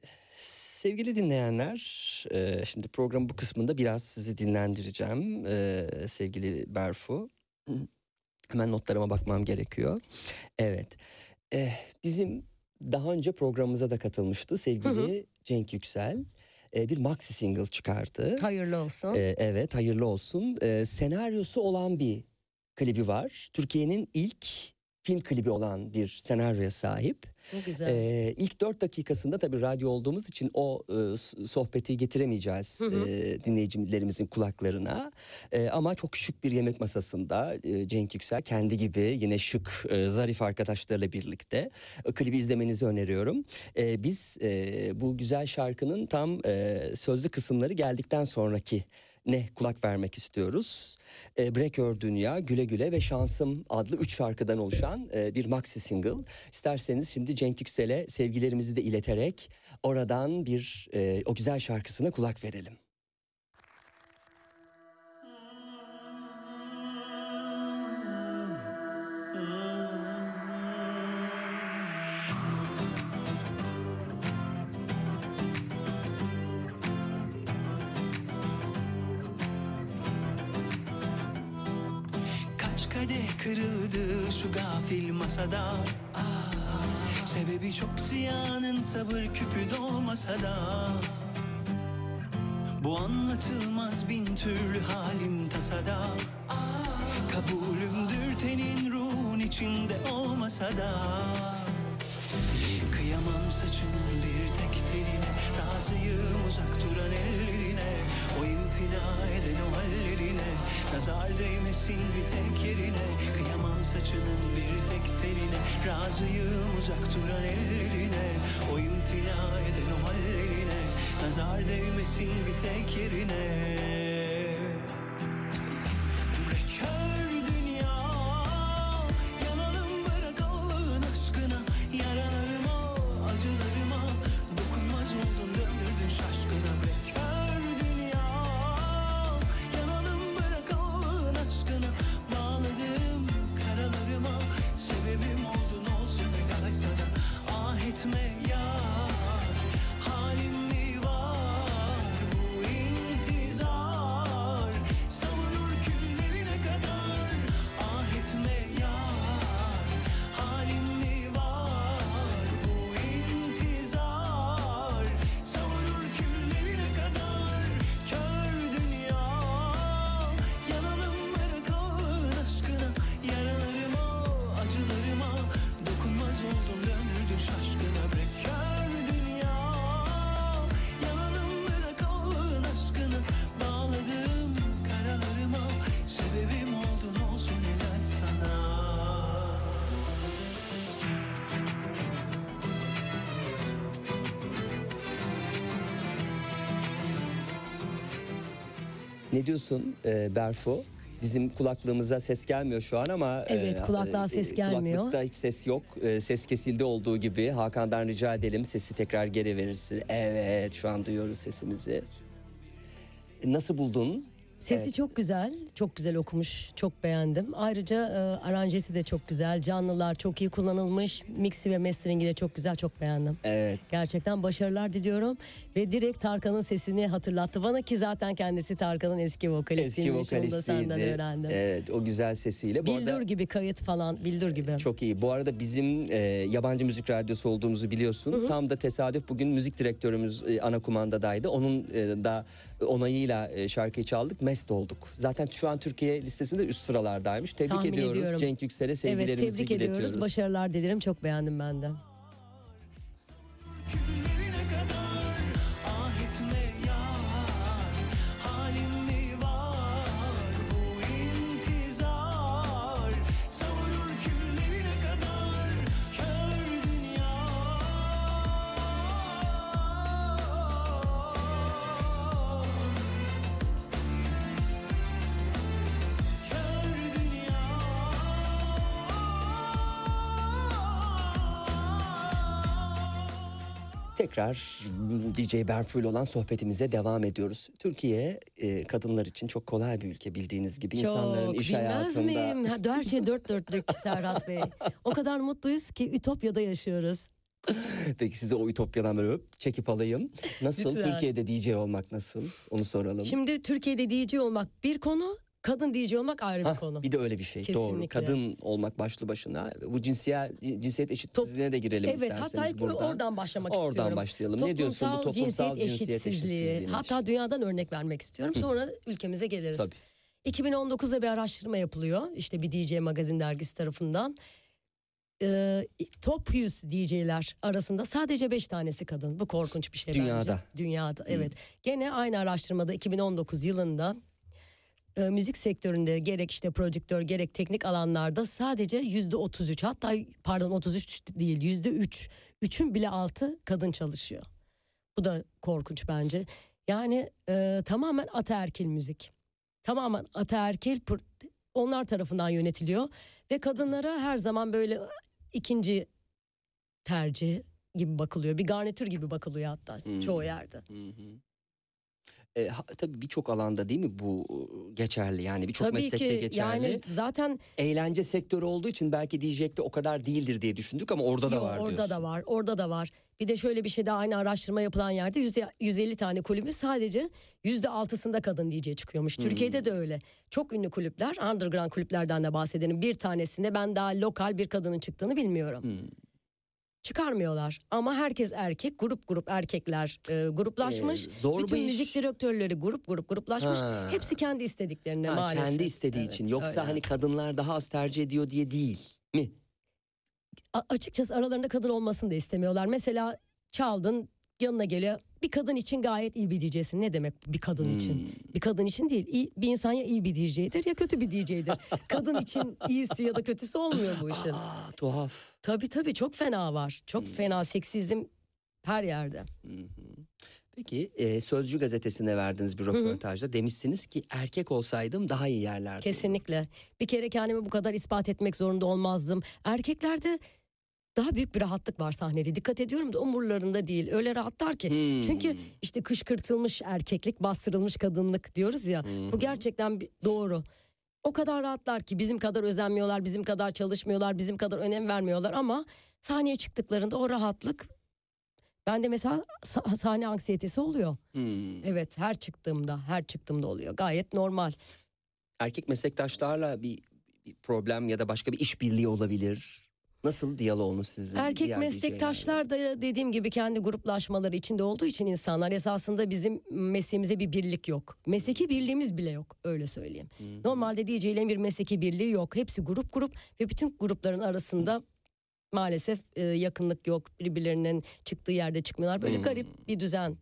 Sevgili dinleyenler, e, şimdi programın bu kısmında biraz sizi dinlendireceğim e, sevgili Berfu. Hı. Hemen notlarıma bakmam gerekiyor. Evet, e, bizim daha önce programımıza da katılmıştı sevgili Hı hı. Cenk Yüksel. E, bir maxi single çıkardı. Hayırlı olsun. E, evet, hayırlı olsun. E, senaryosu olan bir klibi var. Türkiye'nin ilk film klibi olan bir senaryoya sahip. Ne güzel. Ee, ilk dört dakikasında tabii radyo olduğumuz için o e, s- sohbeti getiremeyeceğiz Hı hı. e, dinleyicilerimizin kulaklarına. E, ama çok şık bir yemek masasında e, Cenk Yüksel kendi gibi yine şık, e, zarif arkadaşlarıyla birlikte e, klibi izlemenizi öneriyorum. E, biz e, bu güzel şarkının tam e, sözlü kısımları geldikten sonraki ne kulak vermek istiyoruz. E, Bırakıyor Dünya, Güle Güle ve Şansım adlı üç şarkıdan oluşan e, bir maxi single. İsterseniz şimdi Cenk Yüksel'e sevgilerimizi de ileterek oradan bir e, o güzel şarkısına kulak verelim. Kaç kadeh kırıldı şu gafil masada. Ah, sebebi çok ziyanın, sabır küpü dolmasa da. Bu anlatılmaz bin türlü halim tasada. Ah, kabulümdür tenin ruhun içinde olmasa da. Kıyamam saçının bir tek teline, razıyım uzak duran ellerine. O imtina eden o hallerine, nazar değmesin bir tek yerine. Kıyamam saçının bir tek teline, razıyım uzak duran ellerine. O imtina eden o hallerine, nazar değmesin bir tek yerine. Bırakır dünya, yanalım bırak Allah'ın aşkına. Yaralarıma, acılarıma dokunmaz oldun, döndürdün şaşkına. Bırakır dünya, yanalım bırak Allah'ın aşkına. Bağladığım karalarıma, sebebim oldun olsun ne kalaysa da. Ah etme yar, halim mi var bu intizar? Savurur küllerine kadar. Ah etme yar, halim mi var bu intizar? Savurur küllerine kadar. Kör dünya, yanalım bırak Allah'ın aşkına. Yaralarıma, acılarıma dokunmaz oldum, döndürdün şaşkına. Bırak kör dünya, yanalım bırak Allah'ın aşkına. Bağladığım karalarıma, sebebim oldun olsun helal sana. Ne diyorsun e, Berfu? Bizim kulaklığımıza ses gelmiyor şu an ama... Evet, kulaklığa ses gelmiyor. Kulaklıkta hiç ses yok. E, ses kesildi olduğu gibi. Hakan'dan rica edelim sesi tekrar geri verirsin. Evet, şu an duyuyoruz sesimizi. E, nasıl buldun Sesi Evet. çok güzel, çok güzel okumuş, çok beğendim. Ayrıca e, aranjesi de çok güzel, canlılar çok iyi kullanılmış, mixi ve mastering'i de çok güzel, çok beğendim. Evet. Gerçekten başarılar diliyorum ve direkt Tarkan'ın sesini hatırlattı bana ki zaten kendisi Tarkan'ın eski vokalistiymiş. Eski Onu da senden vokalistiydi. öğrendim. Evet, o güzel sesiyle. Bu Bildur arada gibi kayıt falan, bildur gibi. çok iyi. Bu arada bizim e, yabancı müzik radyosu olduğumuzu biliyorsun. Hı hı. Tam da tesadüf bugün müzik direktörümüz e, ana kumandadaydı. Onun e, da onayıyla e, şarkıyı çaldık. Mest olduk. Zaten şu an Türkiye listesinde üst sıralardaymış. Tebrik Tahmin ediyoruz. ediyorum. Cenk Yüksel'e Evet, sevgilerimizi tebrik iletiyoruz. ediyoruz. Başarılar dilerim. Çok beğendim ben de. Günlerine kadar ah etme yar, halim mi var bu intizar, savurur küllerine kadar kör dünya. Kör dünya. Tekrar D J Berful olan sohbetimize devam ediyoruz. Türkiye e, kadınlar için çok kolay bir ülke bildiğiniz gibi. İnsanların iş bilmez hayatında... miyim? Ha, Her şey dört dörtlük Serhat Bey. O kadar mutluyuz ki Ütopya'da yaşıyoruz. Peki size o ütopyadan böyle öp, çekip alayım. Nasıl? Lütfen. Türkiye'de D J olmak nasıl? Onu soralım. Şimdi Türkiye'de D J olmak bir konu, kadın D J olmak ayrı bir Hah, konu. bir de öyle bir şey. Doğru. Kesinlikle. Kadın olmak başlı başına. Bu cinsiyet, cinsiyet eşitsizliğine de girelim Evet, isterseniz hatta ilk buradan. oradan başlamak Oradan istiyorum. başlayalım. Ne diyorsun bu toplumsal cinsiyet, eşitsizliği? Hatta dünyadan örnek vermek istiyorum. Sonra ülkemize geliriz. Tabii. iki bin on dokuzda bir araştırma yapılıyor. İşte bir D J Magazin dergisi tarafından. Ee, top yüz D J'ler arasında sadece beş tanesi kadın. Bu korkunç bir şey bence. Dünyada. Dünyada, evet. Gene aynı araştırmada iki bin on dokuz yılında e, müzik sektöründe gerek işte prodüktör gerek teknik alanlarda sadece yüzde otuz üç, hatta pardon otuz üç değil yüzde üç. Üçün bile altı kadın çalışıyor. Bu da korkunç bence. Yani e, tamamen ataerkil müzik. Tamamen ataerkil, pr- onlar tarafından yönetiliyor ve kadınlara her zaman böyle ikinci tercih gibi bakılıyor. Bir garnitür gibi bakılıyor hatta Hmm. çoğu yerde. Hı hı. E, ha- tabii birçok alanda değil mi bu e, geçerli? Yani birçok Tabii meslekte ki geçerli. yani zaten Eğlence sektörü olduğu için belki D J'de o kadar değildir diye düşündük ama orada da Yo, var orada diyorsun. da var, orada da var. Bir de şöyle bir şey daha, aynı araştırma yapılan yerde yüz, yüz elli tane kulübü sadece yüzde altısında kadın D J çıkıyormuş. Hmm. Türkiye'de de öyle. Çok ünlü kulüpler, underground kulüplerden de bahsedelim. Bir tanesinde ben daha lokal bir kadının çıktığını bilmiyorum. Hmm. Çıkarmıyorlar ama herkes erkek, grup grup erkekler e, gruplaşmış. Ee, zor Bütün bir iş. müzik direktörleri grup grup gruplaşmış. Ha. Hepsi kendi istediklerine Ha, maalesef. kendi istediği Evet, için. Yoksa öyle. hani kadınlar daha az tercih ediyor diye değil mi? A- açıkçası aralarında kadın olmasını da istemiyorlar. Mesela çaldın, yanına geliyor. Bir kadın için gayet iyi bir D J'sin. Ne demek bir kadın Hmm. için? Bir kadın için değil. İyi, bir insan ya iyi bir D J'dir ya kötü bir D J'dir. Kadın için iyisi ya da kötüsü olmuyor bu işin. Aa, tuhaf. Tabii tabii, çok fena var. Çok Hmm. fena seksizm her yerde. Hı hı. Peki e, Sözcü gazetesine verdiğiniz bir röportajda demişsiniz ki erkek olsaydım daha iyi yerlerde. Kesinlikle. Bir kere kendimi bu kadar ispat etmek zorunda olmazdım. Erkeklerde daha büyük bir rahatlık var sahnede. Dikkat ediyorum da umurlarında değil. Öyle rahatlar ki. Hmm. Çünkü işte kışkırtılmış erkeklik, bastırılmış kadınlık diyoruz ya. Hı Bu hı. gerçekten bir- doğru. O kadar rahatlar ki bizim kadar özenmiyorlar, bizim kadar çalışmıyorlar, bizim kadar önem vermiyorlar ama sahneye çıktıklarında o rahatlık, bende mesela sa- sahne anksiyetesi oluyor. Hmm. Evet, her çıktığımda, her çıktığımda oluyor. Gayet normal. Erkek meslektaşlarla bir, bir problem ya da başka bir işbirliği olabilir. Nasıl diyaloğunuz sizin? Erkek diğer meslektaşlar da dediğim gibi kendi gruplaşmaları içinde olduğu için insanlar, esasında bizim mesleğimize bir birlik yok. Mesleki birliğimiz bile yok, öyle söyleyeyim. D J'lerle? Hı hı. Normalde D J'lerin bir mesleki birliği yok. Hepsi grup grup ve bütün grupların arasında maalesef e, yakınlık yok. Birbirlerinin çıktığı yerde çıkmıyorlar. Böyle Hmm. garip bir düzen.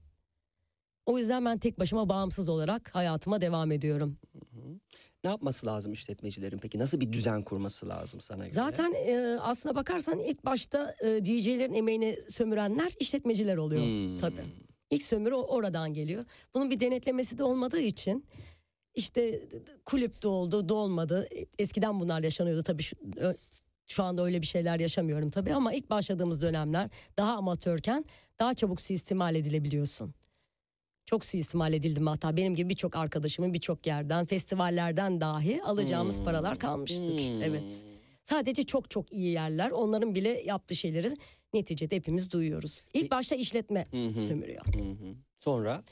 O yüzden ben tek başıma bağımsız olarak hayatıma devam ediyorum. Hı hı. Ne yapması lazım işletmecilerin peki? Nasıl bir düzen kurması lazım sana göre? Zaten e, aslına bakarsan ilk başta e, D J'lerin emeğini sömürenler işletmeciler oluyor. Hmm. Tabii. İlk sömürü o- oradan geliyor. Bunun bir denetlemesi de olmadığı için işte kulüpte oldu, da olmadı. Eskiden bunlar yaşanıyordu tabii. Şu, ö- şu anda öyle bir şeyler yaşamıyorum tabii ama ilk başladığımız dönemler daha amatörken daha çabuk suistimal edilebiliyorsun. Çok suistimal edildim hatta. Benim gibi birçok arkadaşımın birçok yerden, festivallerden dahi alacağımız Hmm. paralar kalmıştır. Hmm. Evet. Sadece çok çok iyi yerler. Onların bile yaptığı şeyleri neticede hepimiz duyuyoruz. İlk başta işletme Hı hı. sömürüyor. Hı hı. Sonra?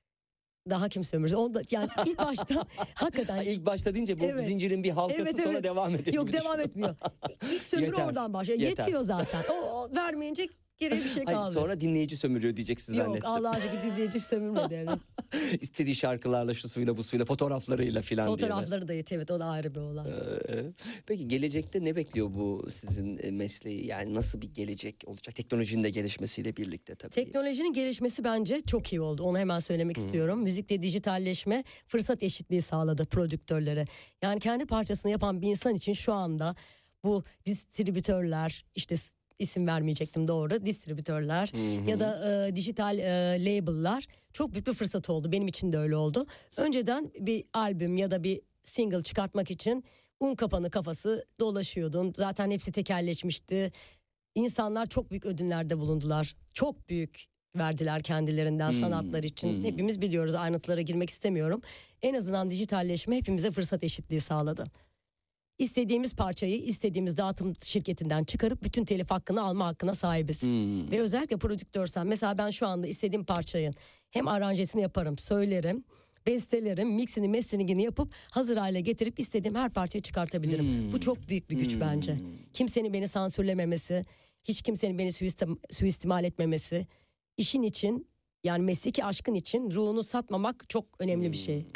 Daha kim sömürüyor? Onda yani ilk başta hakikaten Ha, ilk başta deyince bu Evet. zincirin bir halkası Evet, sonra evet. devam ediyor. Yok gibi devam düşünüyorum. etmiyor. İlk sömürü Yeter, oradan başlıyor. yeter. Yetiyor zaten. O, o vermeyince geriye bir şey Hayır, kalmıyor. sonra dinleyici sömürüyor diyeceksin Yok zannettim. Allah aşkına dinleyici sömürmedi. Evet. İstediği şarkılarla, şu suyla, bu suyla, fotoğraflarıyla filan diye. Fotoğrafları da yetiyor. Evet, o da ayrı bir olay. Ee, Peki gelecekte ne bekliyor bu sizin e, mesleği? Yani nasıl bir gelecek olacak? Teknolojinin de gelişmesiyle birlikte tabii. Teknolojinin gelişmesi bence çok iyi oldu. Onu hemen söylemek istiyorum. Müzikte dijitalleşme fırsat eşitliği sağladı prodüktörlere. Yani kendi parçasını yapan bir insan için şu anda bu distribütörler, işte s- isim vermeyecektim doğru, distribütörler Hı hı. ya da e, dijital e, label'lar çok büyük bir fırsat oldu. Benim için de öyle oldu. Önceden bir albüm ya da bir single çıkartmak için un kapanı kafası dolaşıyordun. Zaten hepsi tekelleşmişti. İnsanlar çok büyük ödünlerde bulundular. Çok büyük verdiler kendilerinden Hmm, sanatlar için. hmm. Hepimiz biliyoruz, ayrıntılara girmek istemiyorum. En azından dijitalleşme hepimize fırsat eşitliği sağladı. İstediğimiz parçayı istediğimiz dağıtım şirketinden çıkarıp bütün telif hakkını alma hakkına sahibiz. Hmm. Ve özellikle prodüktörsen mesela ben şu anda istediğim parçayı hem aranjesini yaparım, söylerim, bestelerim, mixini, masteringini yapıp hazır hale getirip istediğim her parçayı çıkartabilirim. Hmm. Bu çok büyük bir güç Hmm. bence. Kimsenin beni sansürlememesi, hiç kimsenin beni suistim, suistimal etmemesi, işin için yani mesleki aşkın için ruhunu satmamak çok önemli bir şey.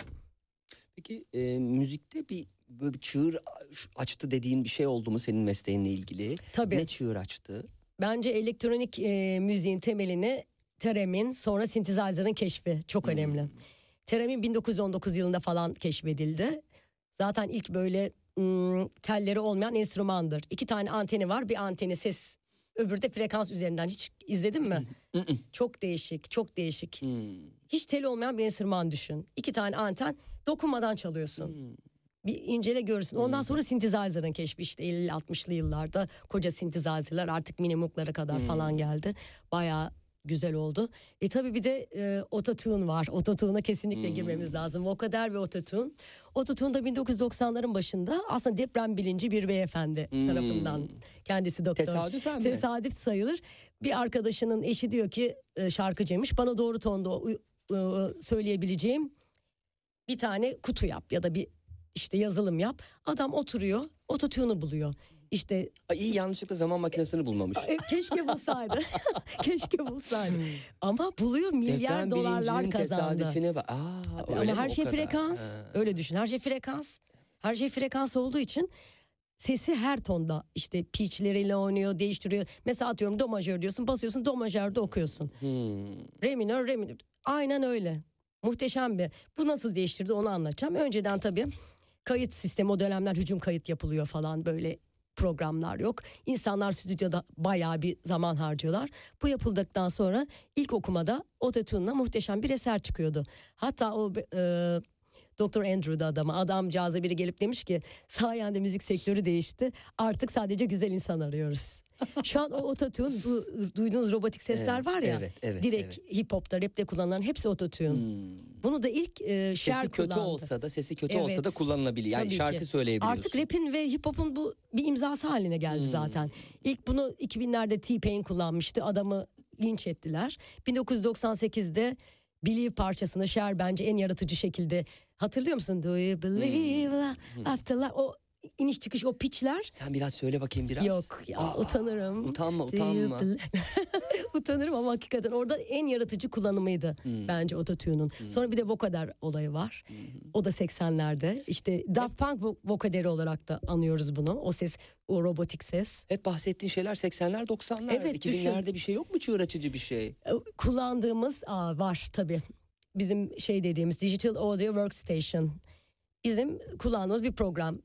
Peki e, müzikte bir böyle bir çığır açtı dediğin bir şey oldu mu senin mesleğinle ilgili? Tabii. Ne çığır açtı? Bence elektronik e, müziğin temelini Theremin, sonra synthesizer'ın keşfi çok önemli. Theremin bin dokuz yüz on dokuz yılında falan keşfedildi. Zaten ilk böyle ım, telleri olmayan enstrümandır. İki tane anteni var. Bir anteni ses, öbürü de frekans üzerinden. Hiç izledin mi? Çok değişik, çok değişik. Hiç teli olmayan bir enstrüman düşün. İki tane anten dokunmadan çalıyorsun. Bir incele görürsün. Ondan sonra synthesizer'ın keşfi işte elli altmışlı yıllarda koca synthesizer'lar artık minimumlara kadar Hmm. falan geldi. Bayağı güzel oldu. E tabii bir de e, ototune var. Ototune'a kesinlikle Hmm. girmemiz lazım. Vokader ve ototune. Ototune da bin dokuz yüz doksanların başında aslında deprem bilinci bir beyefendi Hmm. tarafından. Kendisi doktor. Tesadüfen mi? Tesadüf sayılır. Bir arkadaşının eşi diyor ki e, şarkıcıymış. Bana doğru tonda uy- e, söyleyebileceğim bir tane kutu yap ya da bir işte yazılım yap. Adam oturuyor, ototune'u buluyor. İşte iyi yanlışlıkla zaman makinesini bulmamış. E, keşke bulsaydı. Keşke bulsaydı. Ama buluyor, milyar Deprem dolarlar bilincinin kazandı. tesadüfine bak. Aa, öyle Ama mi? her O şey kadar. frekans. Ha. Öyle düşün. Her şey frekans. Her şey frekans olduğu için sesi her tonda işte pitchleriyle oynuyor, değiştiriyor. Mesela atıyorum do majör diyorsun, basıyorsun do majörde okuyorsun. Hmm. Re minör, re minör. Aynen öyle. Muhteşem bir. Bu nasıl değiştirdi onu anlatacağım. Önceden tabii kayıt sistemi, o dönemler hücum kayıt yapılıyor falan, böyle programlar yok. İnsanlar stüdyoda bayağı bir zaman harcıyorlar. Bu yapıldıktan sonra ilk okumada ototune'la muhteşem bir eser çıkıyordu. Hatta o e, doktor Andrew'da adama, adamcağıza biri gelip demiş ki sayende müzik sektörü değişti. Artık sadece güzel insan arıyoruz. Şu an o ototune, bu duyduğunuz robotik sesler Evet, var ya, evet, evet, direkt hip hop'ta, rap'te kullanılan hepsi ototune. Bunu da ilk e, Cher Sesi kötü kullandı. olsa da sesi kötü Evet. olsa da kullanılabilir. Yani Tabii şarkı ki. söyleyebiliyorsun. Artık rap'in ve hip hop'un bu bir imzası haline geldi Hmm. zaten. İlk bunu iki binlerde T-Pain kullanmıştı. Adamı linç ettiler. bin dokuz yüz doksan sekizde Believe parçasını Cher bence en yaratıcı şekilde, hatırlıyor musun? Do you believe Hmm. after life? O iniş çıkış, o pitchler. Sen biraz söyle bakayım biraz. Yok ya, utanırım. Utanma Do you utanma. believe- Utanırım ama hakikaten orada en yaratıcı kullanımıydı Hmm. bence ototune'un. Sonra bir de vokader olayı var. O da seksenlerde. İşte Daft Punk vo- vokaderi olarak da anıyoruz bunu. O ses, o robotik ses. Hep bahsettiğin şeyler seksenler doksanlar. Evet, iki binlerde bir şey yok mu çığır açıcı bir şey? Kullandığımız aa, var tabii. Bizim şey dediğimiz Digital Audio Workstation. Bizim kullandığımız bir program.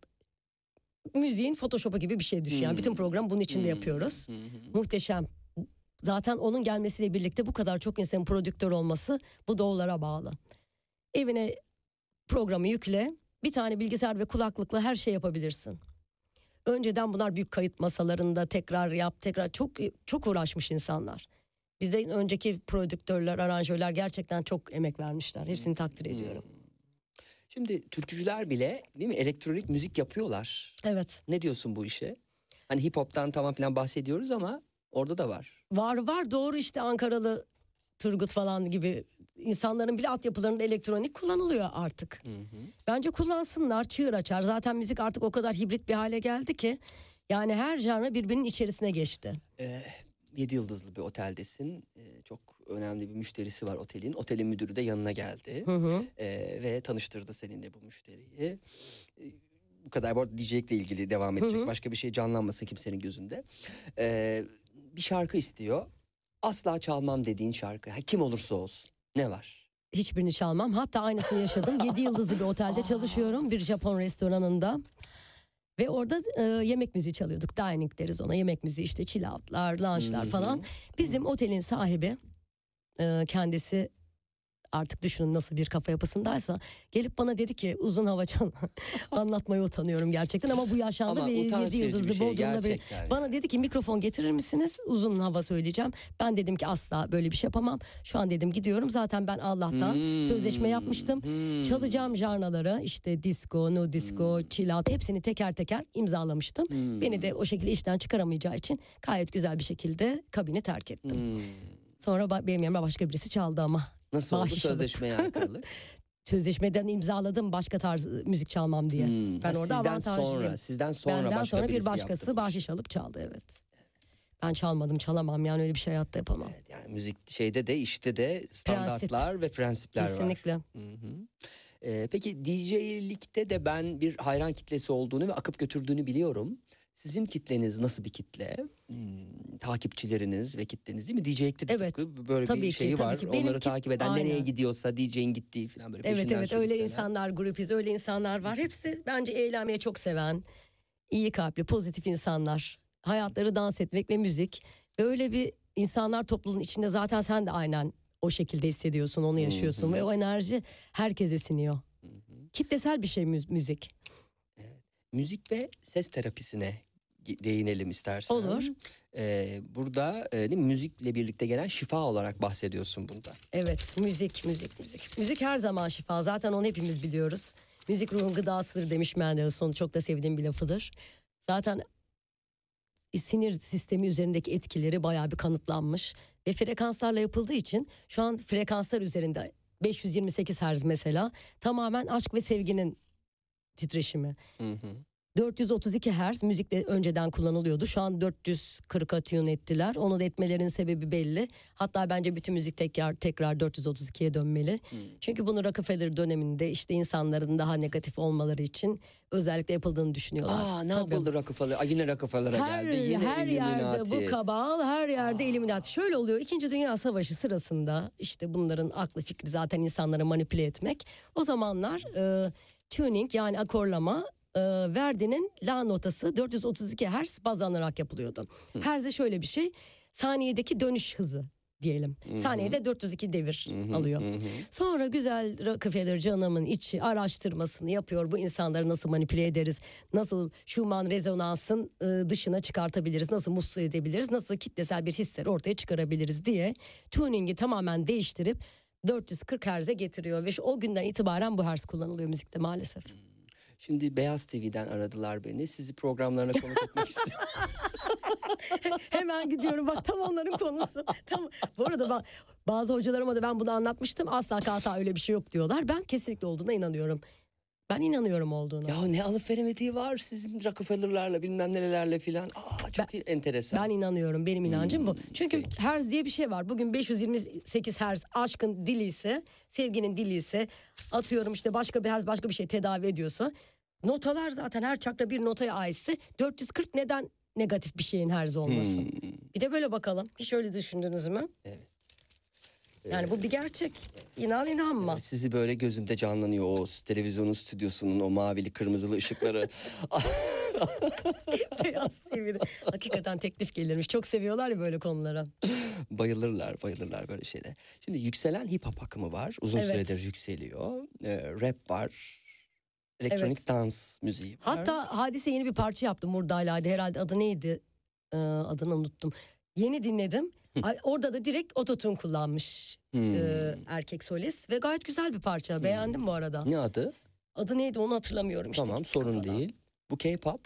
Müziğin Photoshop'u gibi bir şey düşün. Yani Hmm. bütün program bunun içinde Hmm. yapıyoruz. Muhteşem. Zaten onun gelmesiyle birlikte bu kadar çok insanın prodüktör olması bu dolara bağlı. Evine programı yükle, bir tane bilgisayar ve kulaklıkla her şey yapabilirsin. Önceden bunlar büyük kayıt masalarında tekrar yap, tekrar çok çok uğraşmış insanlar. Bizden önceki prodüktörler, aranjörler gerçekten çok emek vermişler. Hepsini takdir ediyorum. Şimdi türkücüler bile değil mi elektronik müzik yapıyorlar. Evet. Ne diyorsun bu işe? Hani hip hop'tan tamam falan bahsediyoruz ama orada da var. Var var doğru işte Ankaralı Turgut falan gibi insanların bile altyapılarında elektronik kullanılıyor artık. Hı hı. Bence kullansınlar, çığır açar. Zaten müzik artık o kadar hibrit bir hale geldi ki yani her janra birbirinin içerisine geçti. Ee, yedi yıldızlı bir oteldesin. Ee, çok önemli bir müşterisi var otelin. Otelin müdürü de yanına geldi. Hı hı. Ee, ve tanıştırdı seninle bu müşteriyi. Ee, bu kadar bu arada D J'likle ilgili devam edecek. Hı hı. Başka bir şey canlanmasın kimsenin gözünde. Ee, bir şarkı istiyor. Asla çalmam dediğin şarkı. Ha, kim olursa olsun. Ne var? Hiçbirini çalmam. Hatta aynısını yaşadım. Yedi yıldızlı bir otelde çalışıyorum. Bir Japon restoranında. Ve orada e, yemek müziği çalıyorduk. Dining deriz ona. Yemek müziği işte chill out'lar, lunch'lar falan. Bizim otelin sahibi e, kendisi artık düşünün nasıl bir kafa yapısındaysa gelip bana dedi ki uzun hava çal. Anlatmaya utanıyorum gerçekten ama bu yaşandı Ama ve utanç yedi verici yıldızlı bir şey Bodrum'da bir gerçekten bana dedi ki mikrofon getirir misiniz? Uzun hava söyleyeceğim. Ben dedim ki asla böyle bir şey yapamam. Şu an dedim gidiyorum. Zaten ben Allah'tan Hmm. sözleşme yapmıştım. Hmm. Çalacağım janraları işte disco, no disco, Hmm. chill out hepsini teker teker imzalamıştım. Hmm. Beni de o şekilde işten çıkaramayacağı için gayet güzel bir şekilde kabini terk ettim. Hmm. Sonra ba- benim yerime başka birisi çaldı ama. Nasıl oldu Bağış alıp. sözleşmeye aykırılık? Sözleşmeden imzaladım başka tarz müzik çalmam diye. Hmm. Ben Ha, orada sizden avantajlıyım. sonra, sizden sonra Benden başka sonra bir birisi başkası yaptı bu bahşiş alıp çaldı evet. Ben çalmadım çalamam yani öyle bir şey hayatta yapamam. Evet, yani müzik şeyde de işte de standartlar ve prensipler Kesinlikle. var. Hı hı. Ee, peki D J'likte de ben bir hayran kitlesi olduğunu ve akıp götürdüğünü biliyorum. Sizin kitleniz nasıl bir kitle? Hmm, takipçileriniz ve kitleniz değil mi? D J'likte de Evet, tıpkı böyle tabii bir ki, şeyi tabii var. ki. Onları Benimki- takip eden Aynen. nereye gidiyorsa D J'in gittiği falan böyle Evet peşinden evet öyle sürüklenen. insanlar grupiz öyle insanlar var. Hepsi bence eğlenmeyi çok seven, iyi kalpli, pozitif insanlar. Hayatları dans etmek ve müzik. Ve öyle bir insanlar topluluğunun içinde zaten sen de aynen o şekilde hissediyorsun, onu yaşıyorsun. Ve o enerji herkese siniyor. Kitlesel bir şey mü- müzik. Müzik ve ses terapisine değinelim istersen. Olur. Ee, burada e, değil mi, müzikle birlikte gelen şifa olarak bahsediyorsun bunda. Evet müzik müzik müzik. Müzik her zaman şifa zaten onu hepimiz biliyoruz. Müzik ruhun gıdasıdır demiş Mendelssohn çok da sevdiğim bir lafıdır. Zaten sinir sistemi üzerindeki etkileri bayağı bir kanıtlanmış. Ve frekanslarla yapıldığı için şu an frekanslar üzerinde beş yüz yirmi sekiz hertz mesela tamamen aşk ve sevginin titreşimi. Hı hı. dört yüz otuz iki hertz müzikte önceden kullanılıyordu. Şu an dört yüz kırka tune ettiler. Onu da etmelerinin sebebi belli. Hatta bence bütün müzik tekrar tekrar dört yüz otuz ikiye dönmeli. Hmm. Çünkü bunu Rockefeller döneminde işte insanların daha negatif olmaları için özellikle yapıldığını düşünüyorlar. Aa ne Tabii. yapıldı Rockefeller? Ay, yine Rockefeller'a Her, geldi. Yine her yerde Illuminati. bu kabal, her yerde Illuminati. Şöyle oluyor, İkinci Dünya Savaşı sırasında işte bunların aklı fikri zaten insanları manipüle etmek. O zamanlar e, tuning yani akorlama e, Verdi'nin la notası dört yüz otuz iki hertz baz alınarak yapılıyordu. Hertz'e şöyle bir şey, saniyedeki dönüş hızı diyelim. Hı hı. Saniyede dört yüz iki devir Hı hı, alıyor. hı hı. Sonra güzel Rockefeller canımın içi araştırmasını yapıyor. Bu insanları nasıl manipüle ederiz? Nasıl Schumann rezonansın e, dışına çıkartabiliriz? Nasıl mutsuz edebiliriz? Nasıl kitlesel bir hisleri ortaya çıkarabiliriz diye tuning'i tamamen değiştirip dört yüz kırk hertz'e getiriyor. Ve şu- o günden itibaren bu hertz kullanılıyor müzikte maalesef. Şimdi Beyaz T V'den aradılar beni. Sizi programlarına konuk etmek istiyorum. Hemen gidiyorum bak tam onların konusu. Tam, bu arada ben, bazı hocalarıma da ben bunu anlatmıştım. Asla hata öyle bir şey yok diyorlar. Ben kesinlikle olduğuna inanıyorum. Ben inanıyorum olduğuna. Ya ne alıp veremediği var sizin Rockefeller'larla bilmem nelerle filan. Aa çok enteresan. Ben inanıyorum. Benim inancım bu. Çünkü hertz diye bir şey var. Bugün beş yüz yirmi sekiz hertz aşkın dili ise, sevginin dili ise, atıyorum işte başka bir hertz başka bir şey tedavi ediyorsa, notalar zaten her çakra bir notaya aitse dört yüz kırk neden negatif bir şeyin hertz olmasın? Hmm. Bir de böyle bakalım. Hiç öyle düşündünüz mü? Evet. Yani bu bir gerçek. İnan inanma. Sizi böyle gözümde canlanıyor o televizyonun stüdyosunun o mavili kırmızılı ışıkları. Beyaz T V'de. Hakikaten teklif gelirmiş. Çok seviyorlar ya böyle konulara. bayılırlar bayılırlar böyle şeyler. Şimdi yükselen hip hop akımı var. Uzun Evet. süredir yükseliyor. Ee, rap var. Elektronik Evet. dans müziği var. Hatta Hadise yeni bir parça yaptı Murda'yla. Herhalde adı neydi? Ee, adını unuttum. Yeni dinledim. Ay, orada da direkt ototune kullanmış Hmm. e, erkek solist ve gayet güzel bir parça. Beğendim bu arada. Ne adı? Adı neydi onu hatırlamıyorum işte. Tamam, sorun kafadan. değil. Bu K-pop.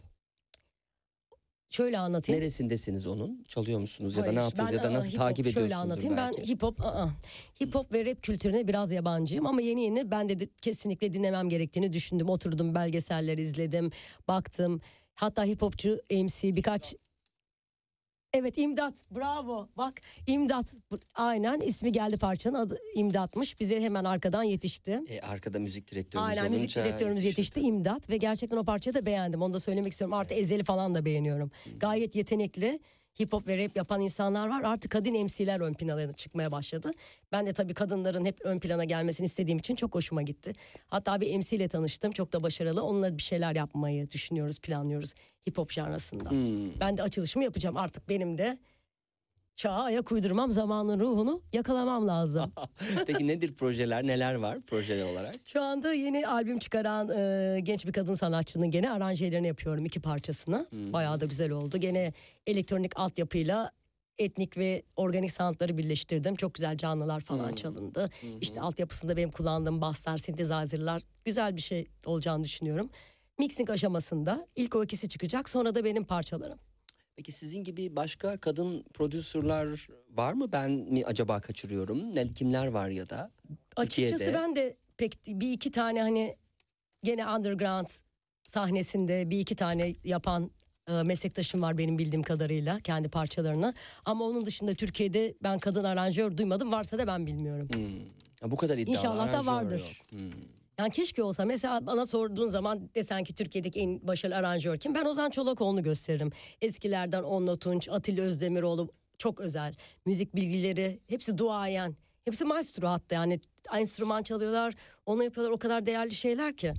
Şöyle anlatayım. Neresindesiniz onun? Çalıyor musunuz ya da Hayır, ne yapıyorsunuz ya ben, da aa, nasıl hip hop takip şöyle ediyorsunuzdur anlatayım. belki. Ben hip hop aa, hip hop ve rap kültürüne biraz yabancıyım ama yeni yeni ben de, de kesinlikle dinlemem gerektiğini düşündüm. Oturdum, belgeseller izledim, baktım. Hatta hip hopçu M C birkaç. Evet, İmdat, bravo, bak İmdat, aynen ismi geldi, parçanın adı İmdat'mış, bize hemen arkadan yetişti. E, arkada müzik direktörümüz Aynen, müzik olunca direktörümüz yetişti, İmdat, ve gerçekten o parçayı da beğendim, onu da söylemek istiyorum. Artı Ezel'i falan da beğeniyorum. Gayet yetenekli hip hop ve rap yapan insanlar var. Artık kadın M C'ler ön plana çıkmaya başladı. Ben de tabii kadınların hep ön plana gelmesini istediğim için çok hoşuma gitti. Hatta bir M C ile tanıştım, çok da başarılı. Onunla bir şeyler yapmayı düşünüyoruz, planlıyoruz hip hop janrasında. Hmm. Ben de açılışımı yapacağım. Artık benim de çağa ayak uydurmam, zamanın ruhunu yakalamam lazım. Peki nedir projeler, neler var proje olarak? Şu anda yeni albüm çıkaran e, genç bir kadın sanatçının gene aranjelerini yapıyorum, iki parçasını. Hmm. Bayağı da güzel oldu. Gene elektronik altyapıyla etnik ve organik sanatları birleştirdim. Çok güzel canlılar falan Hmm. çalındı. Hmm. İşte altyapısında benim kullandığım basslar, sintezazerler, güzel bir şey olacağını düşünüyorum. Mixing aşamasında ilk o ikisi çıkacak, sonra da benim parçalarım. Peki sizin gibi başka kadın prodüserler var mı? Ben mi acaba kaçırıyorum? Ne, kimler var ya da? Açıkçası Türkiye'de? ben de pek bir iki tane hani gene underground sahnesinde bir iki tane yapan e, meslektaşım var benim bildiğim kadarıyla kendi parçalarını. Ama onun dışında Türkiye'de ben kadın aranjör duymadım, varsa da ben bilmiyorum. Hmm. Ha, bu kadar iddialı. İnşallah da aranjör vardır. yok. Hmm. Yani keşke olsa. Mesela bana sorduğun zaman desen ki Türkiye'deki en başarılı aranjör kim? Ben Ozan Çolakoğlu'nu gösteririm. Eskilerden Onno Tunç, Atilla Özdemiroğlu, çok özel. Müzik bilgileri hepsi duayen. Hepsi maestro hatta, yani enstrüman çalıyorlar, onu yapıyorlar, o kadar değerli şeyler ki.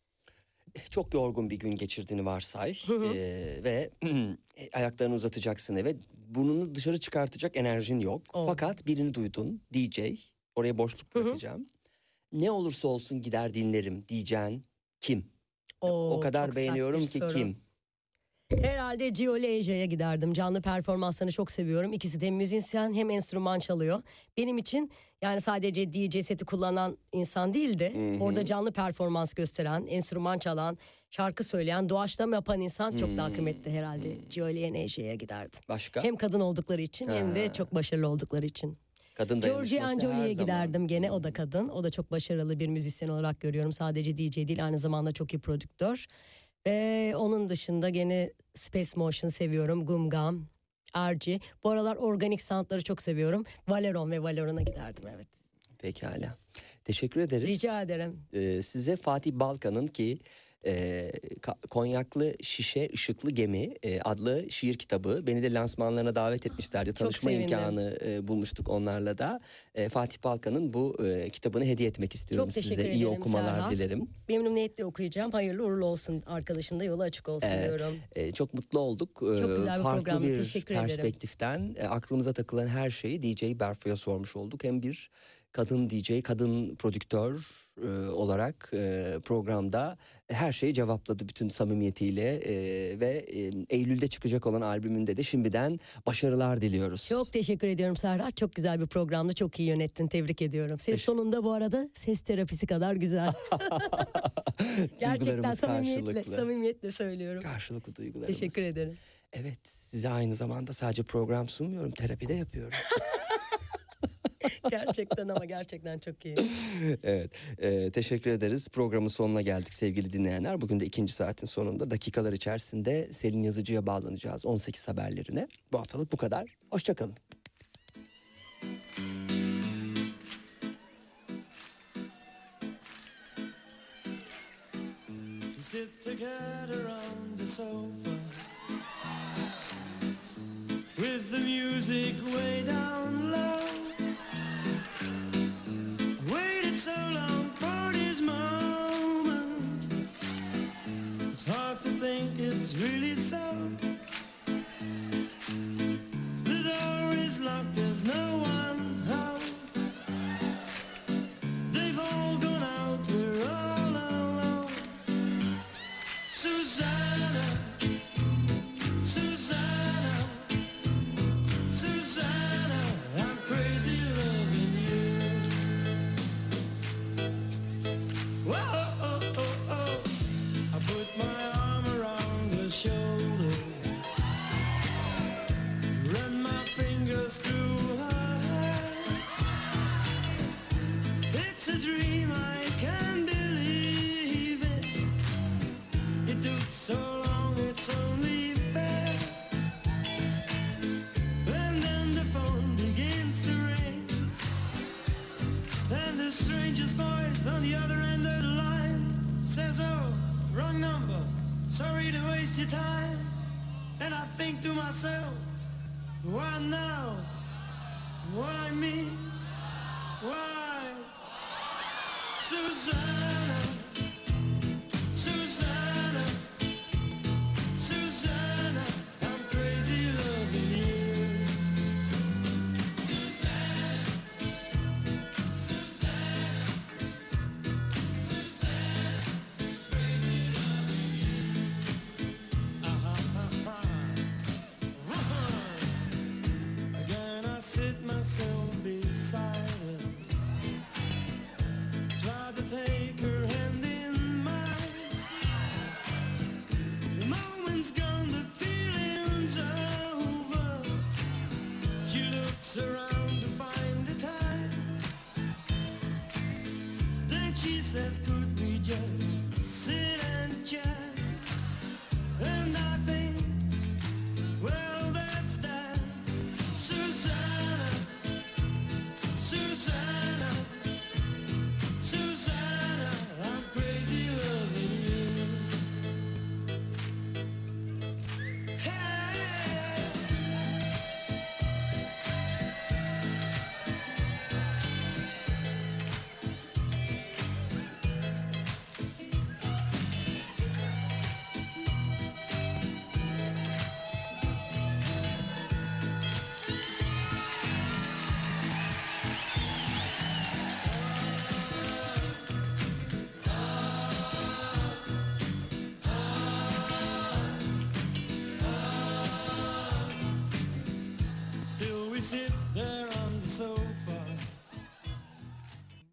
Çok yorgun bir gün geçirdiğini varsay Hı hı. Ee, ve ayaklarını uzatacaksın eve, burnunu dışarı çıkartacak enerjin yok. Oh. Fakat birini duydun, D J, oraya boşluk Hı hı. bırakacağım. Ne olursa olsun gider dinlerim diyeceğin kim? Oo, o kadar çok sert beğeniyorum bir ki soru. kim? Herhalde Gio Leja'ya giderdim. Canlı performanslarını çok seviyorum. İkisi de hem müzisyen hem enstrüman çalıyor. Benim için yani sadece D J seti kullanan insan değil de Hı hı. orada canlı performans gösteren, enstrüman çalan, şarkı söyleyen, doğaçlama yapan insan çok daha Hmm. kıymetli herhalde. Gio Leja'ya giderdim. Başka? Hem kadın oldukları için hem de Ha. çok başarılı oldukları için. Kadın Giorgio dayanışması her Angeli'ye zaman. giderdim gene, o da kadın. O da çok başarılı bir müzisyen olarak görüyorum. Sadece D J değil, aynı zamanda çok iyi prodüktör. Ve onun dışında gene Space Motion seviyorum. Gumgam, Arci. Bu aralar organik sanatları çok seviyorum. Valeron ve Valeron'a giderdim, evet. Pekala. Teşekkür ederiz. Rica ederim. Ee, size Fatih Balkan'ın ki e, Ka- Konyaklı Şişe Işıklı Gemi e, adlı şiir kitabı. Beni de lansmanlarına davet etmişlerdi. Tanışma sevindim. imkanı e, bulmuştuk onlarla da. E, Fatih Balkan'ın bu e, kitabını hediye etmek istiyorum Çok teşekkür size. ederim İyi okumalar Serhat. dilerim. Memnuniyetle okuyacağım. Hayırlı uğurlu olsun, arkadaşın da yolu açık olsun Evet. diyorum. E, çok mutlu olduk. Çok E, güzel bir Farklı programdı. bir Teşekkür ederim. perspektiften e, aklımıza takılan her şeyi D J Berfu'ya sormuş olduk. Hem bir kadın D J, kadın prodüktör e, olarak e, programda her şeyi cevapladı bütün samimiyetiyle e, ve e, Eylül'de çıkacak olan albümünde de şimdiden başarılar diliyoruz. Çok teşekkür ediyorum Serhat. Çok güzel bir programdı. Çok iyi yönettin. Tebrik ediyorum. Ses sonunda bu arada ses terapisi kadar güzel. Gerçekten Duygularımız samimiyetle, karşılıklı. samimiyetle söylüyorum. Karşılıklı duygularımız. Teşekkür ederim. Evet, size aynı zamanda sadece program sunmuyorum, terapi de yapıyorum. Gerçekten ama gerçekten çok iyi. Evet, e, teşekkür ederiz. Programın sonuna geldik sevgili dinleyenler. Bugün de ikinci saatin sonunda dakikalar içerisinde Selin Yazıcı'ya bağlanacağız on sekiz haberlerine. Bu haftalık bu kadar. Hoşçakalın. To sit together on the sofa with the music way down low. Waited so long for this moment. It's hard to think it's really so. The door is locked, there's no one home. They've all gone out, we're all alone. Susanna, Susanna, Susanna. it's a dream, I can believe it. It took so long, it's only fair. And then the phone begins to ring, and the stranger's voice on the other end of the line says, oh, wrong number, sorry to waste your time. And I think to myself, why now? Why me? Why? Susanna, Susanna, Susanna, I'm crazy loving you. Susanna, Susanna, Susanna, it's crazy loving you. Uh-huh, uh-huh. Uh-huh. Again I sit myself beside